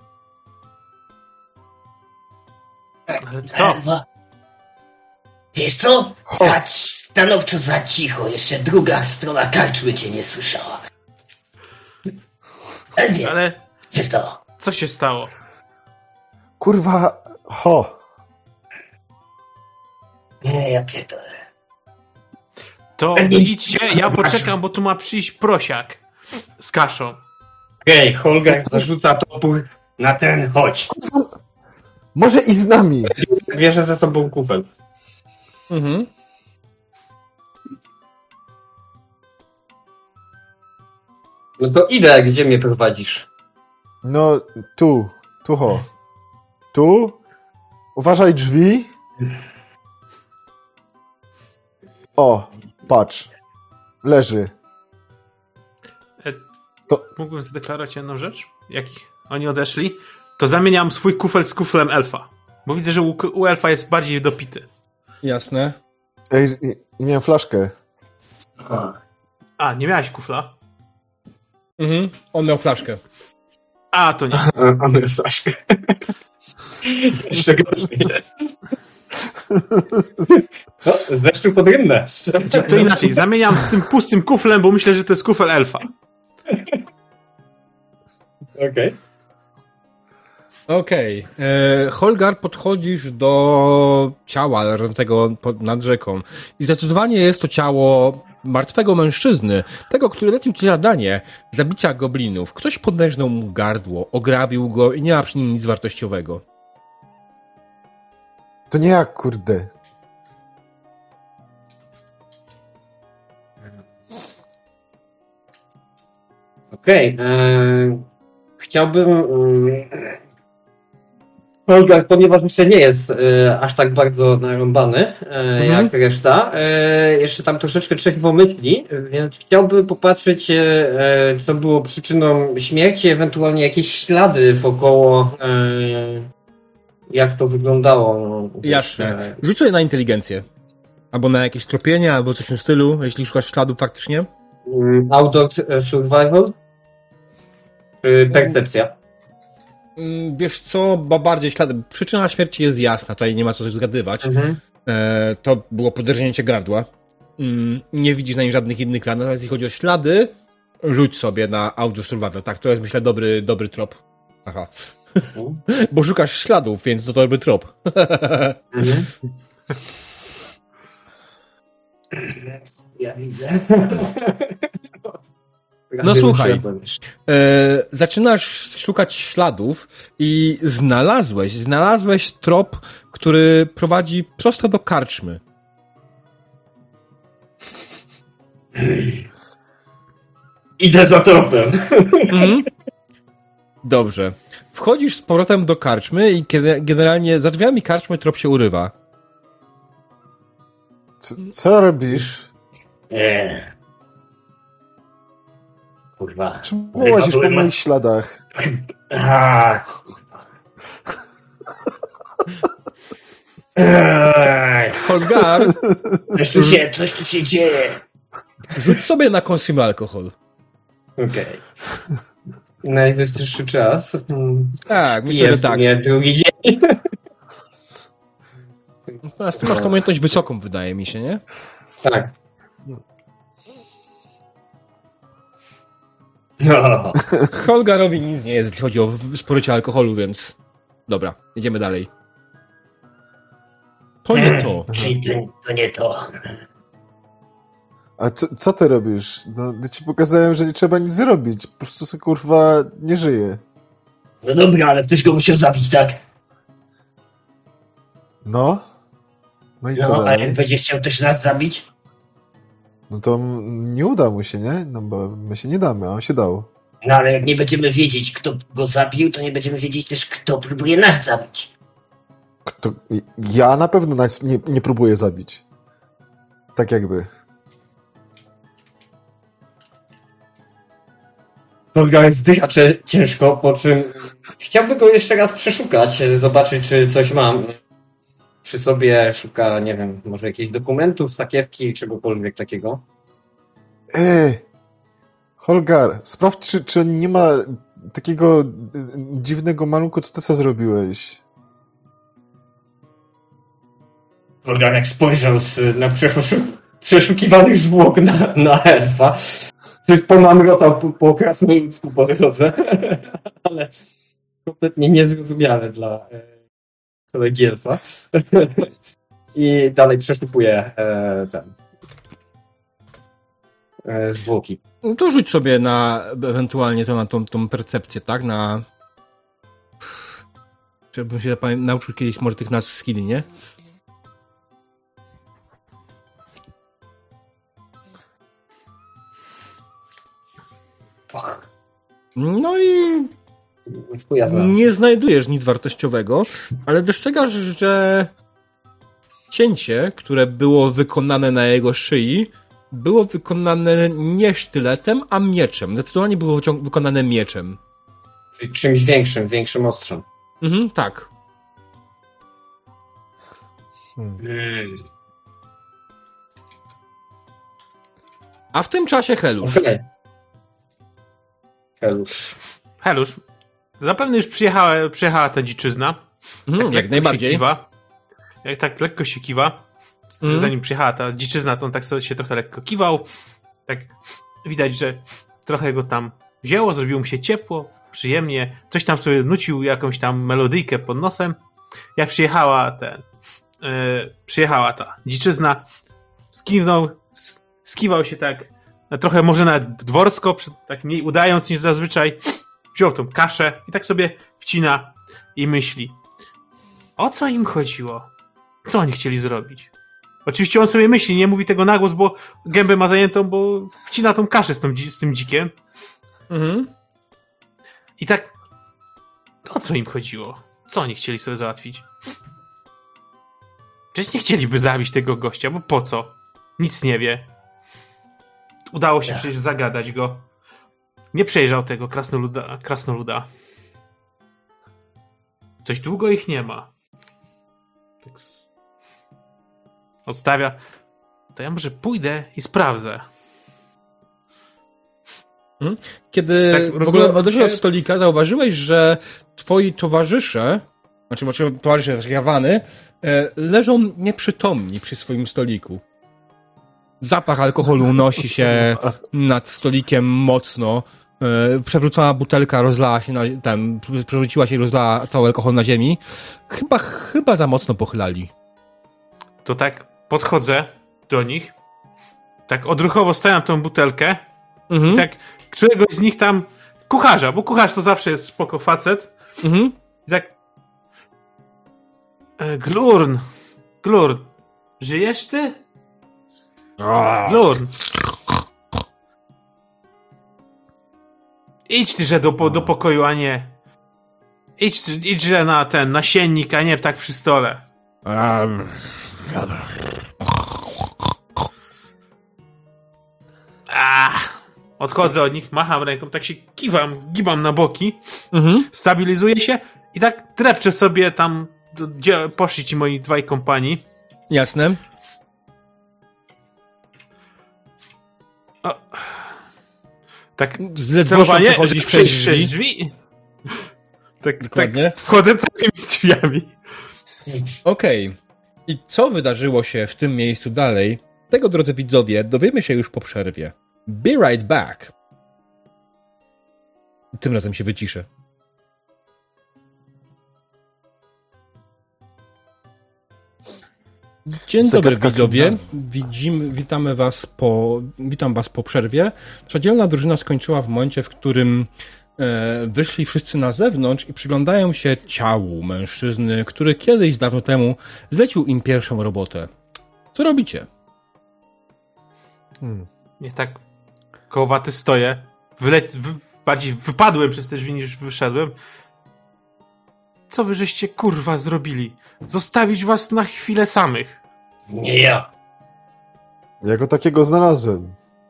Ale co? Wiesz co? Stanowczo za cicho. Jeszcze druga strona karczmy cię nie słyszała. Elwie, Ale co się stało? co się stało? Kurwa! Nie, ja pierdolę. To idźcie, ja poczekam, bo tu ma przyjść prosiak z kaszą. Okej, Holgar zarzuca topór na ten, chodź. Może i z nami. Bierze za sobą kufel. Mhm. No to idę, gdzie mnie prowadzisz? No, tu. Tu? Uważaj drzwi. O, patrz. Leży. Mógłbym zadeklarować jedną rzecz? Jak oni odeszli, to zamieniam swój kufel z kuflem elfa. Bo widzę, że u elfa jest bardziej dopity. Jasne. Ej, miałem flaszkę. A, nie miałeś kufla? Mhm. On miał flaszkę. A, to nie. A my flaszkę. Jeszcze gorzej. No, z deszczu pod rynnę. To inaczej, zamieniam z tym pustym kuflem, bo myślę, że to jest kufel elfa. Okej. Okej. Holgar, podchodzisz do ciała leżącego nad rzeką. I zdecydowanie jest to ciało martwego mężczyzny. Tego, który lecił ci zadanie zabicia goblinów. Ktoś podnężnął mu gardło, ograbił go i nie ma przy nim nic wartościowego. To nie jak, kurde. Okej. Chciałbym... Holgar, ponieważ jeszcze nie jest aż tak bardzo narąbany jak reszta, jeszcze tam troszeczkę trzeźwo myśli, więc chciałbym popatrzeć, co było przyczyną śmierci, ewentualnie jakieś ślady wokoło, jak to wyglądało. No, Jasne. Rzuć sobie na inteligencję. Albo na jakieś tropienie, albo coś w tym stylu, jeśli szukasz śladów faktycznie. Outdoor survival? Percepcja. Wiesz co, bardziej ślady. Przyczyna śmierci jest jasna, tutaj nie ma co zgadywać. To było poderznięcie gardła. Nie widzisz na nim żadnych innych ran, natomiast jeśli chodzi o ślady, rzuć sobie na Outdoor Survival. Tak, to jest, myślę, dobry trop. Aha. Bo szukasz śladów, więc to dobry trop. Ja widzę. No słuchaj, zaczynasz szukać śladów i znalazłeś trop, który prowadzi prosto do karczmy. Idę za tropem. Dobrze. Wchodzisz z powrotem do karczmy i generalnie za drzwiami karczmy trop się urywa. Co robisz? Kurwa. Czemu łazisz po moich śladach? Holgar, Coś tu się dzieje. rzuć sobie na consume alkohol. Okej. Najwyższy czas. Tak, myślę, że tak. Nie, drugi dzień. Natomiast ty masz tą umiejętność wysoką, wydaje mi się, nie? Tak. No. Holgarowi nic nie jest, jeśli chodzi o spożycie alkoholu, więc... Dobra, jedziemy dalej. To nie to. Czyli to nie to. A co ty robisz? No, ja ci pokazałem, że nie trzeba nic zrobić. Po prostu sobie, kurwa, nie żyje. No dobra, ale ktoś go musiał zabić, tak? No i co No, a dalej? jak będzie chciał też nas zabić? No to nie uda mu się, nie? No bo my się nie damy, a on się dał. No ale jak nie będziemy wiedzieć, kto go zabił, to nie będziemy wiedzieć też, kto próbuje nas zabić. Ja na pewno nas nie próbuję zabić. Tak jakby. Holgar zdycha ciężko, po czym chciałby go jeszcze raz przeszukać, zobaczyć, czy coś mam. Przy sobie szuka, nie wiem, może jakichś dokumentów, sakiewki, czegokolwiek takiego. Holgar, sprawdź, czy nie ma takiego dziwnego malunku, co ty sobie zrobiłeś. Holgar jak spojrzał na przeszukiwanych zwłok na elfa. Coś pomamrotał po krasnoludzku po drodze, ale kompletnie niezrozumiale dla kolegi elfa. I dalej przeszukuje zwłoki. No to rzuć sobie ewentualnie na tą percepcję, tak? Żebym się nauczył kiedyś może tych nazw skilli, nie? No i nie znajdujesz nic wartościowego, ale dostrzegasz, że cięcie, które było wykonane na jego szyi, było wykonane nie sztyletem, a mieczem. Zdecydowanie było wykonane mieczem. Czymś większym ostrzem. Tak. A w tym czasie Helusz. Okay. Helusz. Zapewne już przyjechała ta dziczyzna. Tak jak najbardziej. Jak tak lekko się kiwa. Zanim przyjechała ta dziczyzna, to on tak się trochę lekko kiwał. Tak widać, że trochę go tam wzięło, zrobiło mu się ciepło, przyjemnie. Coś tam sobie nucił, jakąś tam melodyjkę pod nosem. Jak przyjechała ta dziczyzna, skiwał się tak trochę może nawet dworsko, tak mniej udając niż zazwyczaj. Wziął tą kaszę i tak sobie wcina i myśli. O co im chodziło? Co oni chcieli zrobić? Oczywiście on sobie myśli, nie mówi tego na głos, bo gębę ma zajętą, bo wcina tą kaszę z tym dzikiem. I tak o co im chodziło? Co oni chcieli sobie załatwić? Przecież nie chcieliby zabić tego gościa, bo po co? Nic nie wie. Udało się przecież zagadać go. Nie przejrzał tego krasnoluda. Coś długo ich nie ma. Tak odstawia. To ja może pójdę i sprawdzę. Kiedy tak, w ogóle odeszłeś od stolika, zauważyłeś, że twoi towarzysze, towarzysze Jawany, leżą nieprzytomni przy swoim stoliku. Zapach alkoholu unosi się nad stolikiem mocno. Przewrócona butelka rozlała się przewróciła się i rozlała cały alkohol na ziemi. Chyba za mocno pochylali. To tak podchodzę do nich, tak odruchowo stawiam tą butelkę i tak któregoś z nich tam kucharza, bo kucharz to zawsze jest spoko facet. I tak Glurn, żyjesz ty? Glurn. Idź ty, że do pokoju, a nie. Idź, że na ten nasiennik, a nie tak przy stole. Odchodzę od nich, macham ręką, tak się gibam na boki, stabilizuję się i tak trepczę sobie tam, gdzie poszli ci moi dwaj kompani. Jasne. Tak celowanie, przechodzisz przez drzwi. Tak wchodzę całymi drzwiami. Okej. I co wydarzyło się w tym miejscu dalej? Tego, drodzy widzowie, dowiemy się już po przerwie. Be right back. Tym razem się wyciszę. Dzień dobry widzowie, witam was po przerwie. Nasza dzielna drużyna skończyła w momencie, w którym wyszli wszyscy na zewnątrz i przyglądają się ciału mężczyzny, który kiedyś, dawno temu, zlecił im pierwszą robotę. Co robicie? Nie tak kołowaty stoję. Bardziej wypadłem przez te drzwi niż wyszedłem. Co wy żeście kurwa zrobili? Zostawić was na chwilę samych. Nie ja. Ja go takiego znalazłem.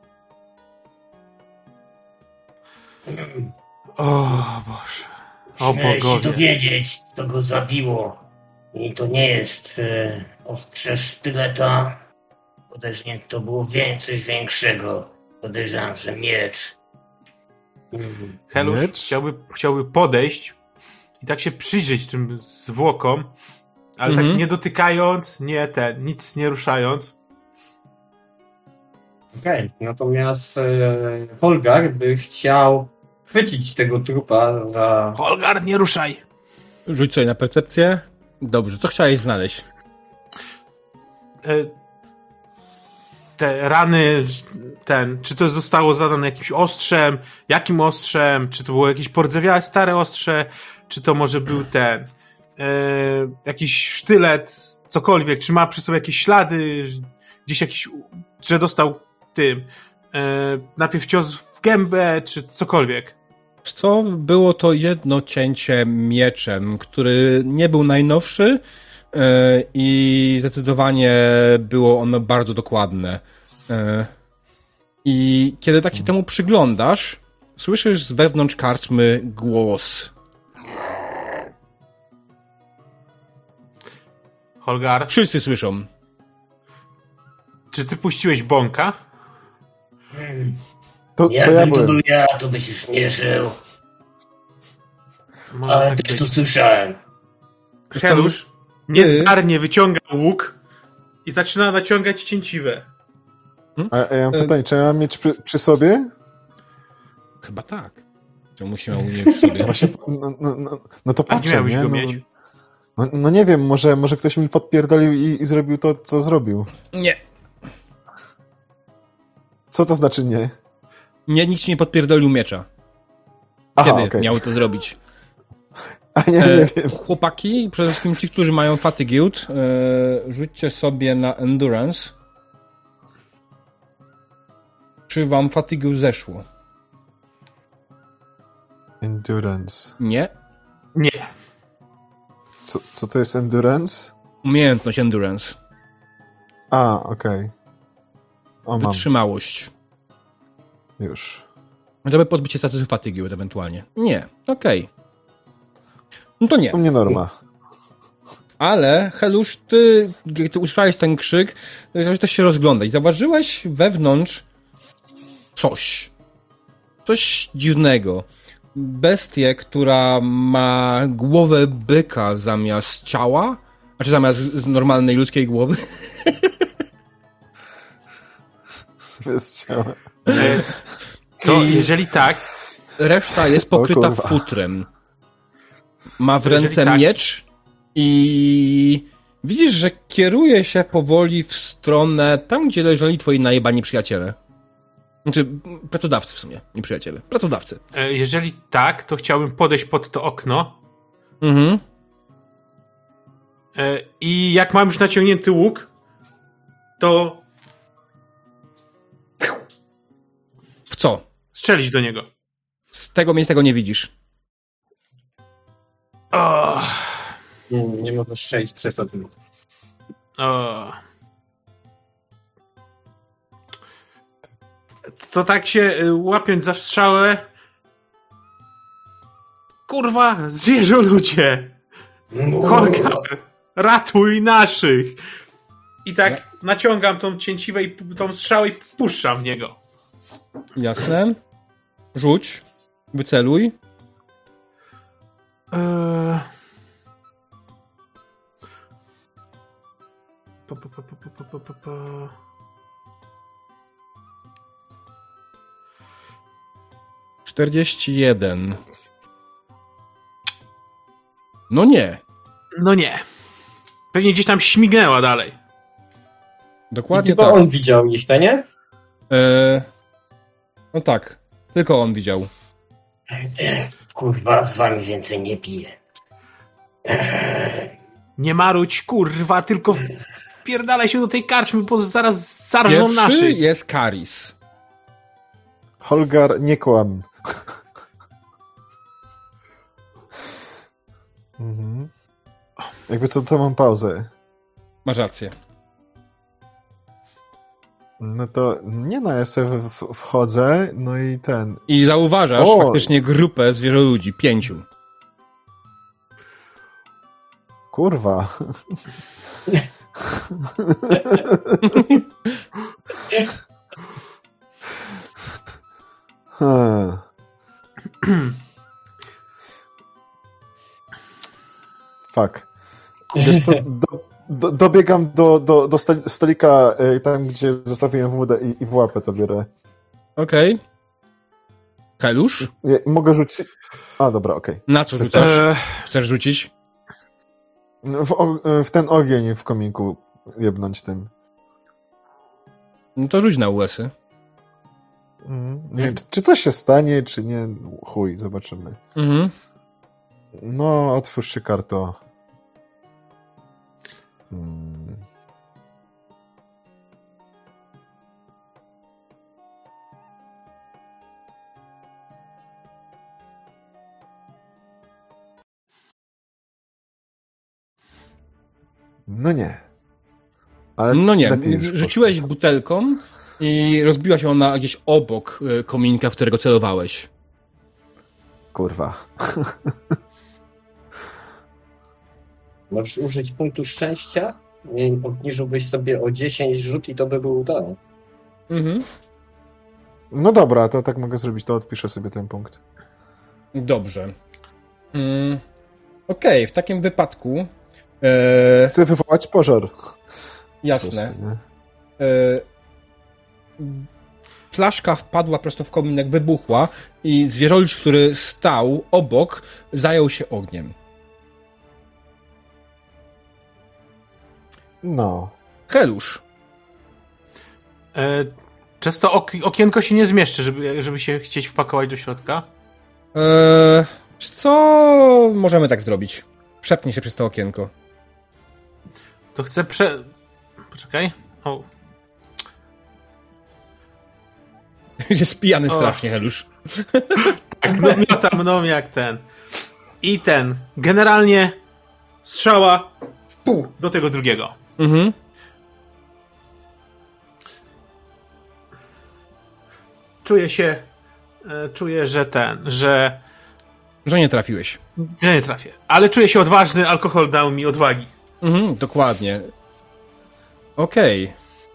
O Boże. O Śmieję się bogowie. dowiedzieć, co go zabiło. I to nie jest ostrze sztyleta. Podejrzewam, to było coś większego. Podejrzewam, że miecz. Helusz Miecz? chciałby podejść i tak się przyjrzeć tym zwłokom, ale tak nie dotykając, nic nie ruszając. Okej, natomiast Holgar by chciał chwycić tego trupa za... Holgar, nie ruszaj! Rzuć sobie na percepcję. Dobrze, co chciałeś znaleźć? Te rany, czy to zostało zadane jakimś ostrzem? Jakim ostrzem? Czy to było jakieś pordzewiałe stare ostrze? Czy to może był jakiś sztylet? Cokolwiek? Czy ma przy sobie jakieś ślady? Gdzieś jakiś, że dostał najpierw cios w gębę, czy cokolwiek? Co? Było to jedno cięcie mieczem, który nie był najnowszy i zdecydowanie było ono bardzo dokładne. I kiedy tak się temu przyglądasz, słyszysz z wewnątrz karczmy głos. Holgar, Wszyscy słyszą. czy ty puściłeś bąka? To ja Jakbym to byłem. był ja, to byś już nie żył. Może Ale tak też być. to słyszałem. Helusz niezdarnie wyciąga łuk i zaczyna naciągać cięciwe. A ja mam pytanie, czy ja mam mieć przy sobie? Chyba tak. Czemu się miał nie w sobie? Właśnie, no to A nie patrzę, miałbyś nie? go mieć? No nie wiem, może ktoś mi podpierdolił i zrobił to, co zrobił. Nie. Co to znaczy nie? Nie, nikt ci nie podpierdolił miecza. Aha, Kiedy okej. miał to zrobić? A nie wiem. Chłopaki, przede wszystkim ci, którzy mają fatigued, rzućcie sobie na endurance. Czy wam fatigue zeszło? Endurance. Nie. Nie. Co to jest endurance? Umiejętność endurance. A, okej. O, mam. Wytrzymałość. Już. Żeby pozbyć się statusu fatigue ewentualnie. Nie. Okej. No to nie. U mnie norma. Ale, Helusz, ty, jak ty usłyszałeś ten krzyk, to też się rozgląda i zauważyłeś wewnątrz coś. Coś dziwnego. Bestię, która ma głowę byka zamiast ciała, znaczy zamiast z normalnej ludzkiej głowy. Bez ciała. To jeżeli tak, Reszta jest pokryta kurwa. futrem. Ma w To jeżeli ręce tak- miecz i widzisz, że kieruje się powoli w stronę tam, gdzie leżeli twoi najebani przyjaciele. Znaczy, pracodawcy w sumie, nie przyjaciele. Pracodawcy. jeżeli tak, to chciałbym podejść pod to okno Mhm. i jak mam już naciągnięty łuk, to W co? strzelić do niego. Z tego miejsca go nie widzisz. O, Nie możesz strzelić przez to. o. To tak się łapiąc za strzałę. Kurwa, zwierzę ludzie! Holgar, ratuj naszych! I tak naciągam tą cięciwę i tą strzałę i puszczam w niego. Jasne. Rzuć. Wyceluj. Pa, pa, pa, pa, pa, pa, pa, pa. - 41. No nie. No nie. Pewnie gdzieś tam śmignęła dalej. Dokładnie Tylko tak. on widział iść, to nie? No tak. Tylko on widział. Kurwa, z wami więcej nie piję. Nie marudź, kurwa, tylko wpierdalaj się do tej karczmy, bo zaraz zarżą Pierwszy naszych. jest Karis. Holgar, nie kłam. Mhm. Jakby co, to mam pauzę. Masz rację. No to nie no, ja sobie wchodzę, no i ten. I zauważasz O! faktycznie grupę zwierzoludzi, 5. Kurwa. Hmm. Fuck. Wiesz co, dobiegam do stolika, tam gdzie zostawiłem wódę i w łapę to biorę. Okej. Helusz? Mogę rzucić... A, dobra, okej. Na co Przestań. rzucasz? Chcesz rzucić? W ten ogień w kominku jebnąć tym. No to rzuć na US-y. Nie wiem, czy coś się stanie, czy nie. Chuj, zobaczymy. Mhm. No, otwórz się karto. No nie. Ale No nie, lepiej już rzuciłeś poszło. butelką i rozbiła się ona gdzieś obok kominka, w którego celowałeś. Kurwa. Możesz użyć punktu szczęścia, obniżyłbyś sobie o 10 rzut i to by był udany. Mhm. No dobra, to tak mogę zrobić, to odpiszę sobie ten punkt. Dobrze. Okej, w takim wypadku Chcę wywołać pożar. jasne. Prosty, nie? Flaszka wpadła prosto w kominek, wybuchła i zwierzoludź, który stał obok, zajął się ogniem. No. Helusz. Przez to okienko się nie zmieszczę, żeby się chcieć wpakować do środka. Wiesz co? Możemy tak zrobić. Przepnij się przez to okienko. To chcę Poczekaj. O. Jest pijany strasznie, Helusz. Tak, no miota mną jak ten. I ten. Generalnie strzała w pół do tego drugiego. Mhm. Czuję, że nie trafiłeś. nie trafię. Ale czuję się odważny, alkohol dał mi odwagi. Mhm, dokładnie. Okej.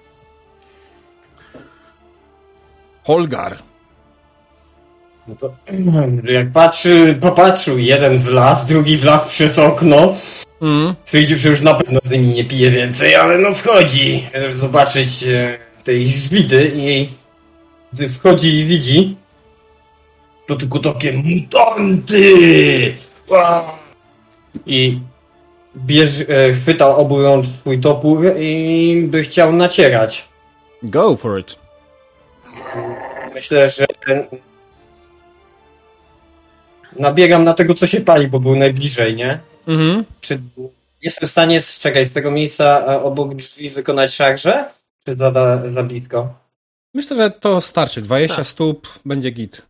Holgar. No to, jak popatrzył, jeden w las, drugi w las przez okno, stwierdził, że już na pewno z nimi nie pije więcej, ale no wchodzi, żeby zobaczyć tej zbity i gdy wchodzi i widzi, to tylko takie mutanty! I chwytał oburącz swój topór i by chciał nacierać. Go for it. Myślę, że nabiegam na tego, co się pali, bo był najbliżej, nie? Mhm. Czy jestem w stanie z tego miejsca obok drzwi wykonać szarżę? Czy za blisko? Myślę, że to starczy. 20 Tak. stóp będzie git.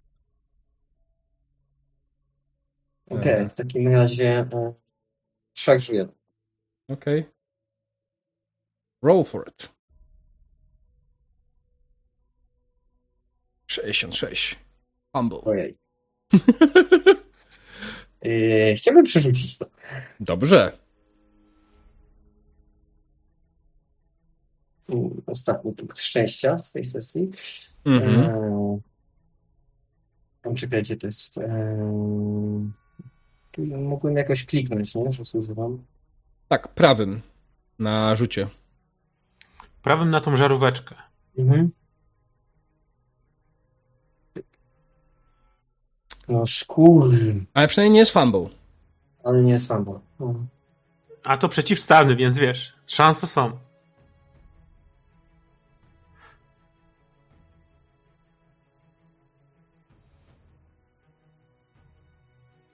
Okej, w takim razie szarżuję. Okej. Roll for it. 66. Humble. Ojej. Chciałbym przerzucić to. Dobrze. Ostatni punkt szczęścia z tej sesji. Mhm. Czekajcie, to jest... Tu mogłem jakoś kliknąć, nie? Że zużywam. Tak, prawym na rzucie. Prawym na tą żaróweczkę. Mhm. No szkur... Ale przynajmniej nie jest fumble. Ale nie jest fumble. A to przeciwstawny, więc wiesz, szanse są.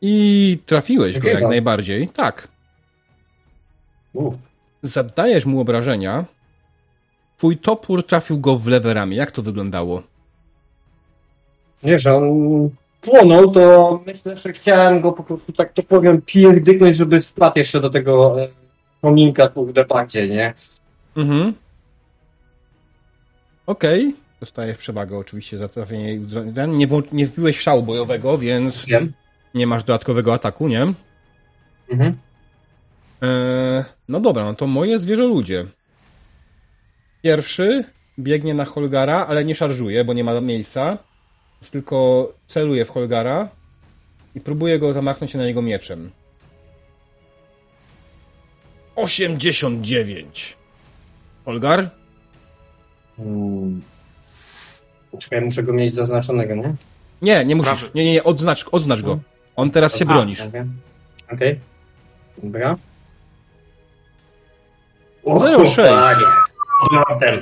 I trafiłeś go jak Chyba. najbardziej. Tak. Zadajesz mu obrażenia. Twój topór trafił go w lewe ramię. Jak to wyglądało? Nie, że on płonął, to myślę, że chciałem go po prostu, tak to powiem, pierdyknąć, żeby spadł jeszcze do tego kominka w depacie, nie? Mhm. Okej. Dostajesz przewagę oczywiście za trafienie. Nie wbiłeś w szału bojowego, więc Wiem. nie masz dodatkowego ataku, nie? Mhm. No dobra, no to moje zwierzoludzie. Pierwszy biegnie na Holgara, ale nie szarżuje, bo nie ma miejsca. Tylko celuje w Holgara i próbuje go zamachnąć się na niego mieczem. 89. Holgar? Czekaj, muszę go mieć zaznaczonego, nie? Nie musisz. Prawy. Nie, odznacz go. On teraz się bronisz. Okej. Dobra. 0,6. Panie, z powrotem.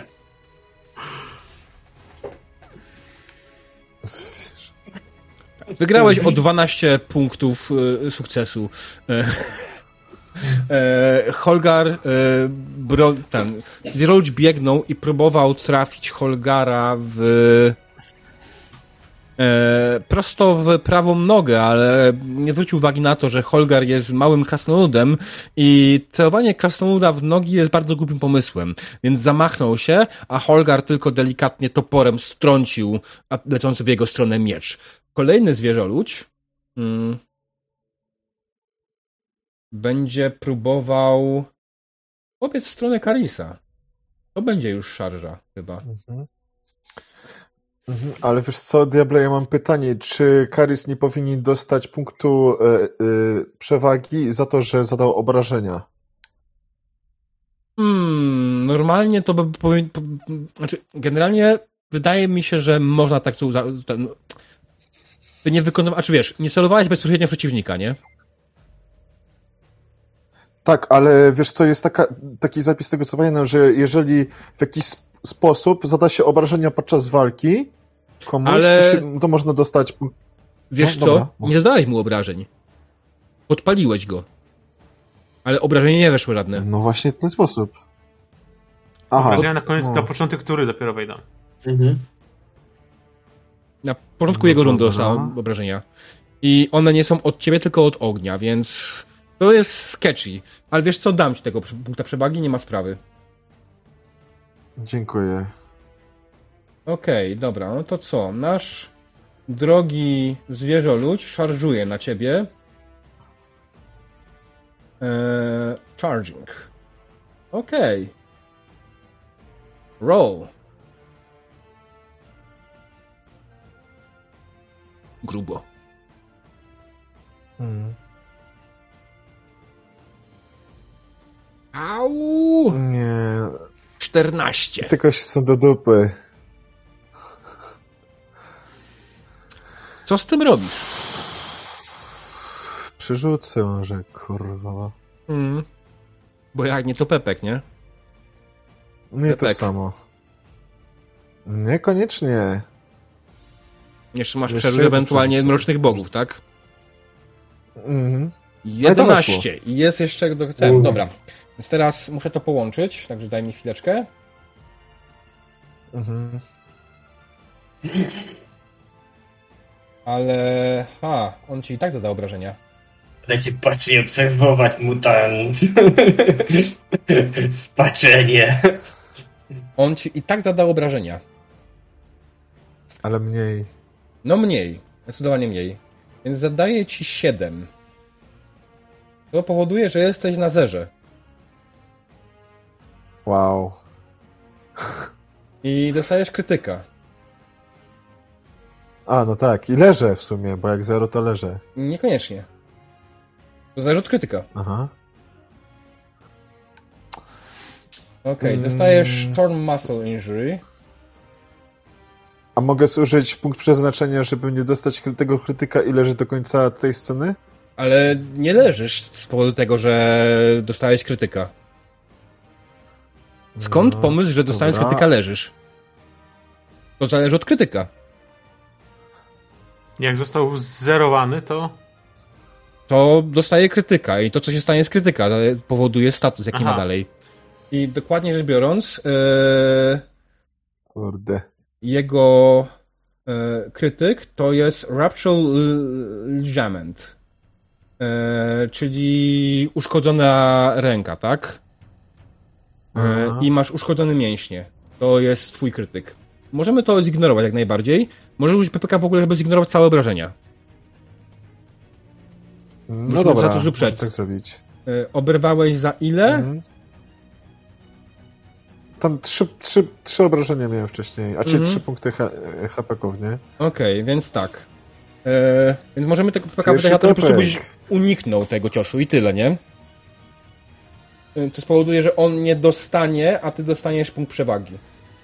Wygrałeś o 12 punktów sukcesu. Holgar, Zwierzoludź biegnął i próbował trafić Holgara prosto w prawą nogę, ale nie zwrócił uwagi na to, że Holgar jest małym krasnoludem i celowanie krasnoluda w nogi jest bardzo głupim pomysłem, więc zamachnął się, a Holgar tylko delikatnie toporem strącił lecący w jego stronę miecz. Kolejny zwierzoludź będzie próbował pobiec w stronę Karisa. To będzie już szarża chyba. Ale wiesz co, Diable, ja mam pytanie, czy Karis nie powinien dostać punktu przewagi za to, że zadał obrażenia? Normalnie to by powinien... Znaczy, generalnie wydaje mi się, że można tak ty nie wykonywać... Znaczy wiesz, nie celowałeś bezpośrednio w przeciwnika, nie? Tak, ale wiesz co, jest taki zapis tego, co pamiętam, że jeżeli w jakiś sposób zada się obrażenia podczas walki komuś, ale... to można dostać... Wiesz no, co? dobra. Nie zadałeś mu obrażeń. Podpaliłeś go. Ale obrażenia nie weszły żadne. No właśnie w ten sposób. Aha. Obrażenia na koniec, No. na początek tury dopiero wejdą. Na początku No jego rundy dobra. dostał obrażenia. I one nie są od ciebie, tylko od ognia, więc to jest sketchy. Ale wiesz co? Dam ci tego punkta przewagi, nie ma sprawy. Dziękuję. Okej, dobra, no to co? Nasz drogi zwierzoludź szarżuje na ciebie. Charging. Okej. Roll. Grubo. Au! Nie. 14. Tylko się są do dupy. Co z tym robisz? Przerzucę może, kurwa. Bo jak nie, to Pepek, nie? Nie to Pepek. samo. Niekoniecznie. Jeszcze masz Jeszcze przerzut jedno ewentualnie przerzucę. Mrocznych Bogów, tak? Mhm. 11. I jest jeszcze do ten. Dobra. Więc teraz muszę to połączyć, także daj mi chwileczkę. Mhm. Ale... on ci i tak zada obrażenia. Będę cię patrzeć i obserwować, mutant. Spaczenie. On ci i tak zadał obrażenia. Ale mniej. No mniej. Zdecydowanie mniej. Więc zadaje ci 7. To powoduje, że jesteś na zerze. Wow. I dostajesz krytyka. A, no tak. I leżę w sumie, bo jak 0 to leżę. Niekoniecznie. To zależy od krytyka. Aha. Okej, dostajesz Torn Muscle Injury. A mogę zużyć punkt przeznaczenia, żeby nie dostać tego krytyka i leżeć do końca tej sceny? Ale nie leżysz z powodu tego, że dostałeś krytyka. Skąd No, pomysł, że dostając dobra. krytyka leżysz? To zależy od krytyka. Jak został zerowany, to to dostaje krytyka i to, co się stanie z krytyka, powoduje status, jaki ma dalej. I dokładnie rzecz biorąc, Kurde. jego krytyk to jest Ruptural Ligament, czyli uszkodzona ręka, tak? I masz uszkodzone mięśnie. To jest twój krytyk. Możemy to zignorować jak najbardziej. Możesz użyć PPK w ogóle, żeby zignorować całe obrażenia. No dobra, za to można tak zrobić. Oberwałeś za ile? Tam trzy obrażenia miałem wcześniej, a czyli 3 punkty HP-ków, nie? Okej, więc tak. Więc możemy tego PPK wydać na to, że po prostu byś uniknął tego ciosu i tyle, nie? Co spowoduje, że on nie dostanie, a ty dostaniesz punkt przewagi.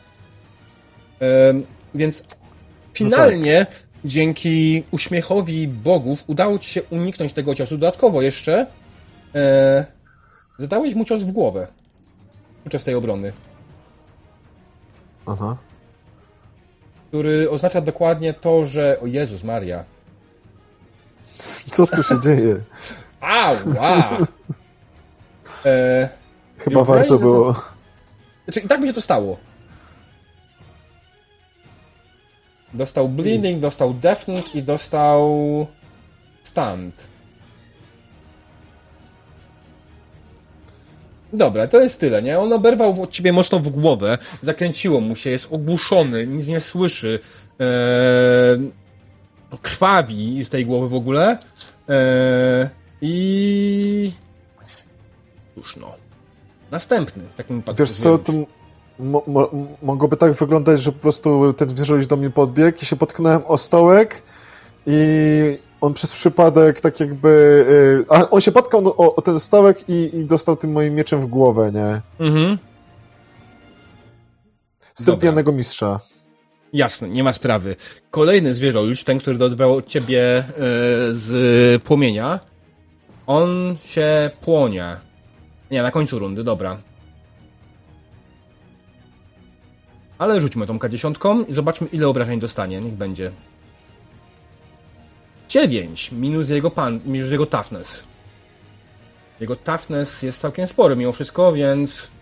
Więc finalnie dzięki uśmiechowi bogów udało ci się uniknąć tego ciosu. Dodatkowo jeszcze zadałeś mu cios w głowę podczas tej obrony. Aha. Który oznacza dokładnie to, że... O Jezus Maria. Co tu się dzieje? Ała! Chyba warto było... Znaczy, i tak by się to stało. Dostał bleeding, dostał deafened i dostał stunned. Dobra, to jest tyle, nie? On oberwał od ciebie mocno w głowę, zakręciło mu się, jest ogłuszony, nic nie słyszy, krwawi z tej głowy w ogóle i już no. Następny w takim wypadku. Wiesz co, to mogłoby tak wyglądać, że po prostu ten zwierzę do mnie podbiegł i się potknąłem o stołek i on przez przypadek tak jakby... A on się potknął o ten stołek i dostał tym moim mieczem w głowę, nie? Mhm. Styl pijanego mistrza. Jasne, nie ma sprawy. Kolejny zwierzoluś, ten, który odebrał od ciebie z płomienia, on się płonie. Nie, na końcu rundy, dobra. Ale rzućmy tą K10 i zobaczmy, ile obrażeń dostanie. Niech będzie. 9 minus jego toughness. Jego toughness jest całkiem spory mimo wszystko, więc...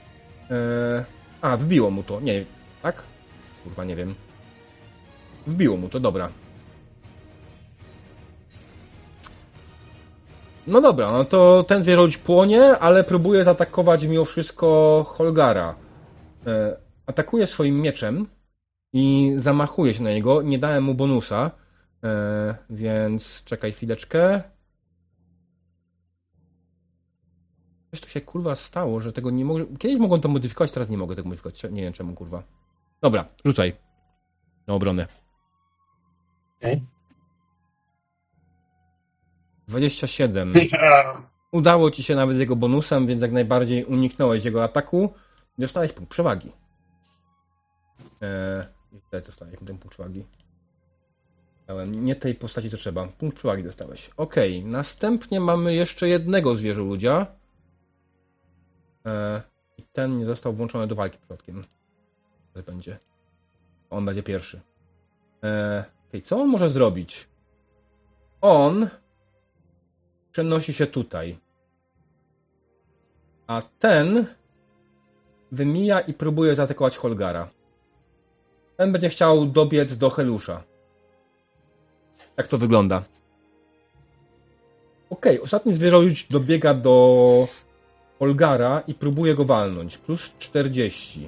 wbiło mu to. Nie, tak? Kurwa, nie wiem. Wbiło mu to, dobra. No dobra, no to ten zwierzę płonie, ale próbuje zaatakować mimo wszystko Holgara. Atakuje swoim mieczem i zamachuje się na niego. Nie dałem mu bonusa, więc czekaj chwileczkę. Coś tu się kurwa stało, że tego nie mogę... Kiedyś mogłem to modyfikować, teraz nie mogę tego modyfikować. Nie wiem czemu, kurwa. Dobra, rzucaj. Na obronę. Okay. 27. Udało ci się nawet z jego bonusem, więc jak najbardziej uniknąłeś jego ataku. Dostałeś punkt przewagi. Tutaj dostałeś ten punkt przewagi. Nie tej postaci, co trzeba. Punkt przewagi dostałeś. Okej, następnie mamy jeszcze jednego zwierzoludzia. I ten nie został włączony do walki przypadkiem. Będzie. On będzie pierwszy. Co on może zrobić? On przenosi się tutaj. A ten wymija i próbuje zaatakować Holgara. Ten będzie chciał dobiec do Helusza. Jak to wygląda? Ostatni zwierzoludź dobiega do Holgara i próbuje go walnąć. Plus 40.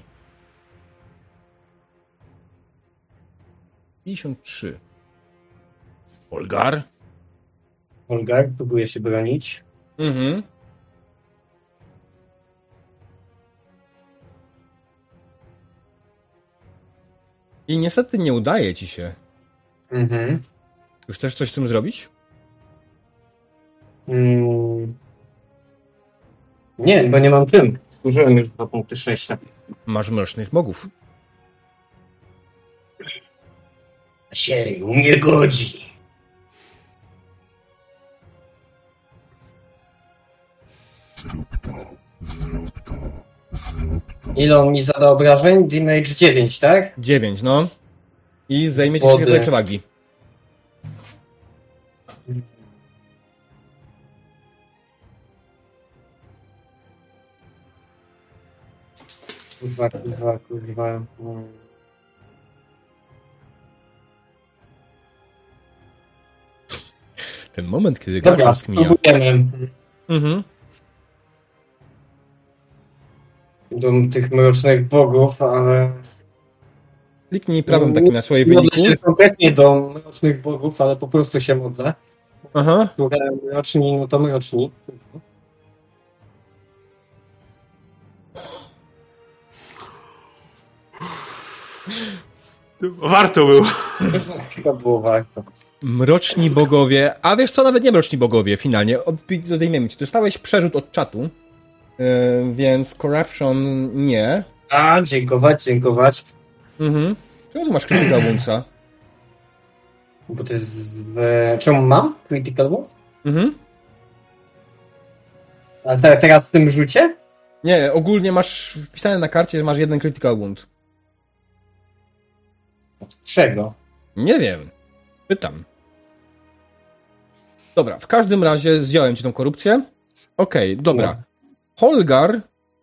53. Holgar próbuje się bronić. Mhm. I niestety nie udaje ci się. Mhm. Już chcesz coś z tym zrobić? Nie, bo nie mam tym. Zużyłem już 2 punkty szczęścia. Masz mrocznych bogów. Się nie godzi. Ile on mi zada obrażeń? Damage 9, tak? 9, no. I zajmiecie się swojej przewagi. Kurwa. Ten moment, kiedy Dobra, Garfield mija. spróbujemy Mhm. do tych mrocznych bogów, ale... Kliknij prawym takim na swoje Modlę wyniku. się konkretnie do mrocznych bogów, ale po prostu się modlę. Aha. Które mroczni, no to mroczni. Warto było. Chyba było warto. Mroczni bogowie. A wiesz co, nawet nie mroczni bogowie finalnie. Odejmiemy ci. Dostałeś przerzut od czatu, więc corruption nie. A, dziękować. Mhm. Czemu tu masz critical woundsa? Bo to jest... Czemu mam critical wound? Mhm. A teraz w tym rzucie? Nie, ogólnie masz wpisane na karcie, że masz jeden critical wound. Czego? Nie wiem. Pytam. Dobra, w każdym razie zdjąłem ci tą korupcję. Okej, dobra. No. Holgar...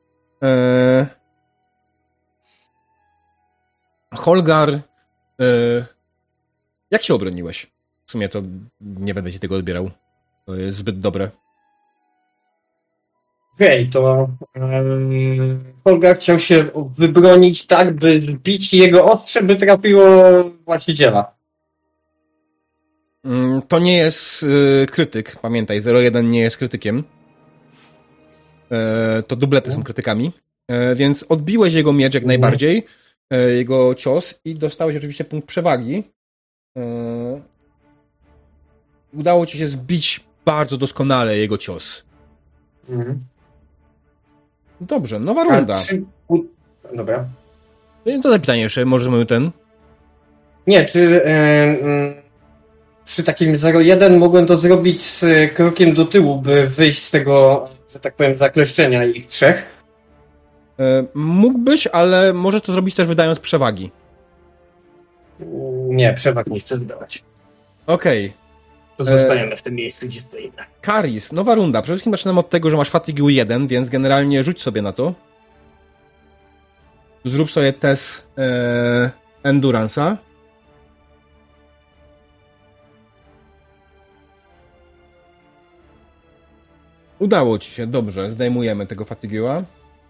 Holgar... jak się obroniłeś? W sumie to nie będę ci tego odbierał. To jest zbyt dobre. Okej, to Holgar chciał się wybronić tak, by bić jego ostrze, by trafiło właściciela. To nie jest krytyk, pamiętaj, 0-1 nie jest krytykiem. To dublety są krytykami. Więc odbiłeś jego miecz jak najbardziej, jego cios i dostałeś oczywiście punkt przewagi. Udało ci się zbić bardzo doskonale jego cios. Dobrze, nowa runda. Dobra. Zadaj pytanie jeszcze, możemy ten... Nie, czy przy takim 0-1 mogłem to zrobić z krokiem do tyłu, by wyjść z tego, że tak powiem, zakleszczenia ich trzech? Mógłbyś, ale możesz to zrobić też wydając przewagi. Nie, przewag nie chcę wydawać. Okej. Zostajemy w tym miejscu, gdzie stoimy. Karis, nowa runda. Przede wszystkim zaczynamy od tego, że masz fatigue 1, więc generalnie rzuć sobie na to. Zrób sobie test endurance'a. Udało ci się, dobrze. Zdejmujemy tego fatigue'a.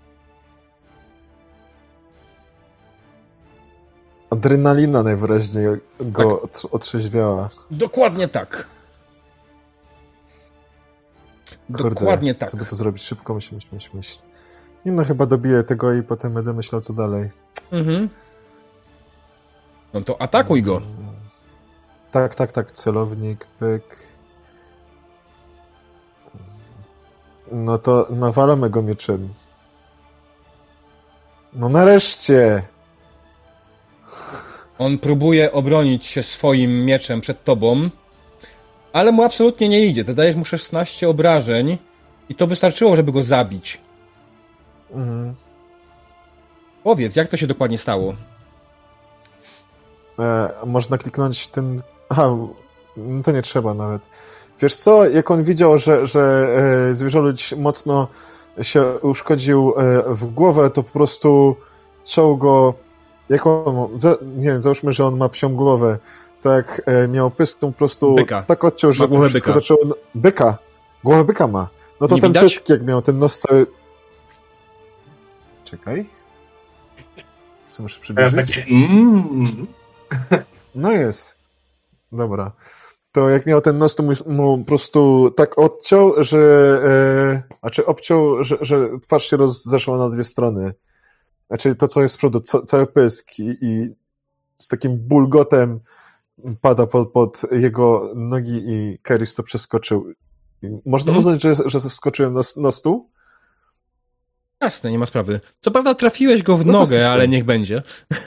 Adrenalina najwyraźniej go otrzeźwiała. Dokładnie tak. Dokładnie tak. Co by to zrobić? Szybko myśl. Nie no, chyba dobiję tego i potem będę myślał, co dalej. Mhm. No to atakuj go. Tak. Celownik, pyk. No to nawalamy go mieczem. No nareszcie! On próbuje obronić się swoim mieczem przed tobą, ale mu absolutnie nie idzie. Ty dajesz mu 16 obrażeń i to wystarczyło, żeby go zabić. Mhm. Powiedz, jak to się dokładnie stało? Można kliknąć ten... Aha, no to nie trzeba nawet. Wiesz co, jak on widział, że zwierzoludź mocno się uszkodził w głowę, to po prostu ciął go... Nie wiem, załóżmy, że on ma psią głowę. Tak miał pysk, to po prostu byka. tak odciął, że to wszystko zaczęło... Byka. Głowę byka ma. No to nie ten widać? pysk, jak miał ten nos cały... Czekaj. Co muszę przybliżyć? No jest. Dobra. To jak miał ten nos, to mu po prostu tak odciął, że... obciął, że twarz się zeszła na dwie strony. Znaczy to, co jest z przodu, cały pysk i z takim bulgotem pada pod jego nogi i Karis to przeskoczył. Można uznać, że skoczyłem na stół? Jasne, nie ma sprawy. Co prawda trafiłeś go w nogę, ale niech będzie.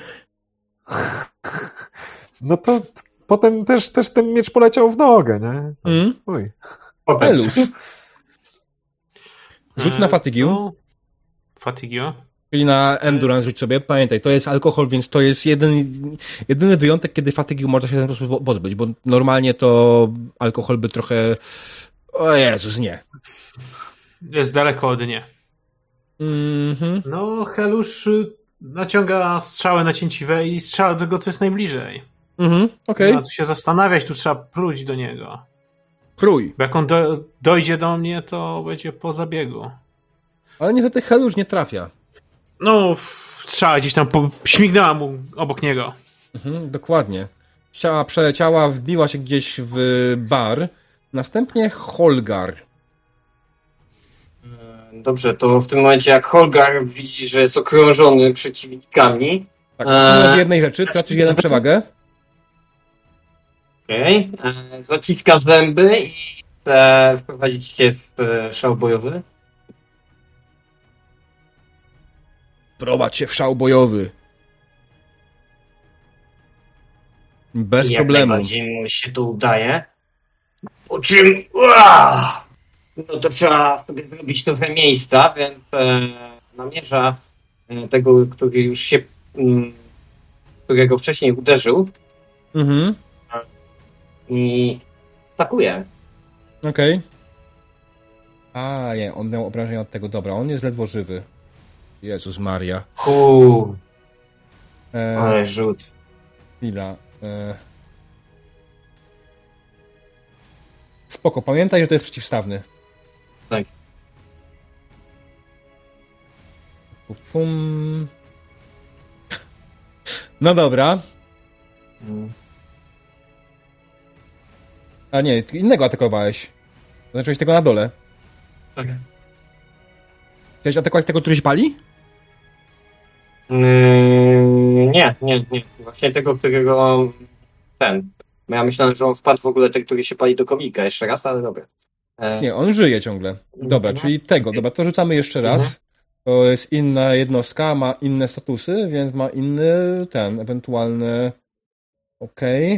No to potem też ten miecz poleciał w nogę, nie? Uj. Elus. Rzuć na fatigue. Fatigue. Czyli na endurance rzuć sobie. Pamiętaj, to jest alkohol, więc to jest jedyny wyjątek, kiedy fatigue można się w ten sposób pozbyć, bo normalnie to alkohol by trochę... O Jezus, nie. Jest daleko od nie. No, Helusz naciąga strzałę na cięciwe i strzela do tego, co jest najbliżej. Okej. No, tu się zastanawiać, tu trzeba próć do niego. Prój. Bo jak on dojdzie do mnie, to będzie po zabiegu. Ale niestety Helusz nie trafia. No, strzała gdzieś tam śmignęła mu obok niego. Dokładnie. Strzała przeleciała, wbiła się gdzieś w bar. Następnie Holgar. Dobrze, to w tym momencie jak Holgar widzi, że jest okrążony przeciwnikami... Tak, od jednej rzeczy, tracisz jeden przewagę. Okej. Zaciska zęby i chce wprowadzić się w szał bojowy. Prowadź się w szał bojowy. Bez I problemu. Jak najbardziej mu się to udaje. Po czym... No to trzeba sobie zrobić trochę miejsca, więc namierza tego, który już się... którego wcześniej uderzył. I atakuje. Okej. A, nie, on miał obrażenia od tego. Dobra, on jest ledwo żywy. Jezus Maria. Ale rzut. Chwila. Spoko, pamiętaj, że to jest przeciwstawny. Tak. Pum. No dobra. A nie, innego atakowałeś. Zacząłeś tego na dole. Tak. Chciałeś atakować tego, który się pali? Nie. Właśnie tego, którego Ja myślałem, że on wpadł w ogóle ten, który się pali do komika jeszcze raz, ale dobra. Nie, on żyje ciągle. Dobra, czyli tego. Dobra, to rzucamy jeszcze raz. To jest inna jednostka, ma inne statusy, więc ma inny ewentualny... Okej.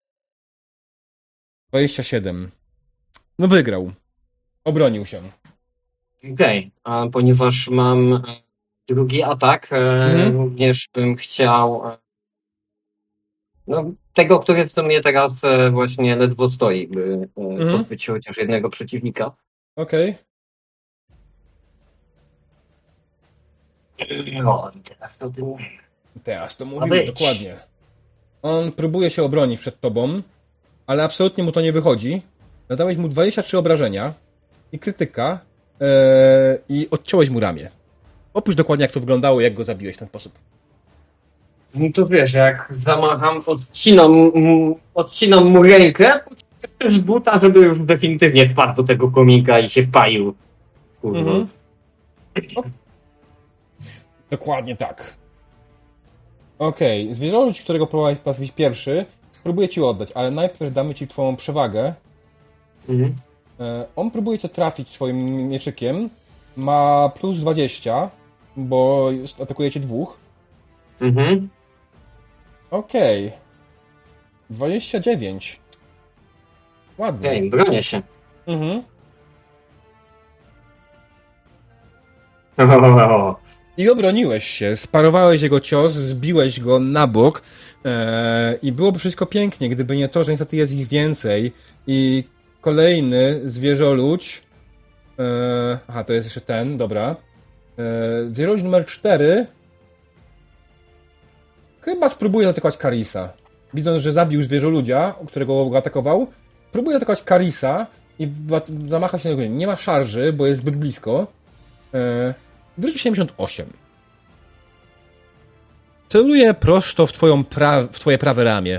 27. No wygrał. Obronił się. Okej, a ponieważ mam drugi atak, również bym chciał tego, który w sumie teraz właśnie ledwo stoi, by pozbyć się chociaż jednego przeciwnika. Okej. No i Teraz to mówimy, dokładnie. On próbuje się obronić przed tobą, ale absolutnie mu to nie wychodzi. Zadałeś mu 23 obrażenia i krytyka i odciąłeś mu ramię. Opisz dokładnie, jak to wyglądało, jak go zabiłeś w ten sposób. No to wiesz, jak zamacham, odcinam mu rękę z buta, żeby już definitywnie wpadł do tego komika i się palił. Kurwa. Dokładnie tak. Okej, zwierzoludź, którego próbowałeś pierwszy, próbuje ci oddać, ale najpierw damy ci twoją przewagę. On próbuje cię trafić swoim mieczykiem. Ma plus 20, bo atakuje cię dwóch. Okej. 29. Ładnie. Okej, bronię się. I obroniłeś się, sparowałeś jego cios, zbiłeś go na bok i byłoby wszystko pięknie, gdyby nie to, że niestety jest ich więcej i kolejny zwierzoludź to jest jeszcze ten, dobra. Zwierzoludź numer 4 chyba spróbuje atakować Karisa. Widząc, że zabił zwierzoludzia, którego go atakował, próbuje atakować Karisa i zamacha się na niego. Nie ma szarży, bo jest zbyt blisko. Wyrzucił 78. Celuje prosto w twoje prawe ramię.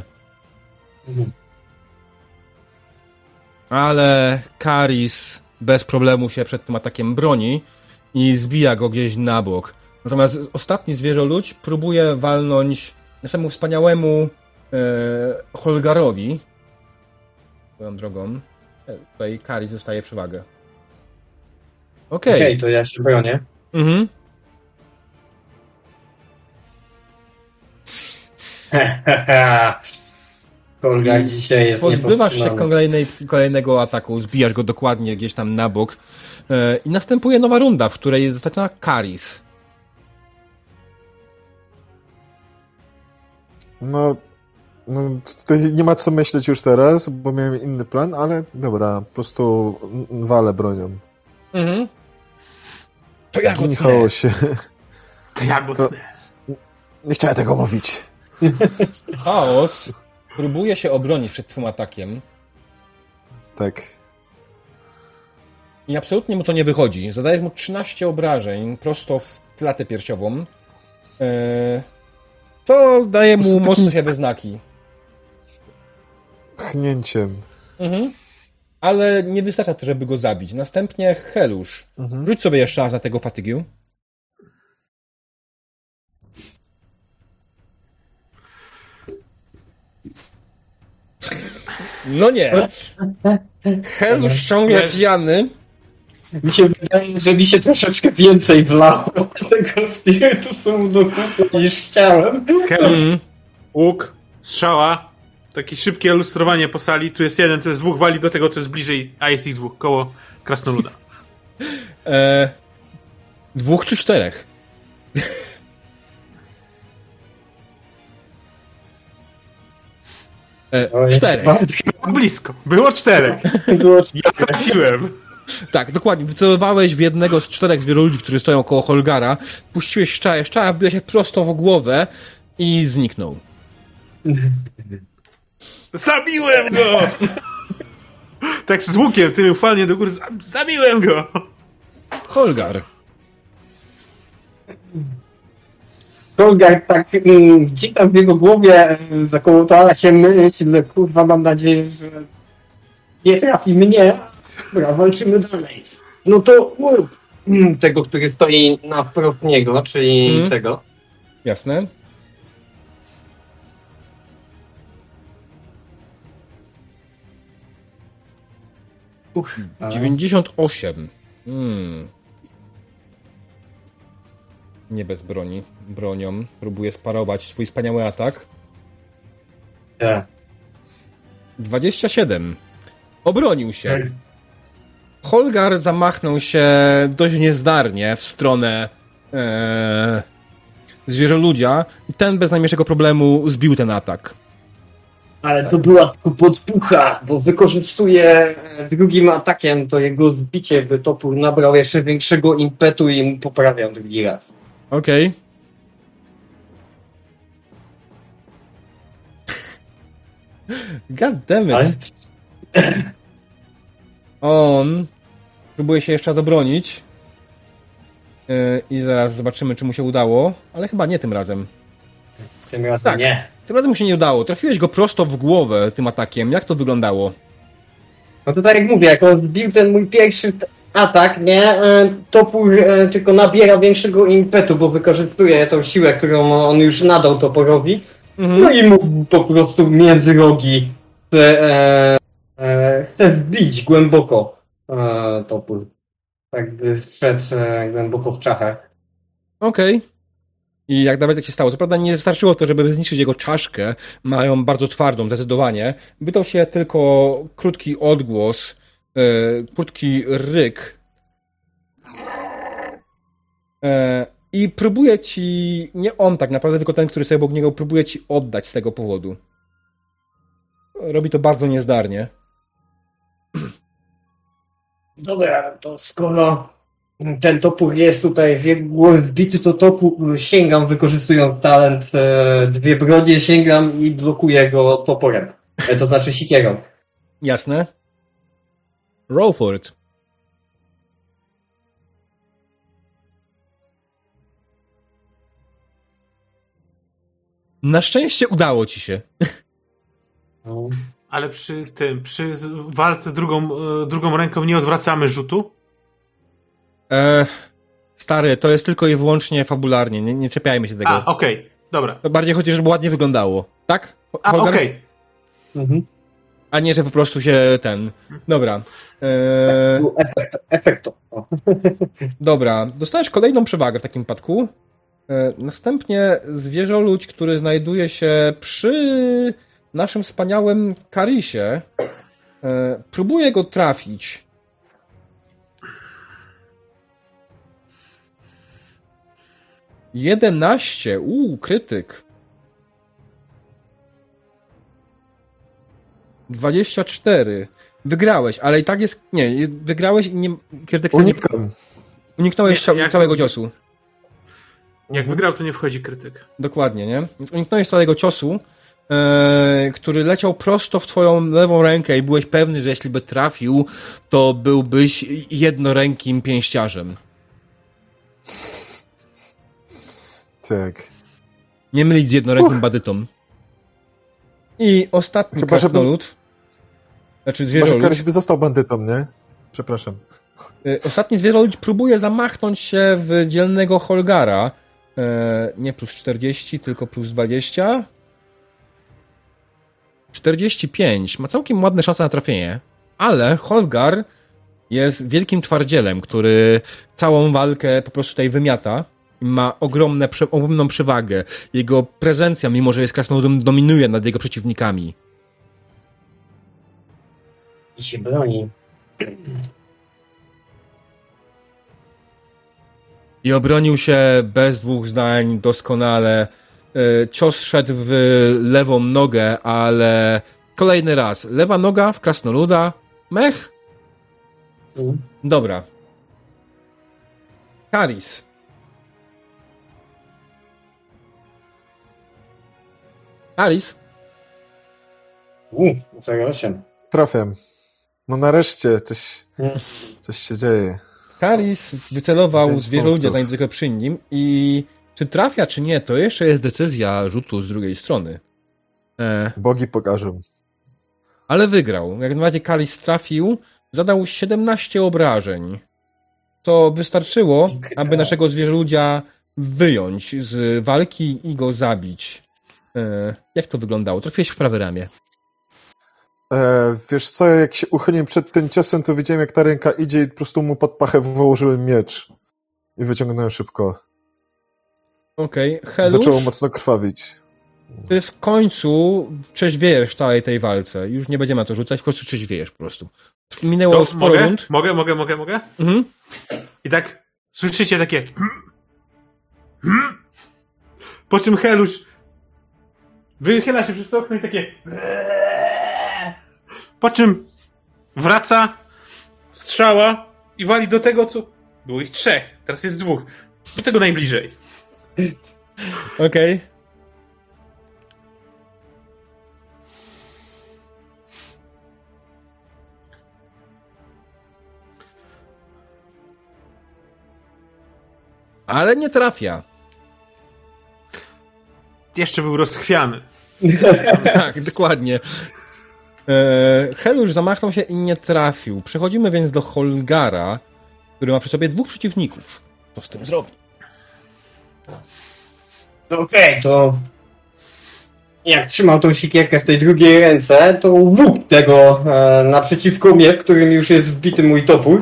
Ale Karis bez problemu się przed tym atakiem broni i zbija go gdzieś na bok. Natomiast ostatni zwierzoludź próbuje walnąć naszemu wspaniałemu Holgarowi. Swoją drogą. Tutaj Karis dostaje przewagę. Okej, to ja się bronię. Holgar dzisiaj jest pozbywasz się kolejnego ataku, zbijasz go dokładnie gdzieś tam na bok i następuje nowa runda, w której jest zaznaczona Karis. No tutaj nie ma co myśleć już teraz, bo miałem inny plan, ale dobra, po prostu walę bronią. To ja go Chaosie. To ja go To- Nie chciałem tego mówić. Chaos próbuje się obronić przed twym atakiem Tak. i absolutnie mu to nie wychodzi. Zadajesz mu 13 obrażeń prosto w klatę piersiową, co daje mu mocno się we znaki. Pchnięciem. Mhm. Ale nie wystarcza to, żeby go zabić. Następnie Helusz. Rzuć sobie jeszcze raz na tego fatygiu. No nie. Helusz ciągle pijany. Mi się wydaje, że mi się troszeczkę więcej wlało tego spirytusu do głowy niż chciałem. Kelusz, łuk, strzała, takie szybkie ilustrowanie po sali. Tu jest jeden, tu jest dwóch, wali do tego, co jest bliżej, a jest ich dwóch, koło krasnoluda. 2 czy 4? Oj, 4. Blisko, było 4. Było Ja trafiłem. Tak, dokładnie. Wycelowałeś w jednego z 4 zwierzoludzi, którzy stoją koło Holgara, puściłeś szczała wbiła się prosto w głowę i zniknął. Zabiłem go! Tak z łukiem triumfalnie do góry, zabiłem go! Holgar. Kolgar tak gdzieś tam w jego głowie zakołotała się myśl, kurwa, mam nadzieję, że nie trafi mnie. Dobra, walczymy dalej. No to tego, który stoi na wprost niego, czyli tego. Jasne. Uff, 98. Nie bez broni. Bronią. Próbuję sparować swój wspaniały atak. 27. Obronił się. Holgar zamachnął się dość niezdarnie w stronę zwierzoludzia i ten bez najmniejszego problemu zbił ten atak. Ale to była tylko podpucha, bo wykorzystuje drugim atakiem to jego zbicie, by topór nabrał jeszcze większego impetu i mu poprawiał drugi raz. Okej. God damn it. Ale On próbuje się jeszcze raz obronić. I zaraz zobaczymy, czy mu się udało. Ale chyba nie tym razem. tym razem Tak. nie. Tym razem mu się nie udało. Trafiłeś go prosto w głowę tym atakiem. Jak to wyglądało? No to tak jak mówię, jak on zbił ten mój pierwszy atak, nie, topór tylko nabiera większego impetu, bo wykorzystuje tą siłę, którą on już nadał toporowi. No i mu po prostu między rogi chce wbić głęboko topór. Tak by wszedł głęboko w czachę. Okej. I jak nawet tak się stało. Co prawda nie wystarczyło to, żeby zniszczyć jego czaszkę. Mają bardzo twardą, zdecydowanie. Wydał się tylko krótki odgłos, krótki ryk. I próbuje ci, nie on tak naprawdę, tylko ten, który sobie obok niego próbuje ci oddać z tego powodu. Robi to bardzo niezdarnie. Dobra, to skoro ten topór jest tutaj z jego głowy wbity, to topór sięgam, wykorzystując talent dwie bronie, sięgam i blokuję go toporem. To znaczy sikierą. Jasne. Roll for it. Na szczęście udało ci się. Ale przy walce drugą ręką nie odwracamy rzutu? Stary, to jest tylko i wyłącznie fabularnie. Nie czepiajmy się tego. A, okej. Dobra. To bardziej chodzi, żeby ładnie wyglądało. Tak? A, Holger? okej. A nie, że po prostu się Dobra. Efekto. Dobra. Dostajesz kolejną przewagę w takim wypadku. Następnie zwierzoludź, który znajduje się przy naszym wspaniałym Karisie, próbuje go trafić. Jedenaście. Krytyk. 24. Wygrałeś, ale i tak jest... Nie, wygrałeś i nie... Krytyk nie... Unikam. Uniknąłeś całego ciosu. Jak wygrał, to nie wchodzi krytyk. Dokładnie, nie? Więc uniknąłeś całego ciosu, który leciał prosto w twoją lewą rękę i byłeś pewny, że jeśli by trafił, to byłbyś jednorękim pięściarzem. Tak. Nie mylić z jednorękim badytą. I ostatni Chyba, żeby- krasnolud, znaczy Może zwierzolud, Karyś by został bandytą, nie? Przepraszam. ostatni zwierzolud próbuje zamachnąć się w dzielnego Holgara. Nie plus 40, tylko plus 20. 45. Ma całkiem ładne szanse na trafienie. Ale Holgar jest wielkim twardzielem, który całą walkę po prostu tutaj wymiata. Ma ogromną przewagę. Jego prezencja, mimo że jest krasnoludem, dominuje nad jego przeciwnikami. I się broni. I obronił się bez dwóch zdań doskonale. Cios szedł w lewą nogę, ale kolejny raz. Lewa noga w krasnoluda. Mech. Dobra. Karis. Karis? 08. Trafiam. No nareszcie coś się dzieje. Karis wycelował 10 zwierzoludzie, punktów. zanim tylko przy nim i czy trafia, czy nie, to jeszcze jest decyzja rzutu z drugiej strony. Bogi pokażą. Ale wygrał. Jak najbardziej Karis trafił, zadał 17 obrażeń. To wystarczyło, aby naszego zwierzoludzia wyjąć z walki i go zabić. Jak to wyglądało? Trafiłeś w prawe ramię. Wiesz co, jak się uchyliłem przed tym ciosem, to widziałem, jak ta ręka idzie i po prostu mu pod pachę wyłożyłem miecz. I wyciągnąłem szybko. Okej. Zaczęło Helusz, mocno krwawić. ty w końcu trzeźwiejesz w całej tej walce. Już nie będziemy na to rzucać, po prostu trzeźwiejesz po prostu. Minęło To sporo rund. Mogę? Mhm. I tak słyszycie takie po czym Heluś wychyla się przez to okno i takie po czym wraca strzała i wali do tego, co było ich 3, teraz jest 2, do tego najbliżej. Okej. Ale nie trafia. Jeszcze był rozchwiany. Tak, dokładnie. Helusz zamachnął się i nie trafił. Przechodzimy więc do Holgara, który ma przy sobie 2 przeciwników. Co z tym zrobi? Okej, to jak trzymał tą sikierkę w tej drugiej ręce, to łuk tego naprzeciwko mnie, w którym już jest wbity mój topór.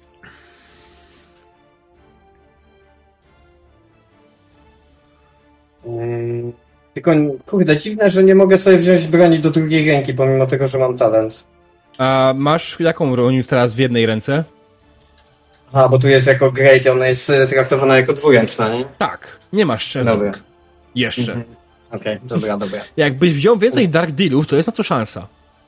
Tylko, kurde, dziwne, że nie mogę sobie wziąć broni do drugiej ręki, pomimo tego, że mam talent. A masz jaką broń teraz w jednej ręce? Aha, bo tu jest jako great, ona jest traktowana jako dwuręczna, nie? Tak, nie masz trzech Dobra. rąk. Jeszcze. Mhm. Okej, dobra. Jakbyś wziął więcej Dark Dealów, to jest na to szansa.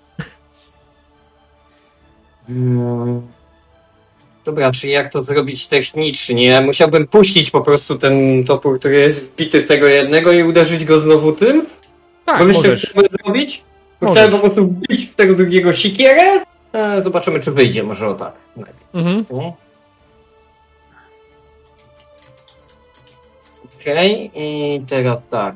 Dobra, czyli jak to zrobić technicznie? Musiałbym puścić po prostu ten topór, który jest wbity w tego jednego i uderzyć go znowu tym? Tak, Bo myślę, możesz. że chciałbym zrobić? Bo Możesz. chciałem po prostu wbić w tego drugiego sikierę. Zobaczymy, czy wyjdzie, może o tak. Mhm. Okej, i teraz tak.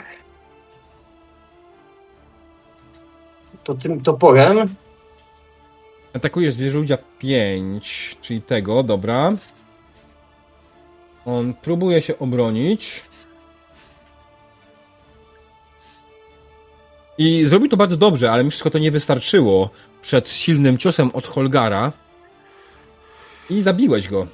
To tym toporem. Atakuje zwierzęcia 5, czyli tego, dobra. On próbuje się obronić. I zrobił to bardzo dobrze, ale mimo wszystko to nie wystarczyło przed silnym ciosem od Holgara. I zabiłeś go.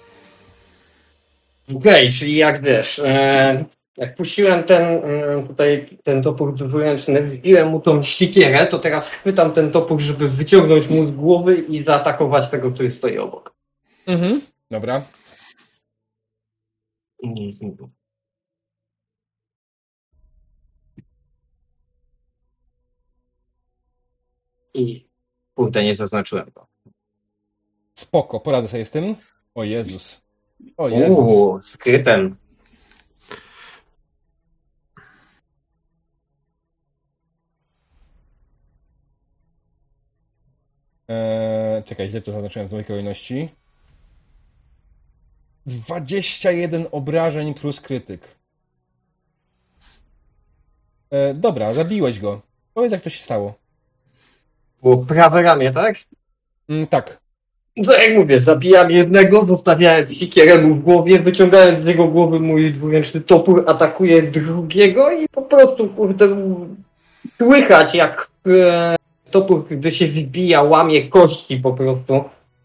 Okej, czyli jak wiesz, jak puściłem ten topór dwuręczny, wbiłem mu tą sikierę, to teraz chwytam ten topór, żeby wyciągnąć mu z głowy i zaatakować tego, który stoi obok. Mhm. Dobra. I kurde, nie zaznaczyłem go. Spoko, poradzę sobie z tym. O Jezus. O Jezus. Skrytem. Czekaj, źle to zaznaczyłem z mojej kolejności. 21 obrażeń plus krytyk. Dobra, zabiłeś go. Powiedz, jak to się stało. Było prawe ramię, tak? Tak. No jak mówię, zabijam jednego, zostawiałem sikierę mu w głowie, wyciągałem z jego głowy mój dwuręczny topór, atakuję drugiego i po prostu, kurde, słychać jak topór, gdy się wybija, łamie kości po prostu.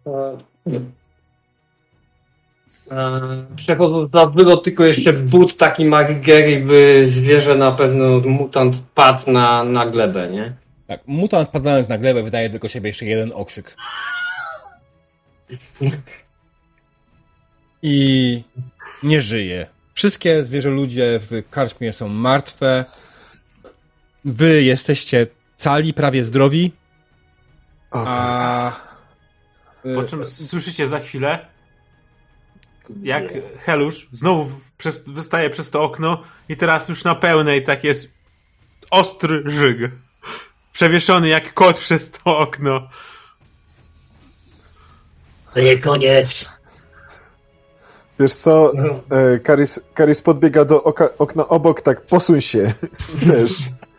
Przechodząc za wylot, tylko jeszcze but taki Marigery, by zwierzę na pewno mutant padł na glebę, nie? Tak, mutant padając na glebę wydaje tylko siebie jeszcze jeden okrzyk. I nie żyje. Wszystkie zwierzoludzie w karczmie są martwe. Wy jesteście cali, prawie zdrowi. A... Po czym słyszycie za chwilę, jak Helusz znowu wystaje przez to okno i teraz już na pełnej tak jest ostry żyg. Przewieszony jak kot przez to okno. To nie koniec. Wiesz co, Karis podbiega do okna obok, tak posuń się. Też.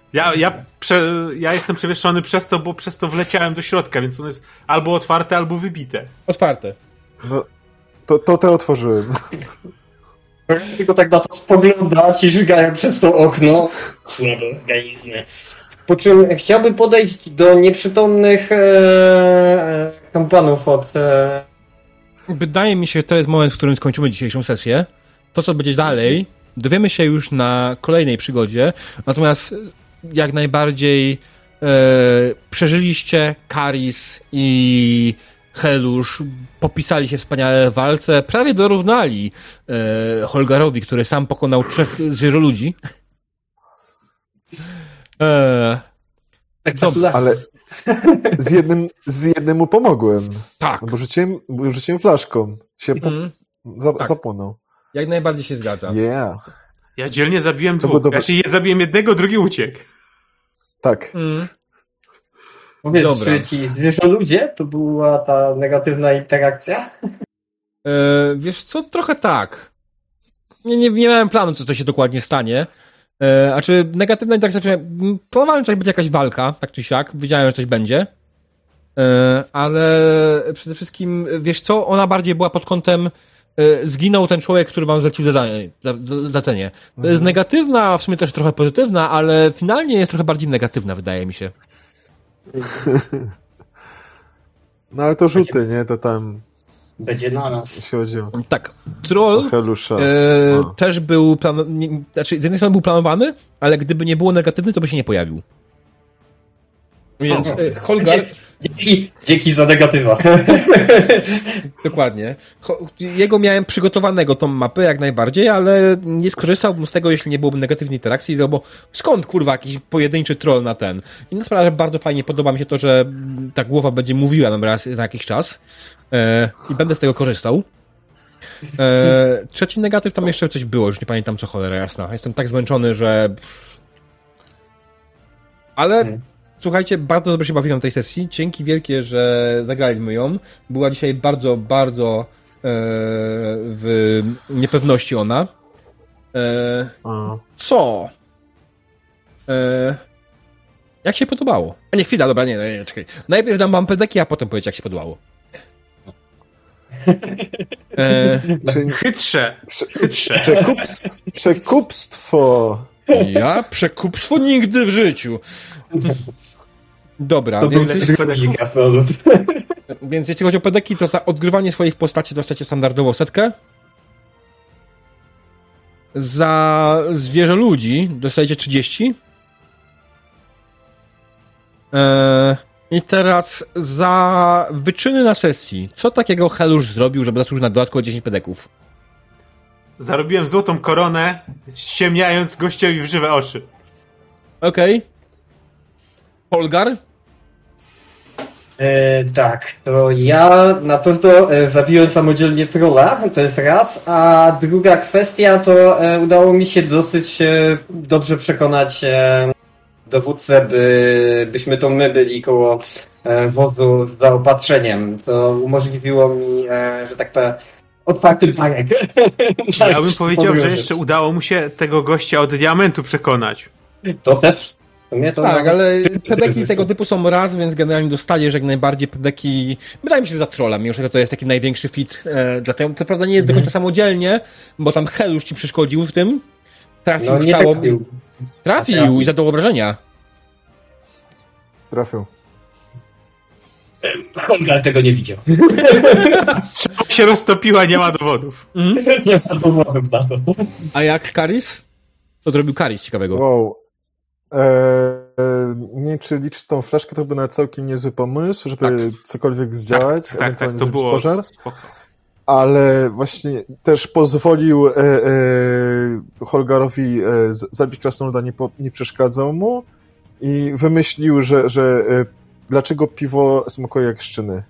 Ja jestem przewieszony przez to, bo przez to wleciałem do środka, więc ono jest albo otwarte, albo wybite. Otwarte. No, to otworzyłem. Tylko tak na to spogląda, ci żygają przez to okno. Słabe organizmy. Po czym chciałby podejść do nieprzytomnych kompanów od... Wydaje mi się, że to jest moment, w którym skończymy dzisiejszą sesję. To, co będzie dalej, dowiemy się już na kolejnej przygodzie. Natomiast jak najbardziej przeżyliście, Karis i Helusz popisali się wspaniale w walce, prawie dorównali Holgarowi, który sam pokonał 3 zwierzoludzi. Ale z jednym mu pomogłem. Tak. No bo rzuciłem flaszką. Się Tak. zapłonął. Jak najbardziej się zgadzam. Yeah. Ja dzielnie zabiłem To dwóch. było Znaczy, zabiłem jednego, drugi uciekł. Tak. Powiedz, Dobra. czy ci zwierzoludzie to była ta negatywna interakcja? Wiesz co, trochę tak. Nie miałem planu, co to się dokładnie stanie. A czy negatywna interakcja... Planowałem, że będzie jakaś walka, tak czy siak. Wiedziałem, że coś będzie. Ale przede wszystkim, wiesz co, ona bardziej była pod kątem zginął ten człowiek, który wam zlecił zlecenie. To jest negatywna, a w sumie też trochę pozytywna, ale finalnie jest trochę bardziej negatywna, wydaje mi się. No ale to rzuty, nie? To tam... Będzie na nas. Jeśli chodzi o Tak, troll Helusza. też był znaczy z jednej strony był planowany, ale gdyby nie było negatywny, to by się nie pojawił. Więc Holgar... Dzięki za negatywa. Dokładnie. Jego miałem przygotowanego tą mapę jak najbardziej, ale nie skorzystałbym z tego, jeśli nie byłoby negatywnej interakcji, no bo skąd kurwa jakiś pojedynczy troll na ten? Inna sprawa, że bardzo fajnie podoba mi się to, że ta głowa będzie mówiła nam raz na jakiś czas i będę z tego korzystał. Trzeci negatyw tam jeszcze coś było, już nie pamiętam co, cholera jasna. Jestem tak zmęczony, że... Ale... Słuchajcie, bardzo dobrze się bawiłem w tej sesji. Dzięki wielkie, że zagraliśmy ją. Była dzisiaj bardzo, bardzo w niepewności ona. Co? Jak się podobało? A nie, chwila, dobra, nie, czekaj. Najpierw dam wam pedeki, a potem powiedz, jak się podobało. Chytrze. Przekupstwo. Ja? Przekupstwo nigdy w życiu. Dobra, więc jeśli chodzi o pedeki, to za odgrywanie swoich postaci dostajecie standardowo 100. Za zwierzę ludzi dostajecie 30. I teraz za wyczyny na sesji. Co takiego Helusz zrobił, żeby zasłużyć na dodatkowo 10 pedeków? Zarobiłem złotą koronę, ściemniając gościowi w żywe oczy. Okej. Holgar? Tak, to ja na pewno zabiłem samodzielnie trolla, to jest raz, a druga kwestia to udało mi się dosyć dobrze przekonać dowódcę, byśmy to my byli koło wozu z zaopatrzeniem. To umożliwiło mi, że tak powiem, otwarty parek. Ja bym powiedział, że jeszcze udało mu się tego gościa od diamentu przekonać. To też. Tak, ale pedeki tego typu są raz, więc generalnie dostajesz jak najbardziej pedeki, wydaje mi się, za trolla, mimo że to jest taki największy fit dla tego. Co prawda nie jest do końca samodzielnie, bo tam Hel już ci przeszkodził w tym. Trafił w ciało. Trafił i zadał obrażenia. Trafił. Holgar tego nie widział. Strzała się roztopiła, nie ma dowodów. Nie ma dowodów na to. A jak Karis? To zrobił Karis ciekawego. Wow. Nie wiem, czy liczyć tą flaszkę, to by na całkiem niezły pomysł, żeby cokolwiek zdziałać, Tak, to było pożar. spoko. Ale właśnie też pozwolił Holgarowi zabić krasnoluda, nie przeszkadzał mu i wymyślił, że dlaczego piwo smakuje jak szczyny.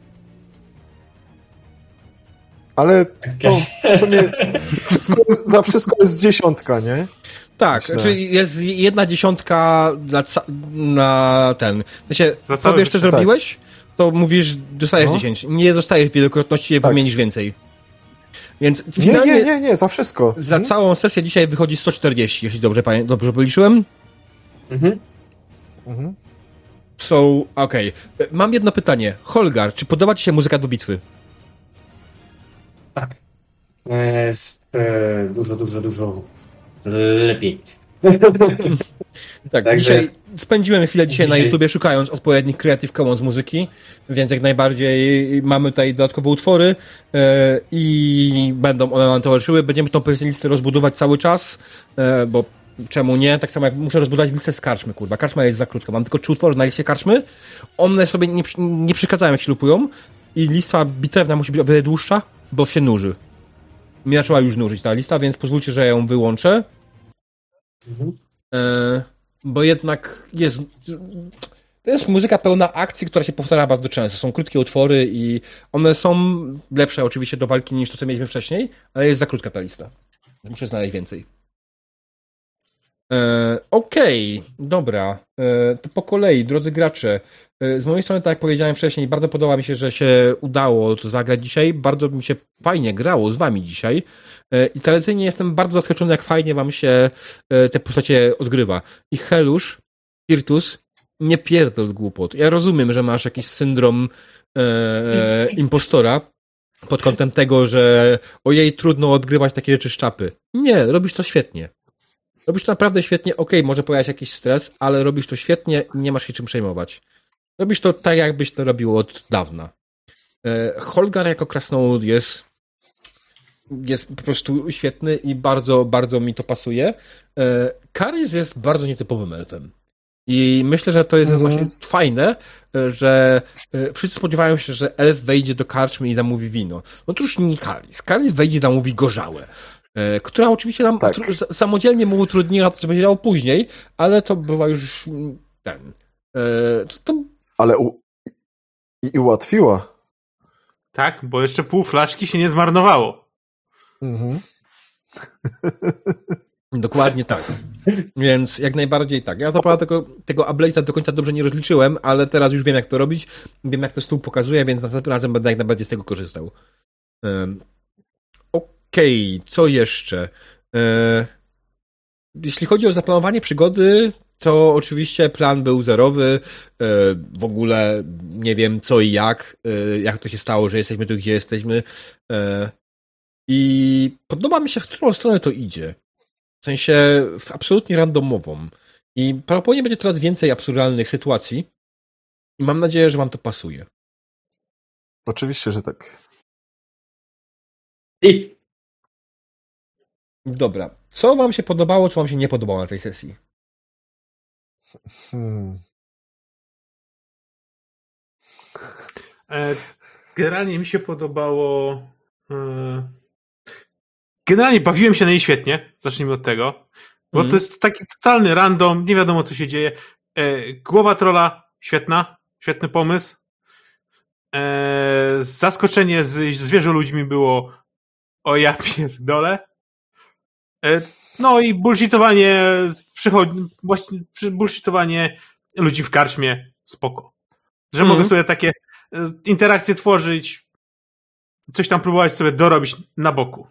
Ale to w sumie za wszystko jest 10, nie? Tak, Myślę. czyli jest 1/10 na ten. Za sobie jeszcze wyczynek. zrobiłeś, to mówisz, dostajesz 10. Nie dostajesz wielokrotności, Tak. wymienisz więcej. Więc finalnie Nie, za wszystko. za całą sesję dzisiaj wychodzi 140, jeśli dobrze policzyłem. Mhm. Okej. Mam jedno pytanie. Holgar, czy podoba ci się muzyka do bitwy? Jest dużo lepiej. Tak, Także- dzisiaj spędziłem chwilę na Dzisiaj- YouTubie szukając odpowiednich Creative Commons muzyki, więc jak najbardziej mamy tutaj dodatkowe utwory i będą one nam towarzyszyły. Będziemy tą listę rozbudować cały czas, bo czemu nie? Tak samo jak muszę rozbudować listę z karczmy, kurwa. Karczma jest za krótka. Mam tylko 3 utwory na liście karczmy. One sobie nie przeszkadzają, jak się lupują i lista bitewna musi być o wiele dłuższa, bo się nuży. Mi zaczęła już nużyć ta lista, więc pozwólcie, że ją wyłączę. Bo jednak to jest muzyka pełna akcji, która się powtarza bardzo często. Są krótkie utwory i one są lepsze oczywiście do walki niż to, co mieliśmy wcześniej, ale jest za krótka ta lista. Muszę znaleźć więcej. Okej, dobra. To po kolei, drodzy gracze. Z mojej strony, tak jak powiedziałem wcześniej, bardzo podoba mi się, że się udało to zagrać dzisiaj. Bardzo mi się fajnie grało z wami dzisiaj. I tradycyjnie jestem bardzo zaskoczony, jak fajnie wam się te postacie odgrywa. I Helusz, Virtus, nie pierdol głupot. Ja rozumiem, że masz jakiś syndrom impostora pod kątem tego, że ojej, trudno odgrywać takie rzeczy z czapy. Nie, robisz to świetnie. Robisz to naprawdę świetnie. Okej, może pojawiać jakiś stres, ale robisz to świetnie i nie masz się czym przejmować. Robisz to tak, jakbyś to robił od dawna. Holgar jako krasnolud jest po prostu świetny i bardzo, bardzo mi to pasuje. Karis jest bardzo nietypowym elfem. I myślę, że to jest właśnie fajne, że wszyscy spodziewają się, że elf wejdzie do karczmy i zamówi wino. Otóż nie Karis. Karis wejdzie i zamówi gorzałę. Która oczywiście nam samodzielnie mu utrudniła, co będzie działo później, ale to bywa już Ale i ułatwiła. Tak, bo jeszcze pół flaszki się nie zmarnowało. Mhm. Dokładnie tak. Więc jak najbardziej tak. Ja to prawda tego Ablaze'a do końca dobrze nie rozliczyłem, ale teraz już wiem, jak to robić. Wiem, jak to stół pokazuje, więc następnym razem będę jak najbardziej z tego korzystał. Okej, co jeszcze? Jeśli chodzi o zaplanowanie przygody, to oczywiście plan był zerowy. W ogóle nie wiem co i jak to się stało, że jesteśmy tu, gdzie jesteśmy. I podoba mi się, w którą stronę to idzie. W sensie absolutnie randomową. I prawdopodobnie będzie coraz więcej absurdalnych sytuacji. I mam nadzieję, że wam to pasuje. Oczywiście, że tak. Dobra. Co wam się podobało, co wam się nie podobało na tej sesji? Generalnie mi się podobało... Generalnie bawiłem się na niej świetnie. Zacznijmy od tego. Bo to jest taki totalny random, nie wiadomo co się dzieje. Głowa trolla, świetna. Świetny pomysł. Zaskoczenie z zwierzę ludźmi było o ja pierdolę. No i bullshitowanie ludzi w karczmie spoko. Że mogę sobie takie interakcje tworzyć, coś tam próbować sobie dorobić na boku.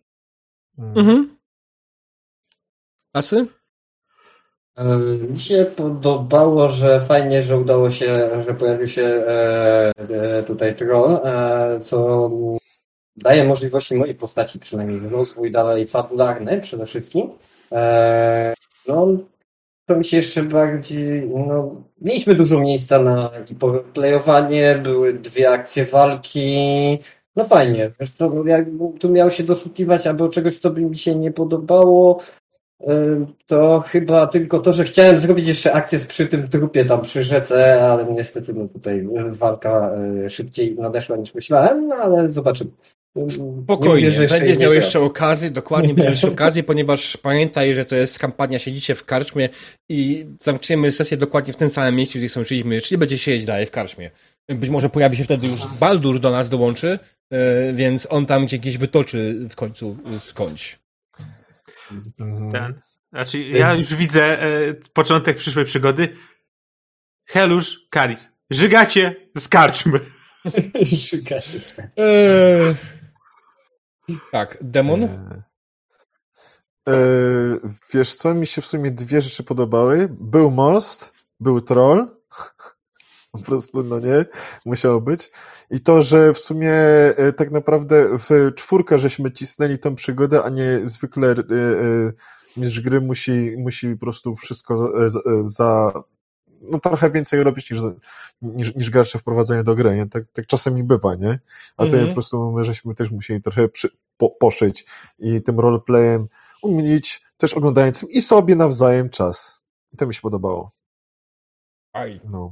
Asy? Mi się podobało, że fajnie, że udało się, że pojawił się tutaj troll, co daje możliwości mojej postaci przynajmniej rozwój dalej fabularny przede wszystkim. No, to mi się jeszcze bardziej, no, mieliśmy dużo miejsca na playowanie, były 2 akcje walki, no fajnie, wiesz co, jakbym tu miał się doszukiwać albo czegoś, co by mi się nie podobało, to chyba tylko to, że chciałem zrobić jeszcze akcję przy tym trupie tam przy rzece, ale niestety no tutaj walka szybciej nadeszła niż myślałem, no ale zobaczymy. Spokojnie, będziesz miał jeszcze okazję, dokładnie będziesz miał jeszcze okazję, ponieważ pamiętaj, że to jest kampania, siedzicie w karczmie i zamkniemy sesję dokładnie w tym samym miejscu, gdzie skończyliśmy, czyli będzie siedzieć dalej w karczmie. Być może pojawi się wtedy już Baldur do nas dołączy, więc on tam gdzieś wytoczy w końcu skądś. Znaczy, ja już widzę początek przyszłej przygody. Helusz, Karis. Żygacie z karczmy. Żygacie z karczmy. Tak, demon? Wiesz co, mi się w sumie 2 rzeczy podobały. Był most, był troll. Po prostu, no nie, musiało być. I to, że w sumie tak naprawdę w 4 żeśmy cisnęli tą przygodę, a nie zwykle mistrz gry musi po prostu wszystko no trochę więcej robić niż gracze wprowadzenie do gry, nie? Tak czasem i bywa, nie? A to po prostu my żeśmy też musieli trochę poszyć i tym roleplayem umilić też oglądającym i sobie nawzajem czas. I to mi się podobało. No.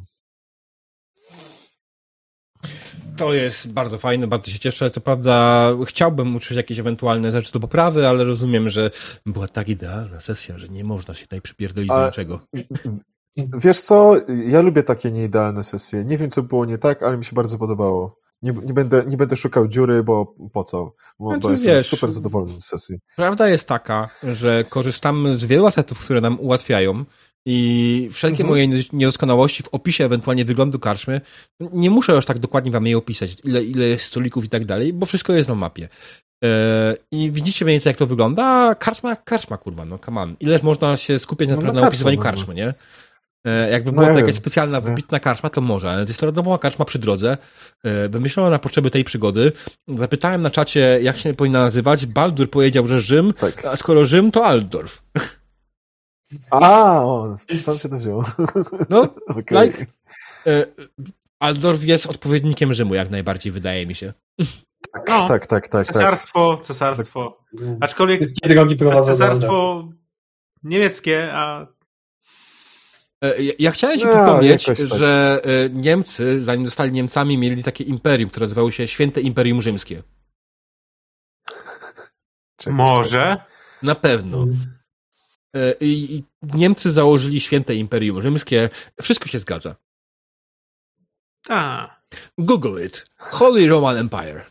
To jest bardzo fajne, bardzo się cieszę. Co prawda chciałbym uczyć jakieś ewentualne rzeczy do poprawy, ale rozumiem, że była tak idealna sesja, że nie można się tutaj przypierdolić do niczego. Wiesz co, ja lubię takie nieidealne sesje. Nie wiem, co było nie tak, ale mi się bardzo podobało. Nie będę szukał dziury, bo po co? Bo jestem super zadowolony z sesji. Prawda jest taka, że korzystamy z wielu asetów, które nam ułatwiają i wszelkie moje niedoskonałości w opisie ewentualnie wyglądu karczmy, nie muszę już tak dokładnie wam jej opisać, ile jest stolików i tak dalej, bo wszystko jest na mapie. I widzicie mniej więcej, jak to wygląda. Karczma, kurwa, no come on. Ileż można się skupiać na opisywaniu karczmy, nie? Jakby była to jakaś specjalna, wybitna karczma, to może, ale to jest randomowa karczma przy drodze, wymyślona na potrzeby tej przygody. Zapytałem na czacie, jak się powinna nazywać. Baldur powiedział, że Rzym, tak. A skoro Rzym, to Altdorf. Stąd się to wzięło. No, okay. Altdorf jest odpowiednikiem Rzymu, jak najbardziej, wydaje mi się. Tak. Cesarstwo. Aczkolwiek cesarstwo niemieckie, a ja chciałem ci przypomnieć, że Niemcy, zanim zostali Niemcami, mieli takie imperium, które nazywało się Święte Imperium Rzymskie. Może? Na pewno. I Niemcy założyli Święte Imperium Rzymskie. Wszystko się zgadza. Google it. Holy Roman Empire.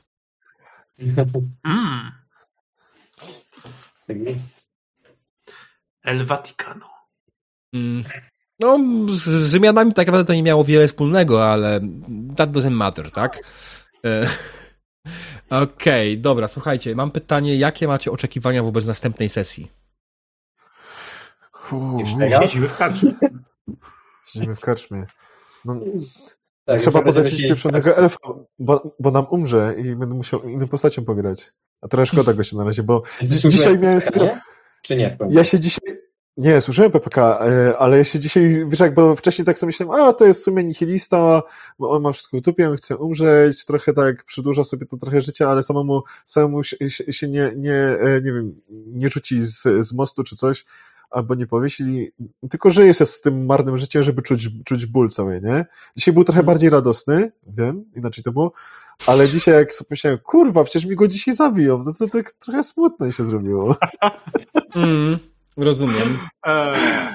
Tak jest. El Vaticano. No, z Rzymianami tak naprawdę to nie miało wiele wspólnego, ale that doesn't matter, tak? Okej, dobra, słuchajcie, mam pytanie, jakie macie oczekiwania wobec następnej sesji? Siedzimy w karczmie. Siedzimy w karczmie. No, tak, trzeba podać pieprzonego elfa, bo nam umrze i będę musiał inną postacią pograć. A teraz szkoda go się na razie, bo dzisiaj miałem... Czy nie? Ja się dzisiaj... Nie, słyszałem PPK, ale ja się dzisiaj, wiesz jak, bo wcześniej tak sobie myślałem, to jest w sumie nihilista, bo on ma wszystko w dupie, on chce umrzeć, trochę tak przedłuża sobie to trochę życia, ale samemu się nie wiem, nie rzuci z mostu czy coś, albo nie powiesi, tylko żyje się z tym marnym życiem, żeby czuć ból cały, nie? Dzisiaj był trochę bardziej radosny, wiem, inaczej to było, ale dzisiaj jak sobie myślałem, kurwa, przecież mi go dzisiaj zabiją, no to tak trochę smutno się zrobiło. Rozumiem.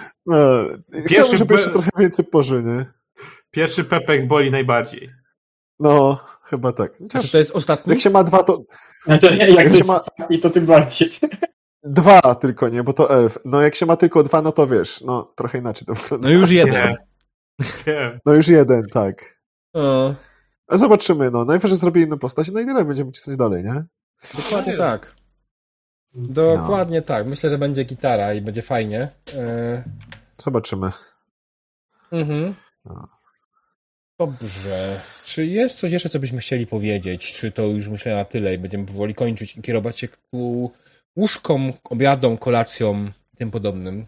Chciałbym, żeby jeszcze trochę więcej pożył, nie? Pierwszy pepek boli najbardziej. No, chyba tak. Znaczy, to jest ostatni? Jak się ma 2, to... Jak się ma... I to tym bardziej. 2 tylko, nie, bo to elf. No jak się ma tylko 2, no to wiesz, no trochę inaczej to wygląda. No już jeden. Nie. No już 1, tak. O, A zobaczymy, no. Najwyżej zrobię inną postać, no i tyle, będziemy cisnąć dalej, nie? dokładnie tak. Dokładnie tak. Myślę, że będzie gitara i będzie fajnie. Zobaczymy. Mhm. No. Dobrze. Czy jest coś jeszcze, co byśmy chcieli powiedzieć? Czy to już myślę na tyle i będziemy powoli kończyć i kierować się ku łóżkom, obiadom, kolacjom i tym podobnym?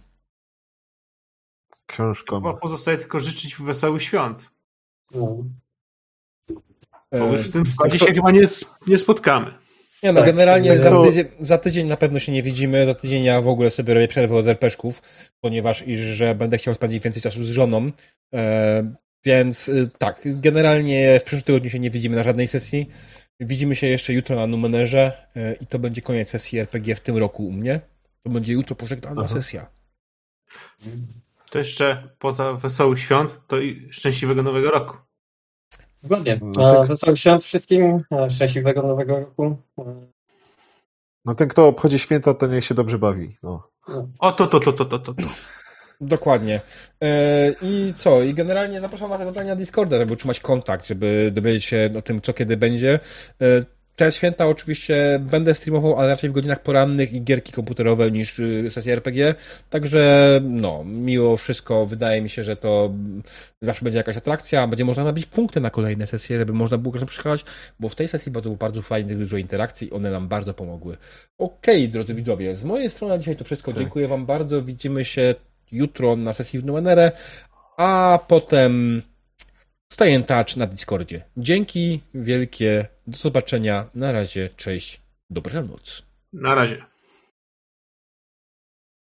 Książką. Chyba pozostaje tylko życzyć wesołych świąt. No. Bo już w tym składzie się chyba nie spotkamy. Nie no, Tak. generalnie To- za tydzień na pewno się nie widzimy. Za tydzień ja w ogóle sobie robię przerwę od RPszków, ponieważ że będę chciał spędzić więcej czasu z żoną. Więc tak, generalnie w przyszłym tygodniu się nie widzimy na żadnej sesji. Widzimy się jeszcze jutro na Numenerze i to będzie koniec sesji RPG w tym roku u mnie. To będzie jutro pożegnalna sesja. To jeszcze poza wesołych świąt, to i szczęśliwego nowego roku. Zgodnie. No tak. Wesołych świąt wszystkim. Szczęśliwego nowego roku. No ten, kto obchodzi święta, to niech się dobrze bawi. No. O, to. Dokładnie. I co? I generalnie zapraszam was ewentualnie na Discorda, żeby utrzymać kontakt, żeby dowiedzieć się o tym, co kiedy będzie. Te święta oczywiście będę streamował, ale raczej w godzinach porannych i gierki komputerowe niż sesje RPG. Także no, mimo wszystko wydaje mi się, że to zawsze będzie jakaś atrakcja. Będzie można nabić punkty na kolejne sesje, żeby można było przyjechać, bo w tej sesji było bardzo fajnych, dużo interakcji i one nam bardzo pomogły. Okej, drodzy widzowie, z mojej strony na dzisiaj to wszystko. Tak. Dziękuję wam bardzo. Widzimy się jutro na sesji w Numenerę, a potem stay in touch na Discordzie. Dzięki wielkie, do zobaczenia, na razie, cześć, dobranoc. Na razie.